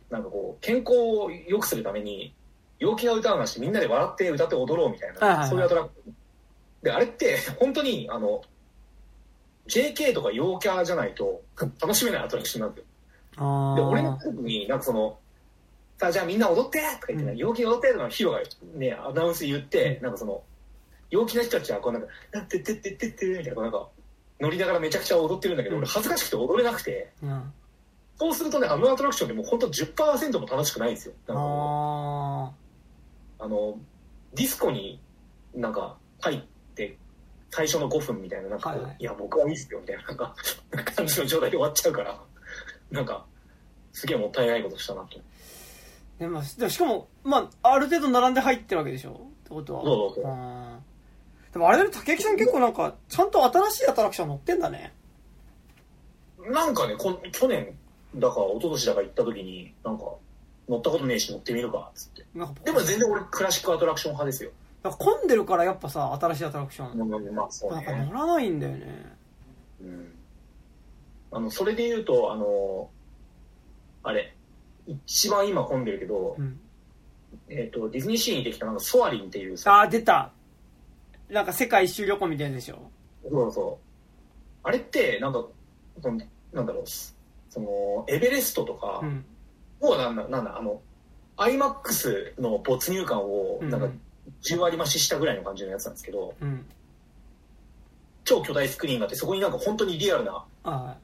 なんかこう健康を良くするために陽気な歌をなしみんなで笑って歌って踊ろうみたいな、はいはいはい、そういうアトラクションで、あれって本当にあの ジェーケー とか陽キャじゃないと楽しめないアトラクションなんですよ。あで俺の時になんかそのさあじゃあみんな踊ってとか言って、ね、うん、陽気に踊ってとかヒロがねアナウンス言って、うん、なんかその陽気な人たちはこうなんか「てってってってって」みたいななんか乗りながらめちゃくちゃ踊ってるんだけど、うん、俺恥ずかしくて踊れなくて、うん、そうするとねあのアトラクションでもうほんと じゅっパーセント も楽しくないんですよ。なんかああのディスコになんか入って最初のごふんみたいななんかこう、はいはい、いや僕はいいっすよみたいななんか感じの状態で終わっちゃうからなんかすげえもったいないことしたなと。 でもしかもまあある程度並んで入ってるわけでしょってことは。 そうそうそう。 でもあれだね、竹内さん結構なんかちゃんと新しいアトラクション乗ってんだね。 なんかねこ去年だか一昨年だか行った時になんか乗ったことねえし乗ってみるかっつって。でも全然俺クラシックアトラクション派ですよ。 なんか混んでるからやっぱさ新しいアトラクション、 うん、まあそうね、 なんか乗らないんだよね。 うん。あのそれで言うとあのあれ一番今混んでるけど、うん、えっ、ー、とディズニーシーにできたなんかソアリンっていうさ。あー出た。なんか世界一周旅行みたいなでしょ。 そうそう。あれってなんかそのなんだろうそのエベレストとかを、うん、なんだなんだあの アイマックス の没入感をなんかじゅう割増ししたぐらいの感じのやつなんですけど、うん、超巨大スクリーンがあってそこになんか本当にリアルな、はい、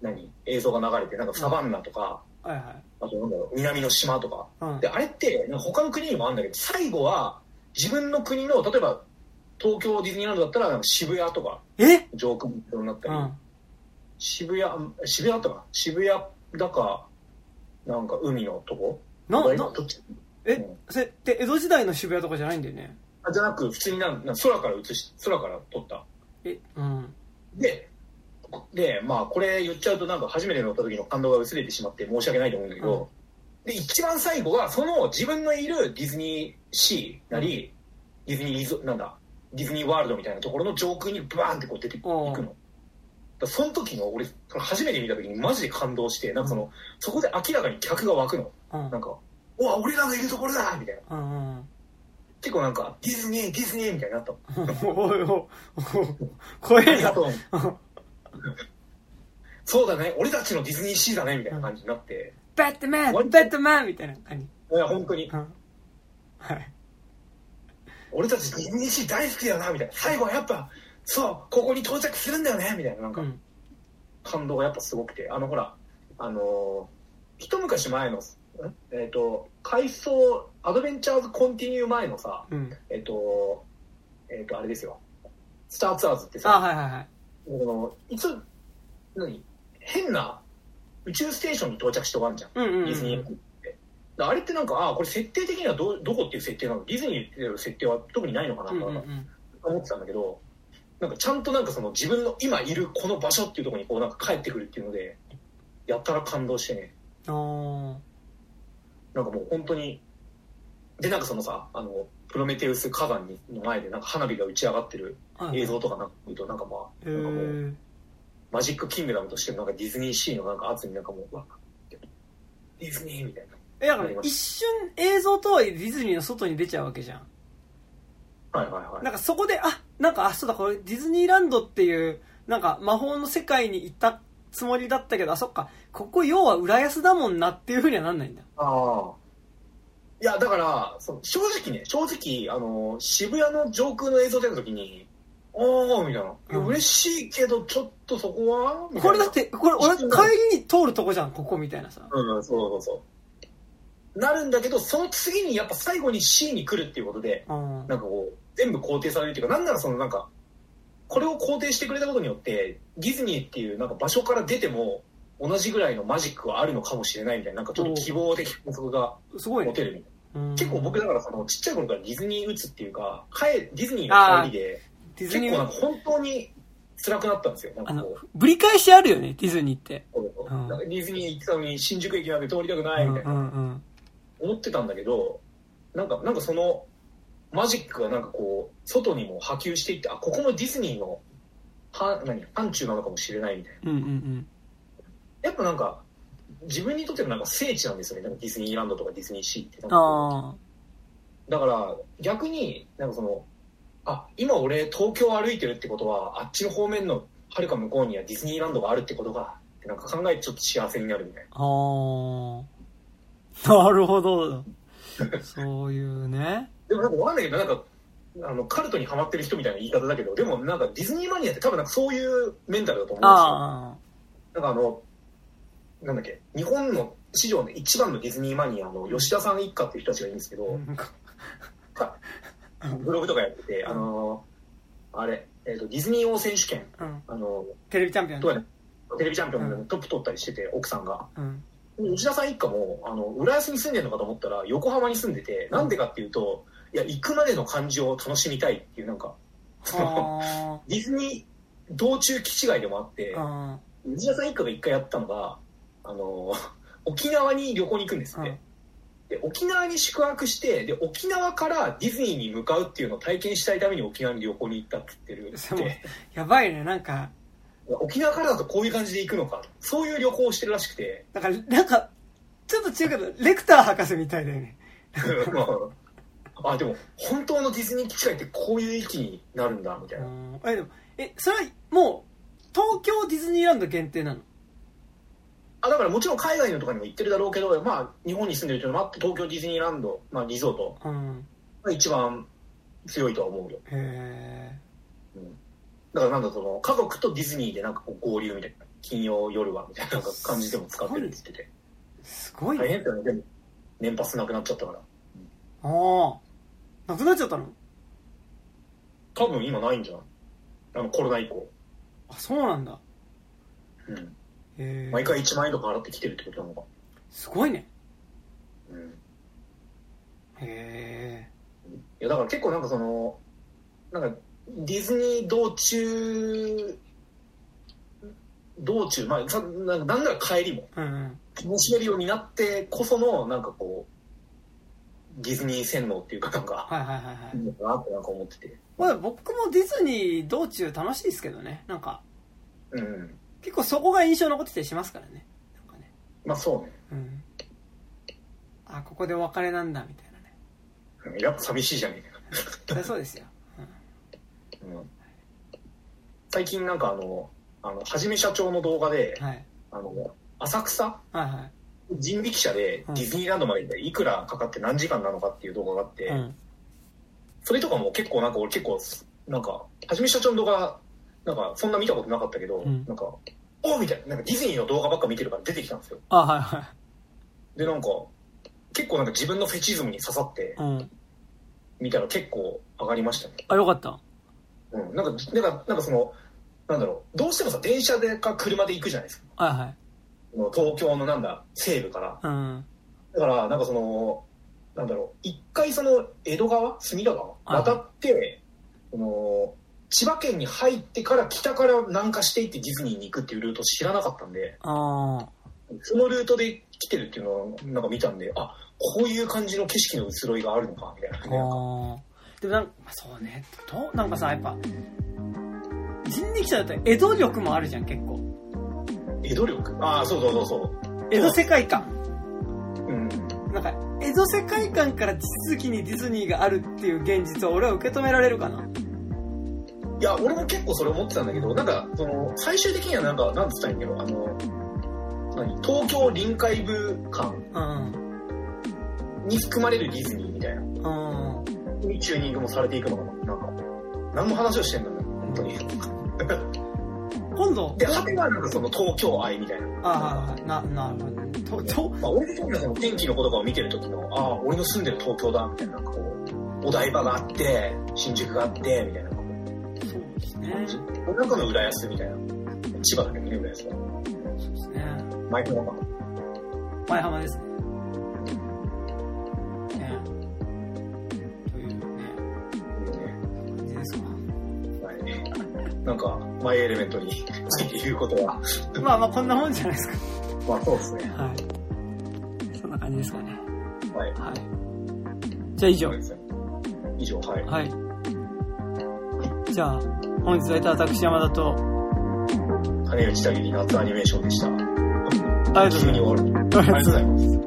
何映像が流れてなんかサバンナとか、うんはいはい、あとなんだろう南の島とか、うん、であれってなんか他の国にもあるんだけど最後は自分の国の例えば東京ディズニーランドだったらなんか渋谷とか上空になったり、うん、渋谷渋谷だったかな渋谷だかなんか海のとこななどっちえ、うん、それって江戸時代の渋谷とかじゃないんだよね。 あじゃなく普通になんなん空から映し空から撮ったえ、うん、ででまあこれ言っちゃうとなんか初めて乗った時の感動が薄れてしまって申し訳ないと思うんだけど、うん、で一番最後はその自分のいるディズニーシーなり、うん、ディズニーリゾなんだディズニーワールドみたいなところの上空にバーンってこう出ていくの。だその時の俺初めて見た時にマジで感動してなんかその、うん、そこで明らかに客が湧くの、うん、なんかおわ俺らのいるところだみたいな、うんうん、結構なんかディズニーディズニーみたいになったのおいおいおい怖いなありがとうそうだね俺たちのディズニーシーだねみたいな感じになって、 うん、バットマンバットマンみたいな感じ。 いや本当に、うん、はい俺たちディズニーシー大好きだよなみたいな最後はやっぱそうここに到着するんだよねみたいななんか、うん、感動がやっぱすごくてあのほらあのー、一昔前のえっ、ー、と回想アドベンチャーズコンティニュー前のさ、うん、えっ、ー、とえっ、とあれですよスターツアーズってさあはいはいはいこのいつ何変な宇宙ステーションに到着しとかあるじゃん、うんうんうん、ディズニーあれってなんかあこれ設定的には ど, どこっていう設定なのディズニーの設定は特にないのかなと思ってたんだけど、うんうんうん、なんかちゃんとなんかその自分の今いるこの場所っていうところにこうなんか帰ってくるっていうのでやったら感動してねあなんかもう本当にでなんかそのさあのプロメテウス火山の前でなんか花火が打ち上がってる映像とかなんか見るとなんかまあなんかもうマジックキングダムとしてのなんかディズニーシーのなんか圧になんかもうわディズニーみたいなえだから一瞬映像とはいえディズニーの外に出ちゃうわけじゃん。 はいはいはい。 なんかそこであなんかあそうだこれディズニーランドっていうなんか魔法の世界に行ったつもりだったけどあそっかここ要は浦安だもんなっていう風にはなんないんだ。 ああ。いやだからその正直ね正直あの渋谷の上空の映像出た時におーみたいな、うん、嬉しいけどちょっとそこはみたいな。 これだってこれ俺帰りに通るとこじゃんここみたいなさ。 うんそうそうそう。なるんだけどその次にやっぱ最後に C に来るっていうことで、うん、なんかこう全部肯定されるっていうかなんならそのなんかこれを肯定してくれたことによってディズニーっていうなんか場所から出ても同じぐらいのマジックはあるのかもしれないみたいななんかちょっと希望的観測が持てるみたいな、ね、結構僕だからそのちっちゃい頃からディズニー打つっていうか帰ディズニーの帰りで結構なんか本当に辛くなったんですよ。なんかこうぶり返しあるよねディズニーって、うん、 なんかディズニー行ってたのに新宿駅まで通りたくないみたいな、うんうんうん思ってたんだけどなんかなんかそのマジックがなんかこう外にも波及していってあここもディズニーのは何範疇なのかもしれないみたいな、うんうんうん、やっぱなんか自分にとってのなんか聖地なんですよね。なんかディズニーランドとかディズニーシーってなんかあだから逆になんかそのあ今俺東京を歩いてるってことはあっちの方面のはるか向こうにはディズニーランドがあるってことがってなんか考えてちょっと幸せになるみたいな。 ああなるほどそういうね。 でもなんかわかんないけどなんかあのカルトにハマってる人みたいな言い方だけどでもなんかディズニーマニアって多分なんかそういうメンタルだと思うんですよ。あなんかあのなんだっけ日本の史上の一番のディズニーマニアの吉田さん一家っていう人たちがいるんですけどブログとかやっててあのあれ、えー、とディズニー王選手権、うん、あのテレビチャンピオンとか、ね、テレビチャンピオンのトップ取ったりしてて、うん、奥さんが、うん、吉田さん一家もあの浦安に住んでるのかと思ったら横浜に住んでて、うん、なんでかっていうといや行くまでの感じを楽しみたいっていうなんかそのディズニー道中気違いでもあって吉田さん一家が一回やったのがあの沖縄に旅行に行くんですって、うん、で沖縄に宿泊してで沖縄からディズニーに向かうっていうのを体験したいために沖縄に旅行に行ったって言ってるってやばいねなんか沖縄からだとこういう感じで行くのかそういう旅行をしてるらしくてだからなんかちょっと違うけどレクター博士みたいだよねあでも本当のディズニー基地ってこういう域になるんだみたいな。 えでもえそれはもう東京ディズニーランド限定なの？ あだからもちろん海外のとかにも行ってるだろうけど、まあ日本に住んでる人もあって東京ディズニーランド、まあ、リゾートが一番強いとは思うよ。へー、うん、だからなんだその家族とディズニーでなんかこう合流みたいな金曜夜はみたいな感じでも使ってるって言っててすごいね。 大変だよね。でも年パスなくなっちゃったから。 うん、ああなくなっちゃったの？ 多分今ないんじゃない？あのコロナ以降。 あそうなんだ。 うん毎回いちまんえんとか払ってきてるってことなのか。 すごいね。 うん。へえ。 いやだから結構なんかそのなんかディズニー道中道中まあさなんなら帰りも楽しめるようになってこそのなんかこうディズニー洗脳っていうかなんかはいはいはいはいいいのかなってなんか思ってて。 まあ僕もディズニー道中楽しいですけどねなんか。 うん。 結構そこが印象残ってたりしますからね。なんかね。 まあそうね。 うん。あ、ここでお別れなんだみたいなね。やっぱ寂しいじゃねえか。そうですよ、 うんうん。最近なんかあの、あのはじめ社長の動画で、はい、あの浅草、はいはい、人力車でディズニーランドまでいくらかかって何時間なのかっていう動画があって、うん、それとかも結構なんか俺結構なんかはじめ社長の動画なんかそんな見たことなかったけど、うん、なんかおみたいな、なんかディズニーの動画ばっか見てるから出てきたんですよ。 あはいはい。 でなんか結構なんか自分のフェチズムに刺さって、うん、見たら結構上がりましたね。 あよかった。 うんなんかなんかなんかそのなんだろうどうしてもさ電車でか車で行くじゃないですか。 はいはい。 東京のなんだ西部から。うん。だからなんかそのなんだろう一回その江戸川隅田川渡って、はい、その千葉県に入ってから北から南下していってディズニーに行くっていうルートを知らなかったんで、あそのルートで来てるっていうのをなんか見たんで、あこういう感じの景色の移ろいがあるのかみたいな。あでもなんかそうねとなんかさやっぱ人力車だと江戸力もあるじゃん結構。 江戸力ああそうそうそうそう江戸世界観うんなんか江戸世界観から地続きにディズニーがあるっていう現実を俺は受け止められるかな。 いや俺も結構それ思ってたんだけどなんかその最終的にはなんかなんつったらいいんだろうあの何東京臨海部間に含まれるディズニーみたいな、うん、にチューニングもされていくのかななんか何の話をしてんだろう本当に今度で果てはなんかその東京愛みたいなああななるほどと、 まあ、俺とその天気の子とかを見てる時のああ俺の住んでる東京だみたいななんかこうお台場があって新宿があってみたいなそうですね。 この中の浦安みたいな。千葉だけどね、浦安は。 そうですね。 前浜か。 前浜ですね。ねというね。というね。感じですか。 はい。なんか、マイエレメントについて言うことは。 まあまあ、こんなもんじゃないですか。 まあ、そうですね。 はい。そんな感じですかね。 はい。 はい。じゃあ以上。 以上、はい。 はい。じゃあ本日はいた私山田と金内たぎり夏アニメーションでした。 急に終わる。ありがとうございます。